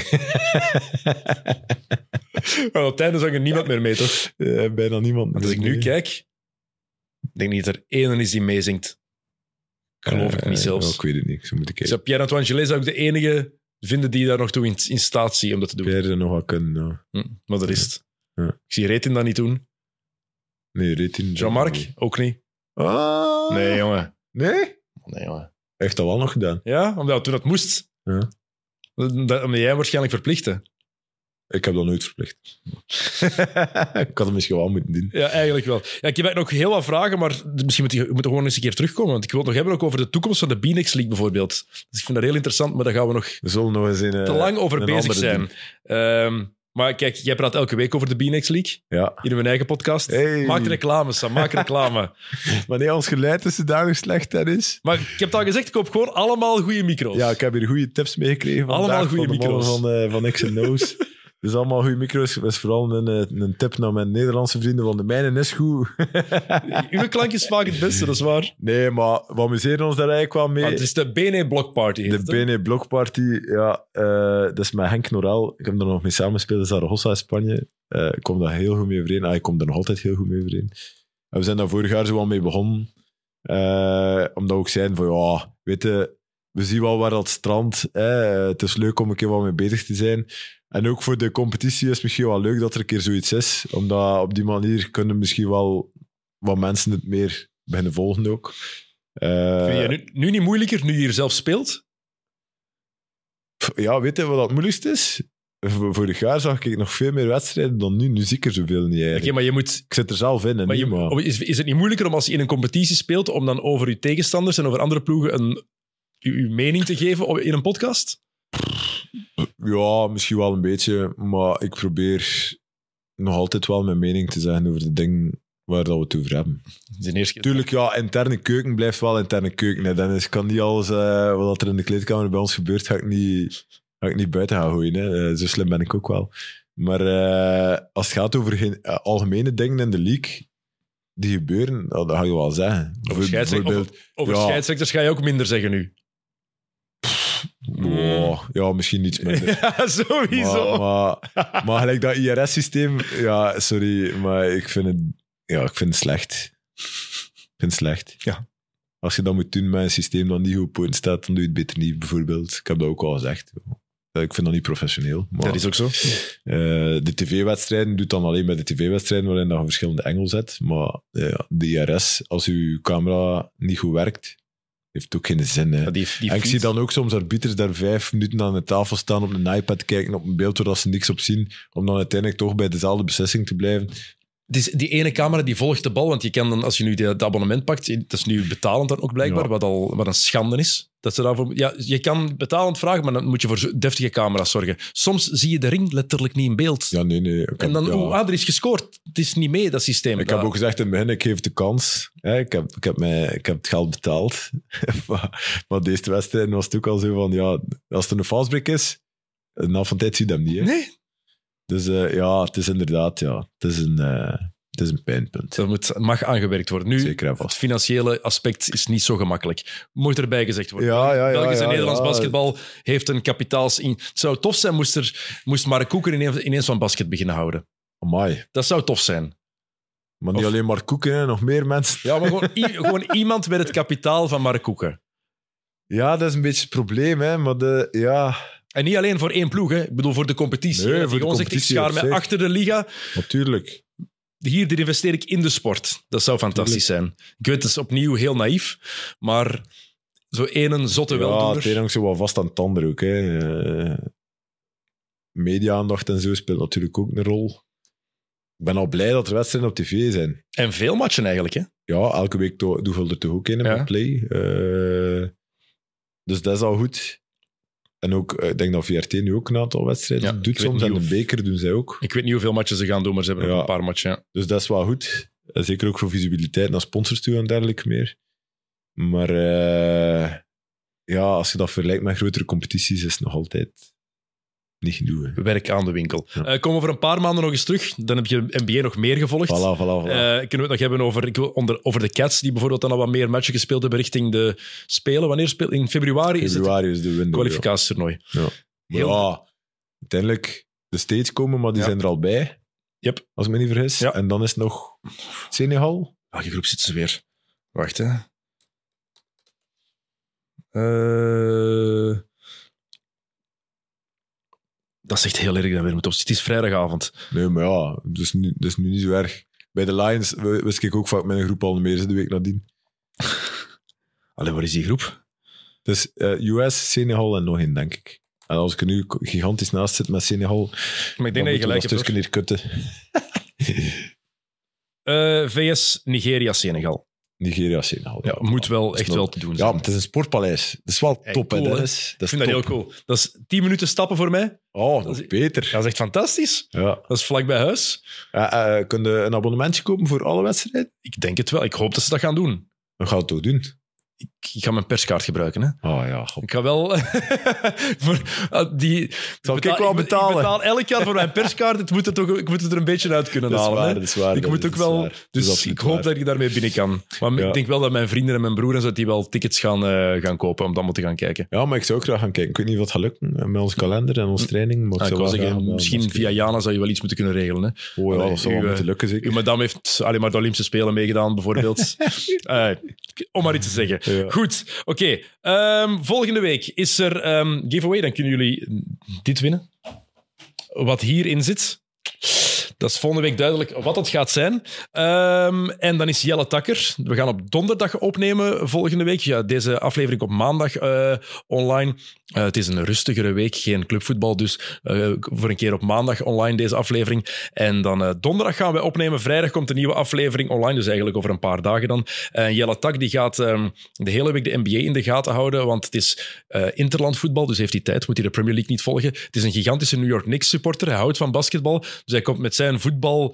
Maar op het einde zong er niemand meer mee, toch? Ja, bijna niemand. Want als ik nu mee. kijk, ik denk niet dat er één is die meezingt. Geloof ik Uh, niet zelfs. Ja, ik weet het niet, ik zou moeten kijken. Dus Pierre-Antoine Gillet zou ik de enige vinden die daar nog toe in, in staat zie om dat te doen. Pierre er nog wel kunnen, ja. Hm, maar dat is het. Ja. Ik zie Retin dat niet doen. Nee, Retin. Jean-Marc, ook niet. Ah, Nee, jongen. Nee? Nee, jongen. Hij heeft dat wel nog gedaan. Ja, omdat toen dat moest. Ja. Dat, omdat jij waarschijnlijk verplichtte. Ik heb dat nooit verplicht. Ik had het misschien wel moeten doen. Ja, eigenlijk wel. Ja, ik heb eigenlijk nog heel wat vragen, maar misschien moet je, je moet er gewoon eens een keer terugkomen. Want ik wil het nog hebben ook over de toekomst van de B-Next League bijvoorbeeld. Dus ik vind dat heel interessant, maar daar gaan we nog We zullen nog eens in, uh, te lang over een bezig andere zijn. doen. Ehm, maar kijk, jij praat elke week over de B-Next League. Ja. Hier in mijn eigen podcast. Hey. Maak reclame, Sam. Maak reclame. Maar nee, ons geluid is daar nog slecht, Dennis. Maar ik heb het al gezegd, ik koop gewoon allemaal goede micro's. Ja, ik heb hier goede tips meegekregen. vandaag Allemaal goede van de mannen micro's. Van, uh, van X en No's. Dus allemaal goede micro's. Dat is vooral een, uh, een tip naar mijn Nederlandse vrienden, want de mijne is goed. Uw klank is vaak het beste, dat is waar. Nee, maar we amuseren ons daar eigenlijk wel mee. Ah, het is de B N E Block Party. heet De het, hè? B N E Block Party, ja, uh, dat is met Henk Norel. Ik heb daar nog mee samengespeeld in Zaragoza in Spanje. Uh, ik kom daar heel goed mee overeen. Ah, ik kom daar nog altijd heel goed mee overeen. En we zijn daar vorig jaar zo wel mee begonnen. Uh, omdat we ook zeiden van, ja, weet je, we zien wel waar dat strandt. Hè. Uh, het is leuk om een keer wat mee bezig te zijn. En ook voor de competitie is het misschien wel leuk dat er een keer zoiets is. Omdat op die manier kunnen misschien wel wat mensen het meer beginnen volgen ook. Uh, Vind je nu, nu niet moeilijker, nu je hier zelf speelt? Ja, weet je wat het moeilijkste is? V- Vorig jaar zag ik nog veel meer wedstrijden dan nu. Nu zie ik er zoveel niet eigenlijk. Oké, maar je moet... Ik zit er zelf in en Maar, je, niet, maar... of is, is het niet moeilijker om als je in een competitie speelt, om dan over je tegenstanders en over andere ploegen een, uw, uw mening te geven op- in een podcast? Ja, misschien wel een beetje. Maar ik probeer nog altijd wel mijn mening te zeggen over de dingen waar dat we het over hebben. De eerste keer. Tuurlijk, ja, interne keuken blijft wel interne keuken. Hè, Dennis. Ik kan niet alles uh, wat er in de kleedkamer bij ons gebeurt, ga ik niet, ga ik niet buiten gaan gooien. Hè. Uh, zo slim ben ik ook wel. Maar uh, als het gaat over geen, uh, algemene dingen in de league die gebeuren, uh, dat ga je wel zeggen. Over, scheidsrecht, over, over ja. scheidsrechters ga je ook minder zeggen nu. Oh, ja, misschien iets minder. Ja, sowieso. Maar, maar, maar gelijk dat I R S-systeem, ja, sorry, maar ik vind het, ja, ik vind het slecht. Ik vind het slecht. Ja. Als je dat moet doen met een systeem dat niet goed op poten staat, dan doe je het beter niet, bijvoorbeeld. Ik heb dat ook al gezegd. Ik vind dat niet professioneel. Maar, dat is ook zo. Uh, de tv-wedstrijden doet dan alleen bij de tv-wedstrijden waarin je verschillende engels zet. Maar uh, de I R S, als je camera niet goed werkt, heeft ook geen zin. Hè. Ja, die, die en ik fiets- zie dan ook soms arbiters daar vijf minuten aan de tafel staan op een iPad kijken op een beeld waar ze niks op zien, om dan uiteindelijk toch bij dezelfde beslissing te blijven. Het is die ene camera die volgt de bal, want je kan dan, als je nu dat abonnement pakt, dat is nu betalend dan ook blijkbaar, Ja. wat al wat een schande is. Dat ze daarvoor, ja, je kan betalend vragen, maar dan moet je voor zo- deftige camera's zorgen. Soms zie je de ring letterlijk niet in beeld. Ja, nee, nee. Ik heb, en dan, ja. oh, ah, er is gescoord. Het is niet mee, dat systeem. Ik Dat- heb ook gezegd in het begin, ik geef de kans. Hè, ik, heb, ik, heb mij, ik heb het geld betaald. maar, maar deze wedstrijd was het ook al zo van, ja, als er een fastbreak is, een half van tijd zie je hem niet. Hè. Nee, Dus uh, ja, het is inderdaad, ja, het is een, uh, het is een pijnpunt. dat moet, mag aangewerkt worden. Nu, Zeker en het vast. financiële aspect is niet zo gemakkelijk. Moet erbij gezegd worden. Ja, ja, ja. Belgisch en ja, Nederlands ja. basketbal heeft een kapitaals... In... Het zou tof zijn moest, er, moest Mark Koeken ineens, ineens van basket beginnen houden. Amai. Dat zou tof zijn. Maar niet Of- alleen maar koeken, hè, nog meer mensen. Ja, maar gewoon, i- gewoon iemand met het kapitaal van Mark Koeken. Ja, dat is een beetje het probleem, hè, maar de, ja, En niet alleen voor één ploeg, hè. Ik bedoel voor de competitie. Nee, hè. Dat voor hij de gewoon zegt, ik competitie schaar op mij zich. achter de liga. natuurlijk. Hier dit investeer ik in de sport. Dat zou fantastisch zijn. Ik weet, het is opnieuw heel naïef, maar zo één zotte Ja, weldoener. het een hangt zo wel vast aan het ander ook. Hè. Uh, media-aandacht en zo speelt natuurlijk ook een rol. Ik ben al blij dat er wedstrijden op tv zijn. En veel matchen eigenlijk, hè. Ja, elke week to- doen we er toch ook in Ja. met Play. Uh, dus dat is al goed. En ook, uh, ik denk dat V R T nu ook een aantal wedstrijden Ja, ik doet weet soms. niet En de of- beker doen zij ook. Ik weet niet hoeveel matchen ze gaan doen, maar ze hebben nog Ja. een paar matchen. Ja. Dus dat is wel goed. En zeker ook voor visibiliteit naar sponsors toe en dergelijke meer. Maar uh, ja, als je dat vergelijkt met grotere competities, is het nog altijd niet genoeg. Hè. Werk aan de winkel. Ja. Uh, komen we over een paar maanden nog eens terug. Dan heb je N B A nog meer gevolgd. Voilà, voilà, voilà. Uh, kunnen we het nog hebben over, ik wil onder, over de Cats, die bijvoorbeeld dan al wat meer matchen gespeeld hebben richting de Spelen. Wanneer speelt in februari? Februari is is de het window. kwalificatietoernooi. Ja. Ja. Heel- ja, uiteindelijk de States komen, maar die Ja. zijn er al bij. Yep. Als ik me niet vergis. Ja. En dan is het nog Senegal. Welke groep zitten ze weer? Wacht, hè. Uh... Dat is echt heel erg dat we moeten op. Het is vrijdagavond. Nee, maar ja, dat is nu, dat is nu niet zo erg. Bij de Lions wist ik ook vaak met een groep al meer zit de week nadien. Allee, waar is die groep? Dus uh, U S, Senegal en nog één, denk ik. En als ik er nu gigantisch naast zit met Senegal, Maar ik denk dan dat je moeten we gelijk dat hebt. stukje hier kutten. Uh, V S, Nigeria, Senegal. Nigeria, Senegal. Ja, moet wel is echt nog- wel te doen Ja, zijn. maar het is een sportpaleis. Dat is wel Hey, top, cool, hè, hè? Dennis. Dat Ik is vind dat heel top. cool. Dat is tien minuten stappen voor mij. Oh, Dat nog is- beter. Dat is echt fantastisch. Ja. Dat is vlak bij huis. Uh, uh, kun je een abonnementje kopen voor alle wedstrijden? Ik denk het wel. Ik hoop dat ze dat gaan doen. Dan gaan we het toch doen. Ik, ik ga mijn perskaart gebruiken. Hè. Oh ja, god. Ik ga wel... voor, uh, die, Zal ik betaal- wel ik- betalen? Ik betaal elk jaar voor mijn perskaart. Het moet het toch, ik moet het er een beetje uit kunnen Dat is halen. waar, hè. dat is waar. Ik dat moet is- ook dat is wel... waar. Dat is Dus absoluut ik hoop waar. dat ik daarmee binnen kan. Maar Ja. ik denk wel dat mijn vrienden en mijn broer en zo, die wel tickets gaan, uh, gaan kopen om dan moeten gaan kijken. Ja, maar ik zou ook graag gaan kijken. Ik weet niet of dat gaat lukken met onze kalender en onze training. Maar ik Ah, ik zou wou wel zeggen, graag wel misschien een via Jana zou je wel iets moeten kunnen regelen. Hè. Oh ja, Allee, dat zou wel uw, moeten eh, lukken, zeker. Uw madame heeft alleen maar de Olympische Spelen meegedaan, bijvoorbeeld. uh, om maar iets te zeggen. Ja. Goed, oké. Ehm, volgende week is er um, giveaway. Dan kunnen jullie dit winnen. Wat hierin zit. Dat is volgende week duidelijk wat het gaat zijn. Um, en dan is Jelle Takker. We gaan op donderdag opnemen volgende week. Ja, deze aflevering op maandag uh, online. Uh, het is een rustigere week, geen clubvoetbal. Dus uh, voor een keer op maandag online deze aflevering. En dan uh, donderdag gaan we opnemen. Vrijdag komt een nieuwe aflevering online. Dus eigenlijk over een paar dagen dan. Uh, Jelle Tak die gaat um, de hele week de N B A in de gaten houden. Want het is uh, interlandvoetbal. Dus heeft hij tijd. Moet hij de Premier League niet volgen. Het is een gigantische New York Knicks supporter. Hij houdt van basketbal. Dus hij komt met zijn voetbal.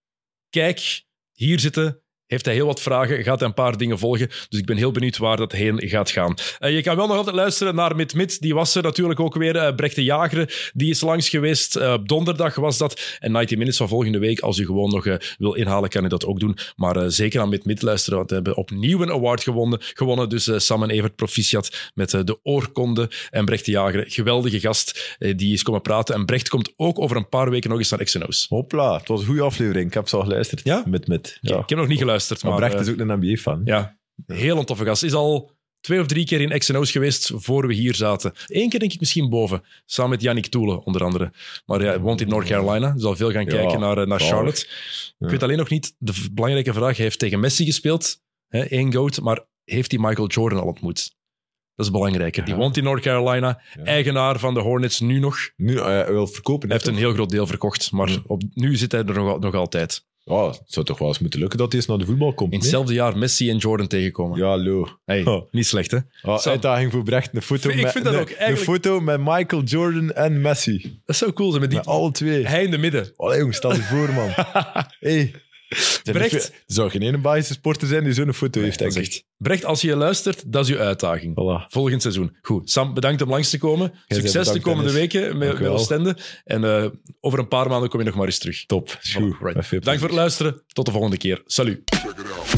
Kijk, hier zitten. Heeft hij heel wat vragen, gaat hij een paar dingen volgen. Dus ik ben heel benieuwd waar dat heen gaat gaan. Uh, je kan wel nog altijd luisteren naar Mit Mit. Die was er natuurlijk ook weer. Uh, Brecht de Jager, die is langs geweest. Uh, op donderdag was dat. En negentig Minutes van volgende week. Als u gewoon nog uh, wil inhalen, kan u dat ook doen. Maar uh, zeker aan Mit Mit luisteren, want we hebben opnieuw een award gewonnen. gewonnen. Dus uh, Sam en Evert proficiat met uh, de oorkonde. En Brecht de Jager, geweldige gast, uh, die is komen praten. En Brecht komt ook over een paar weken nog eens naar X N O's. Hopla, het was een goede aflevering. Ik heb ze al geluisterd. Ja? Met, met. Ja. Ik heb nog niet geluisterd. Maar Maar, Brecht uh, is ook een N B A-fan. Ja, heel een toffe gast. Is al twee of drie keer in X N O's geweest voor we hier zaten. Eén keer denk ik misschien boven. Samen met Yannick Toele, onder andere. Maar ja, hij woont in North Carolina. Dus zal veel gaan Ja, kijken naar, naar zalig. Charlotte. Ja. Ik weet alleen nog niet, de v- belangrijke vraag, hij heeft tegen Messi gespeeld. Hè, één goat. Maar heeft hij Michael Jordan al ontmoet? Dat is belangrijker. Die Ja. woont in North Carolina. Ja. Eigenaar van de Hornets nu nog. Nu, uh, hij wil verkopen. Hij heeft een heel groot deel verkocht. Maar Ja. op, nu zit hij er nog, nog altijd. Ja, het zou toch wel eens moeten lukken dat hij eens naar de voetbal komt. In nee? hetzelfde jaar Messi en Jordan tegenkomen. Ja, lo. Hey, Oh. niet slecht, hè? Ah, Sam. uitdaging voor Brecht. Een foto, Ik met, vind dat een, ook eigenlijk- een foto met Michael Jordan en Messi. Dat zou cool zijn met die... Met alle twee. Hij in de midden. Allee, jongens, stel je voor, man. Hey. Brecht. Er zou geen ene Belgische sporter zijn die zo'n foto heeft, Dat denk is ik. echt. Brecht, als je luistert, dat is uw uitdaging. Voilà. Volgend seizoen. Goed, Sam, bedankt om langs te komen. bent Succes de bedankt, komende Dennis. weken met, Dank u met wel. Oostende. En uh, over een paar maanden kom je nog maar eens terug. Top. Is goed. Right. Met veel Dank voor het plezier. luisteren. Tot de volgende keer. Salut. Check it out.